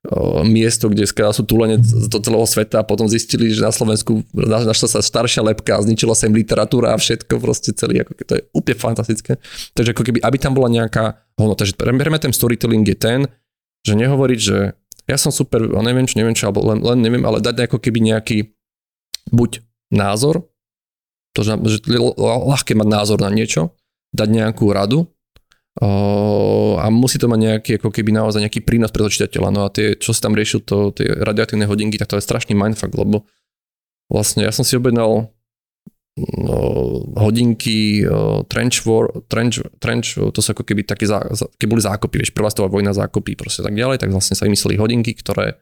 o, miesto, kde sú túlene do celého sveta a potom zistili, že na Slovensku našla sa staršia lebka a zničila sa im literatúra a všetko proste celý, ako, to je úplne fantastické. Takže ako keby, aby tam bola nejaká hodnota, že bereme ten storytelling je ten, že nehovoriť, že ja som super, a neviem čo, neviem čo, alebo len, len neviem, ale dať ako keby nejaký buď názor, to znamená, že je ľahké mať názor na niečo, dať nejakú radu, Uh, a musí to mať nejaký, ako keby naozaj nejaký prínos pre toho čitateľa. No a tie, čo si tam riešil, to, tie radioaktívne hodinky, tak to je strašný mindfuck, lebo vlastne ja som si objednal no, hodinky uh, trench, war, trench, trench, to sú ako keby také, zá, keď boli zákopy, vieš, prvá svetová vojna, zákopy, proste tak ďalej, tak vlastne sa vymysleli hodinky, ktoré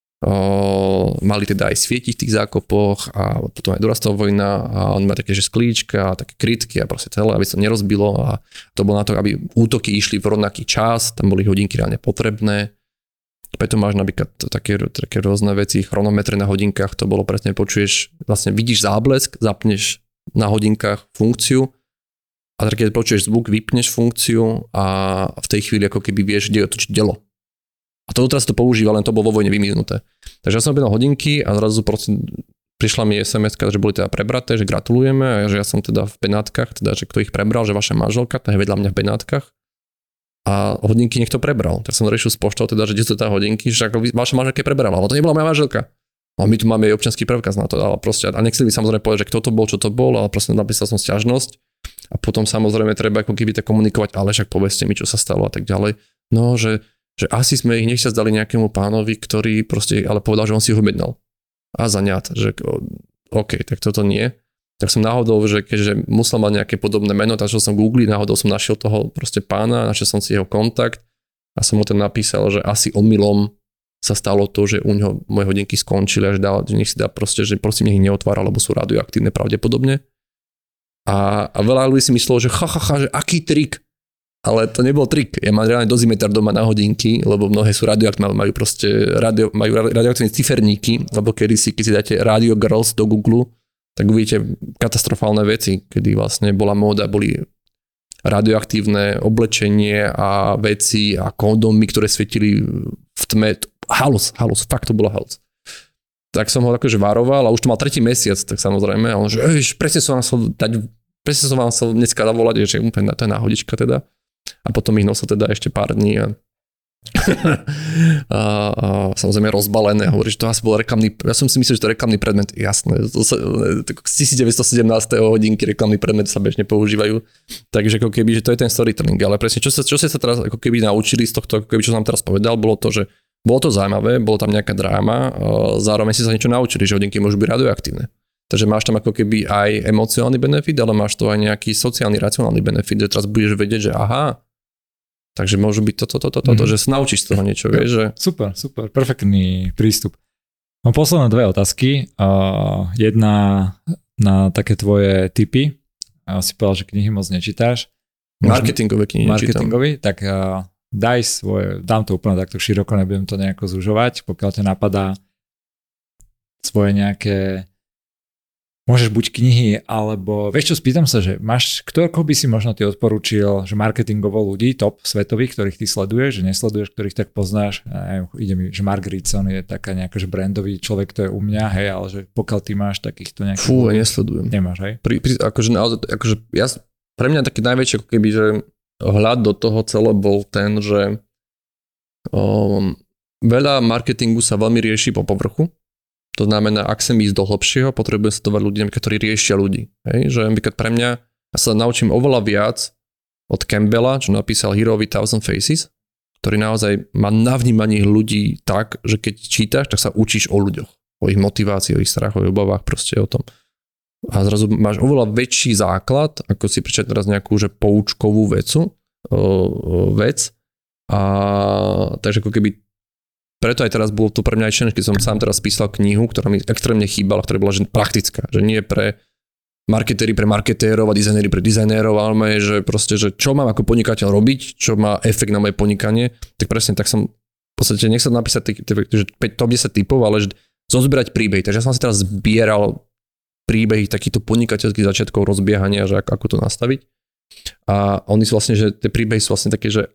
Uh, mali teda aj svietiť v tých zákopoch a potom aj dorastová vojna a on má také, že sklíčka a také krytky a proste celé, aby sa nerozbilo a to bolo na to, aby útoky išli v rovnaký čas, tam boli hodinky reálne potrebné. Preto máš napríklad také, také rôzne veci, chronometre na hodinkách, to bolo presne, počuješ, vlastne vidíš záblesk, zapneš na hodinkách funkciu a tak keď počuješ zvuk, vypneš funkciu a v tej chvíli ako keby vieš, kde je to dielo. A to teraz to používa, len to bolo vo vojne vymiznuté. Takže ja som objednal hodinky a zrazu proste prišla mi es em eska, že boli teda prebraté, že gratulujeme a že ja som teda v Benátkach, teda že kto ich prebral, že vaša manželka, tá je vedľa mňa v Benátkach a hodinky niekto prebral. Tak som riešil s poštou, teda, že kde sú tá hodinky, že ako vaša manželka prebrala, ale to nebola moja manželka. A my tu máme jej občiansky preukaz na to, ale proste a nechceli samozrejme povedať, že kto to bol, čo to bol, ale proste napísal som sťažnosť a potom samozrejme treba ako keby to komunikovať, ale však povedzte mi, čo sa stalo a tak ďalej. No, že že asi sme ich nechťa zdali nejakému pánovi, ktorý proste, ale povedal, že on si ho objednal. A zaňat, že OK, tak toto nie. Tak som náhodou, že keďže musel mať nejaké podobné meno, tak som Google, náhodou som našiel toho proste pána, našiel som si jeho kontakt a som mu ten napísal, že asi omylom sa stalo to, že u ňoho moje hodinky skončili a že, dal, že nech si dá proste, že prosím, nech ich neotvára, lebo sú radioaktívne pravdepodobne. A, a veľa ľudí si myslelo, že ha, ha, ha, že aký trik. Ale to nebol trik. Ja mám reálne dozimeter doma na hodinky, lebo mnohé sú radioaktívne, majú proste radio, majú radioaktívne ciferníky, lebo kedysi, keď si dáte Radio Girls do Google, tak uvidíte katastrofálne veci, kedy vlastne bola móda, boli radioaktívne oblečenie a veci a kondómy, ktoré svietili v tme. Halus, halus, fakt to bolo halus. Tak som ho akože varoval a už to mal tretí mesiac, tak samozrejme, a on že presne som vám chcel dať, presne som vám chcel dneska zavolať, že úplne to je náhodička teda. A potom ich nosil teda ešte pár dní a, a, a samozrejme rozbalené a hovorí, že to asi bol reklamný, ja som si myslel, že to je reklamný predmet, jasné, to sa, z devätnásťstosedemnásť hodinky reklamný predmet sa bežne používajú, takže ako keby, že to je ten storytelling, ale presne, čo sa, čo sa teraz ako keby naučili z tohto, ako keby, čo som teraz povedal, bolo to, že bolo to zaujímavé, bolo tam nejaká dráma, zároveň si sa niečo naučili, že hodinky môžu byť radioaktívne. Takže máš tam ako keby aj emocionálny benefit, ale máš to aj nejaký sociálny, racionálny benefit, že teraz budeš vedieť, že aha, takže môžu byť toto, toto, toto, mm-hmm. že sa naučíš z toho niečo, vieš, že... Super, super, perfektný prístup. Mám posledné dve otázky. Uh, jedna na také tvoje tipy. Uh, si povedal, že knihy moc nečítáš. Marketingové knihy nečítam. Marketingový, tak uh, daj svoje, dám to úplne takto široko, nebudem to nejako zužovať, pokiaľ ťa napadá svoje nejaké môžeš buď knihy, alebo vieš čo, spýtam sa, že máš, ktorého by si možno ty odporúčil, že marketingovo ľudí, top svetových, ktorých ty sleduješ, že nesleduješ, ktorých tak poznáš, ja, ide mi, že Mark Ritson je taká nejaká, že brandový človek, to je u mňa, hej, ale že pokiaľ ty máš takýchto nejakých... Fú, ja nesledujem. Nemáš, hej? Pri, pri, akože, akože ja, pre mňa taký najväčší, ako keby, že hľad do toho celé bol ten, že um, veľa marketingu sa veľmi rieši po povrchu. To znamená, ak chcem ísť do hlbšieho, potrebujem sledovať ľudí, ktorí riešia ľudí. Hej? Že napríklad pre mňa, ja sa naučím oveľa viac od Campbella, čo napísal Hero with Thousand Faces, ktorý naozaj má na vnímaní ľudí tak, že keď čítaš, tak sa učíš o ľuďoch. O ich motivácii, o ich strachoch, o obavách, proste o tom. A zrazu máš oveľa väčší základ, ako si prečítať teraz nejakú že poučkovú vecu, o, o vec. A takže ako keby preto aj teraz bolo to pre mňa aj challenge, keď som sám teraz písal knihu, ktorá mi extrémne chýbala, ktorá bola že praktická, že nie pre marketéri pre marketérov a dizajnéri pre dizajnérov, ale že proste, že čo mám ako podnikateľ robiť, čo má efekt na moje podnikanie, tak presne tak som v podstate nechcel napísať že päť, top desať typov, ale že zozbierať príbeh. Takže ja som si teraz zbieral príbehy takýchto podnikateľských začiatkov rozbiehania, že ako, ako to nastaviť. A oni sú vlastne, že tie príbehy sú vlastne také, že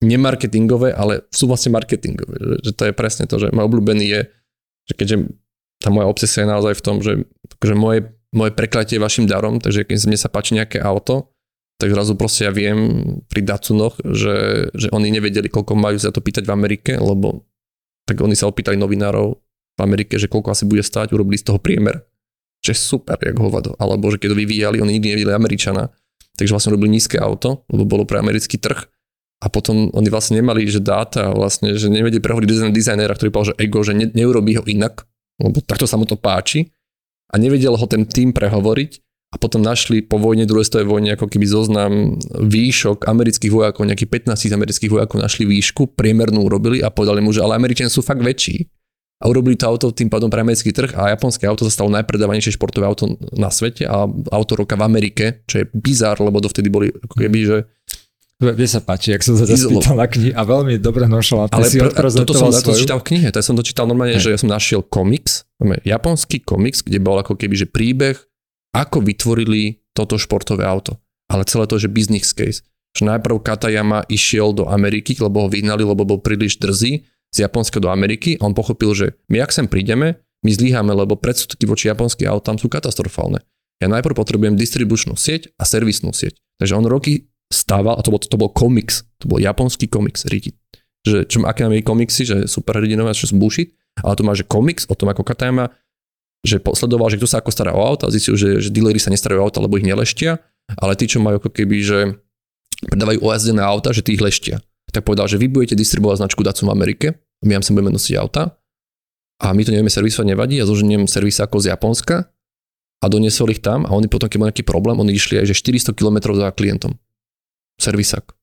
nemarketingové, ale sú vlastne marketingové. Že, že to je presne to, že môj obľúbený je, že keďže tá moja obsesia je naozaj v tom, že, že moje, moje prekliatie je vašim darom, takže keď mne sa páči nejaké auto, tak zrazu proste ja viem pri Datsunoch, že, že oni nevedeli, koľko majú za to pýtať v Amerike, lebo tak oni sa opýtali novinárov v Amerike, že koľko asi bude stáť, urobili z toho priemer. Že super, jak hovado. Alebo že keď to vyvíjali, oni nikdy nevideli Američana, takže vlastne robili nízke auto, lebo bolo pre americký trh. A potom oni vlastne nemali, že dáta, vlastne, že nevedeli prehovoriť dizajnéra, ktorý povedal, že ego, že ne, neurobí ho inak, lebo takto sa mu to páči. A nevedel ho ten tým prehovoriť. A potom našli po vojne, druhej svetovej vojne, ako keby zoznam výšok amerických vojakov, nejakých pätnásť amerických vojakov našli výšku, priemernú urobili a povedali mu, že ale Američania sú fakt väčší. A urobili to auto tým pádom pre americký trh a japonské auto sa stalo najpredávanejšie športové auto na svete a auto roka v Amerike, čo je bizár, lebo dovtedy boli ako keby, že... Mne sa páči, jak som sa spýtal na knihy a veľmi dobre nonšalantne si odprezentoval svoju. Ale toto som čítal v knihe, to som to čítal normálne, Hej. že ja som našiel komiks, japonský komiks, kde bol ako keby, že príbeh, ako vytvorili toto športové auto. Ale celé to, že business case. Že najprv Katayama išiel do Ameriky, lebo ho vyhnali, lebo bol príliš drzý z Japonska do Ameriky a on pochopil, že my ak sem prídeme, my zlyháme, lebo predsudky voči japonským autám sú katastrofálne. Ja najprv potrebujem distribučnú sieť a servisnú sieť. Takže on roky stával, a to bol, to bol komiks, to bol japonský komiks, že čo, aké máme komiksy, že superhrdinové, čo sú bullshit, ale tu máš komiks o tom, ako Katayama že posledoval, že kto sa ako stará o auta, zistil, že, že dealeri sa nestarajú o auta, lebo ich neleštia, ale tí, čo majú ako keby, že predávajú ojazdené auta, že tí ich leštia. Tak povedal, že vy budete distribuovať značku Datsun v Amerike, my vám sem budeme nosiť auta a my to nevieme servisovať, nevadí, ja zoženiem servisákov z Japonska a doniesol ich tam a oni potom, keď mal nejaký problém, oni išli aj že štyristo kilometrov za klientom. Servisák.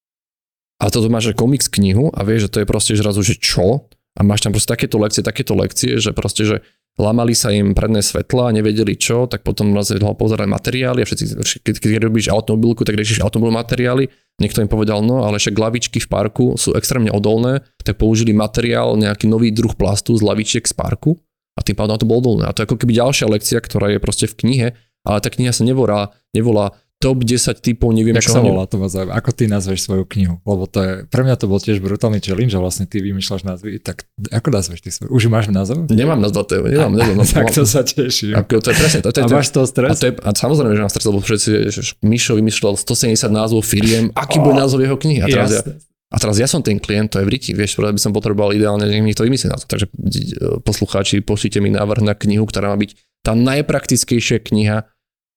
A toto máš komiks knihu a vieš, že to je proste zrazu, že čo? A máš tam proste takéto lekcie, takéto lekcie, že proste, že lamali sa im predné svetla a nevedeli čo, tak potom pozerali materiály a všetci, keď, keď robíš automobilku, tak riešiš automobil materiály. Niekto im povedal, no ale však lavičky v parku sú extrémne odolné, tak použili materiál, nejaký nový druh plastu z lavičiek z parku a tým pádom to bolo odolné. A to je ako keby ďalšia lekcia, ktorá je proste v knihe, ale tá kniha sa nevolá, nevolá top desať typov, neviem čo. Jak sa volá to ma zaujíma. Ako ty nazveš svoju knihu? Lebo to je, pre mňa to bol tiež brutálny challenge, že vlastne ty vymýšľaš názvy. Tak ako nazveš ty svoju? Už máš názov? Nemám názov, to je, nemám názov. No, tak to sa teším. Ako, to je presne. To, to, a máš toho stres? A, to je, a samozrejme, že mám stres, lebo všetci, že Mišo vymýšľal stosedemdesať názvov firiem, aký oh, bude názov jeho knihy. A teraz, ja, a teraz ja som ten klient, to je v riti, vieš, by som potreboval ideálne, že mi to vymyslí názov. Takže poslucháči, pošlite mi návrh na knihu, ktorá má byť tá najpraktickejšia kniha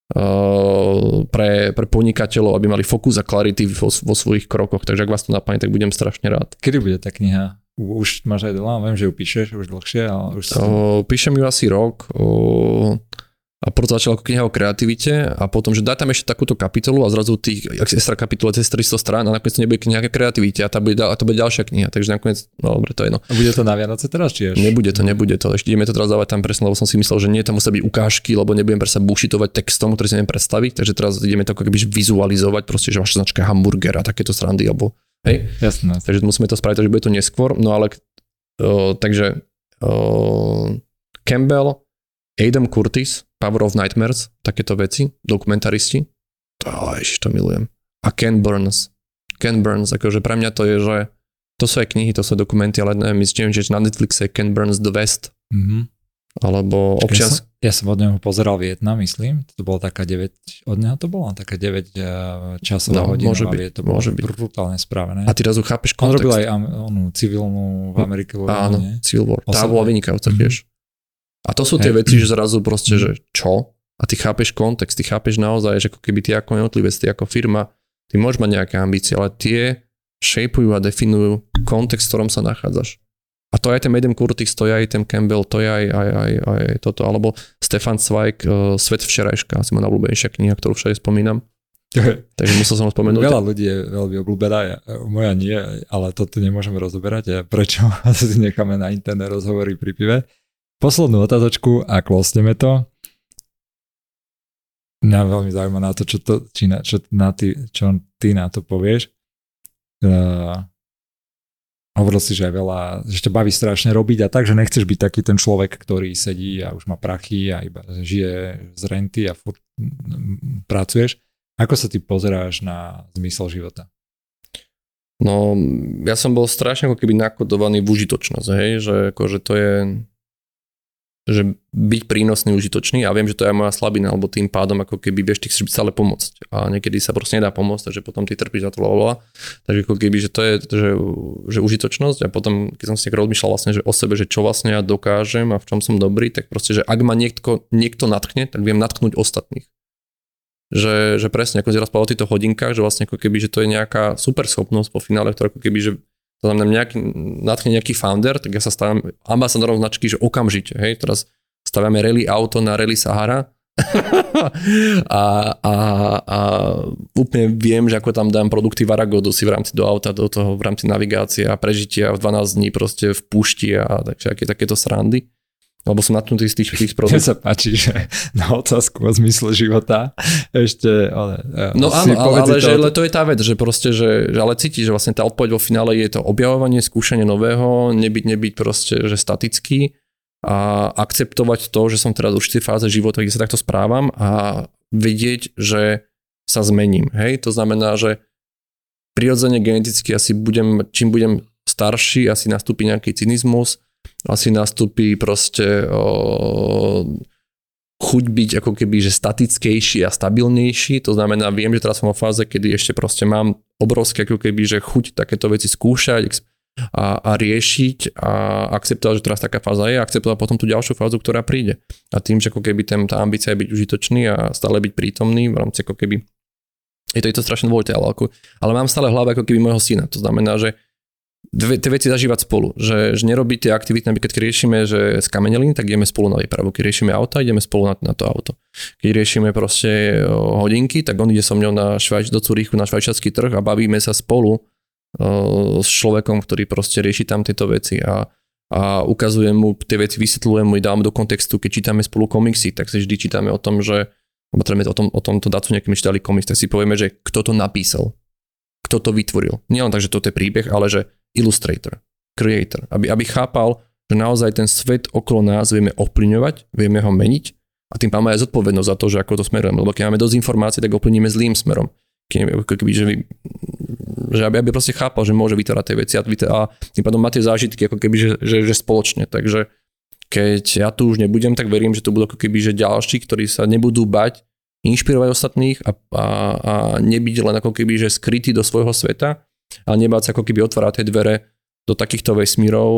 Pre, pre podnikateľov, aby mali fokus a clarity vo, vo svojich krokoch. Takže ak vás to napadne, tak budem strašne rád. Kedy bude tá kniha? Už máš aj dlho, viem, že ju píšeš už dlhšie, ale už... O, píšem ju asi rok o, a preto začal ako kniha o kreativite a potom, že daj tam ešte takúto kapitolu a zrazu tých extra kapitole cez tristo strán a nakoniec to nebude kniha o kreativite a, tá bude, a to bude ďalšia kniha, takže nakoniec, no dobre, to je jedno. A bude to na Vianoce teraz, či až? Nebude to, nebude to, ešte ideme to teraz dávať tam presne, lebo som si myslel, že nie, tam musia byť ukážky, lebo nebudem presa bušitovať textom, ktorý si neviem predstaviť, takže teraz ideme to ako keby vizualizovať, proste, že vaša značka hamburger a takéto srandy, alebo hej. Jasné. Takže musíme to spraviť, takže bude to neskôr, no ale o, takže o, Campbell, Adam Curtis, Power of Nightmares, takéto veci, dokumentaristi. To, ježiš, to milujem. A Ken Burns. Ken Burns, akože pre mňa to je, že to sú aj knihy, to sú dokumenty, ale neviem, myslím, že na Netflixe je Ken Burns The West. Mm-hmm. Alebo občas... Ja som, ja som od neho pozeral Vietnam, myslím. To bola taká deväť, od neho to bola taká deväť časová no, hodina. Môže byť, to bolo môže byť. Brutálne spravené. A ty razu chápeš kontext. On robil aj onú civilnú v Amerike. Áno, Civil War. Tá bola vynikajúca tiež. A to sú tie hey. veci, že zrazu proste, že čo? A ty chápeš kontext, ty chápeš naozaj, že ako keby ty ako jednotlivec, ty ako firma, ty môžeš mať nejaké ambície, ale tie shapeujú a definujú kontext, v ktorom sa nachádzaš. A to je aj ten Adam Curtis, to je aj ten Campbell, to je aj, aj, aj, aj toto, alebo Stefan Zweig, uh, Svet včerajška, asi moja najobľúbenejšia kniha, ktorú všade spomínam. Takže musel som ho spomenúť. Veľa ľudí je veľmi obľúbená, ja, moja nie, ale toto nemôžeme rozoberať a prečo asi necháme na interné rozhovory pri pive. Poslednú otázočku a klosneme to. Mňa veľmi zaujíma na to, čo, to, či na, čo, na ty, čo ty na to povieš. Uh, hovoril si, že aj veľa, že ťa baví strašne robiť a tak, že nechceš byť taký ten človek, ktorý sedí a už má prachy a iba žije z renty a furt pracuješ. Ako sa ty pozeráš na zmysel života? No, ja som bol strašne ako keby nakodovaný v užitočnosť, hej, že akože to je, že byť prínosný, užitočný a viem, že to je moja slabina, alebo tým pádom ako keby vieš, ty chceš byť stále pomôcť a niekedy sa proste nedá pomôcť, takže potom ty trpíš za to blablabla. Takže ako keby, že to je, že, že užitočnosť a potom, keď som si tak rozmýšľal vlastne, že o sebe, že čo vlastne ja dokážem a v čom som dobrý, tak proste, že ak ma niekto, niekto natkne, tak viem natknúť ostatných. Že, že presne, ako si rozprával o týchto hodinkách, že vlastne ako keby, že to je nejaká super schopnosť po finále, ktorá ako keby, že to znamená nejaký, natchne nejaký founder, tak ja sa stávam ambasadorom značky, že okamžite, hej, teraz staviame rally auto na rally Sahara a, a, a úplne viem, že ako tam dám produkty Varagodu si v rámci do auta, do toho v rámci navigácie a prežitia v dvanásť dní proste v púšti a takže aké takéto srandy. Lebo som natknutý z tých, tých produktov. Mne sa páči, že na otázku o zmysle života ešte... Ale, no áno, ale, ale to... že ale to je tá vec, že proste, že, že ale cítiš, že vlastne tá odpoveď vo finále je to objavovanie, skúšanie nového, nebyť, nebyť proste, že statický a akceptovať to, že som teraz už v tej fáze života, kde sa takto správam a vedieť, že sa zmením. Hej, to znamená, že prirodzene geneticky asi budem, čím budem starší, asi nastúpi nejaký cynizmus, asi nastúpi proste o, chuť byť ako keby, že statickejší a stabilnejší, to znamená, viem, že teraz som vo fáze, kedy ešte proste mám obrovské ako keby, že chuť takéto veci skúšať a, a riešiť a akceptovať, že teraz taká fáza je a akceptovať potom tú ďalšiu fázu, ktorá príde. A tým, že ako keby ten, tá ambícia je byť užitočný a stále byť prítomný v rámci ako keby, je to, je to strašne dôležité, ale, ako, ale mám stále v hlave ako keby môjho syna, to znamená, že dve, tie veci zažívať spolu, že, že nerobí tie aktivity, napríklad keď riešime, že skameneliny, tak ideme spolu na výpravu, keď riešime auta, ideme spolu na, na to auto. Keď riešime proste hodinky, tak on ide so mňou na Švajč, do Curychu na švajčiarsky trh a bavíme sa spolu uh, s človekom, ktorý proste rieši tam tieto veci a, a ukazujem mu tie veci, vysvetľujem mu, dám do kontextu, keď čítame spolu komiksy, tak si vždy čítame o tom, že o tom, o tomto dácu nejakými čítali komiks, tak si povieme, že kto to napísal, kto to vytvoril. Nie len tak, že toto je príbeh, ale že illustrator, creator, aby, aby chápal, že naozaj ten svet okolo nás vieme ovplyvňovať, vieme ho meniť a tým máme aj zodpovednosť za to, že ako to smerujeme, lebo keď máme dosť informácií, tak ovplyvníme zlým smerom. Keď, keby, že, že aby, aby proste chápal, že môže vytvárať tie veci a, a tým pádom má tie zážitky ako keby, že, že, že spoločne, takže keď ja tu už nebudem, tak verím, že to budú ako keby, že ďalší, ktorí sa nebudú bať inšpirovať ostatných a, a, a nebyť len ako keby, že skrytý do svojho sveta, ale nebáť sa ako keby otvárať tie dvere do takýchto vesmírov,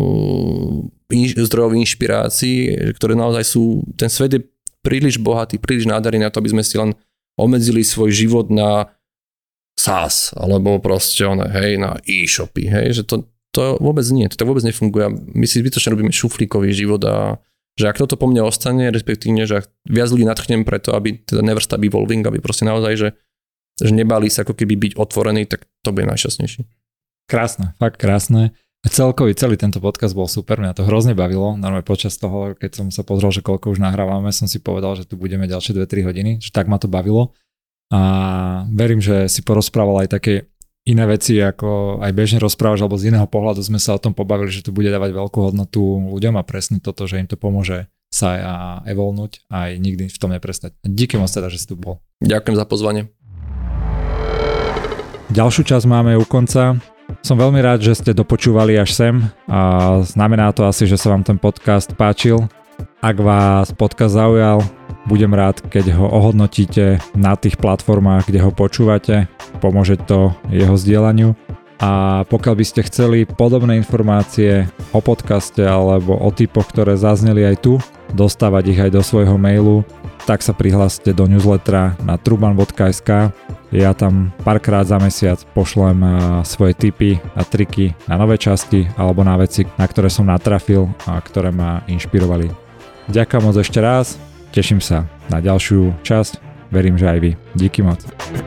inž, zdrojov inšpirácií, ktoré naozaj sú, ten svet je príliš bohatý, príliš nádherný na to, aby sme si len obmedzili svoj život na SaaS, alebo proste one, hej, na e-shopy, hej, že to, to vôbec nie, to tak vôbec nefunguje. My si zbytočne robíme šuflíkový život a že ak toto po mne ostane, respektívne, že ak viac ľudí nadchnem preto, aby teda never stop evolving, aby proste naozaj, že že nebali sa ako keby byť otvorený, tak to bude najšťastnejší. Krásne, fakt krásne. Celkový celý tento podcast bol super, mňa to hrozne bavilo. Normálne počas toho, keď som sa pozrel, že koľko už nahrávame, som si povedal, že tu budeme ďalšie dve tri hodiny, že tak ma to bavilo. A verím, že si porozprával aj také iné veci, ako aj bežne rozprávaš, alebo z iného pohľadu sme sa o tom pobavili, že to bude dávať veľkú hodnotu ľuďom a presne toto, že im to pomôže sa a evolnúť a aj nikdy v tom neprestať. Díky moc teda, že si tu bol. Ďakujem za pozvanie. Ďalšiu časť máme u konca. Som veľmi rád, že ste dopočúvali až sem a znamená to asi, že sa vám ten podcast páčil. Ak vás podcast zaujal, budem rád, keď ho ohodnotíte na tých platformách, kde ho počúvate. Pomôže to jeho zdieľaniu. A pokiaľ by ste chceli podobné informácie o podcaste alebo o typoch, ktoré zazneli aj tu, dostávať ich aj do svojho mailu, tak sa prihláste do newslettera na truban bodka es ká. Ja tam párkrát za mesiac pošlem svoje tipy a triky na nové časti alebo na veci, na ktoré som natrafil a ktoré ma inšpirovali. Ďakujem moc ešte raz, teším sa na ďalšiu časť, verím, že aj vy. Díky moc.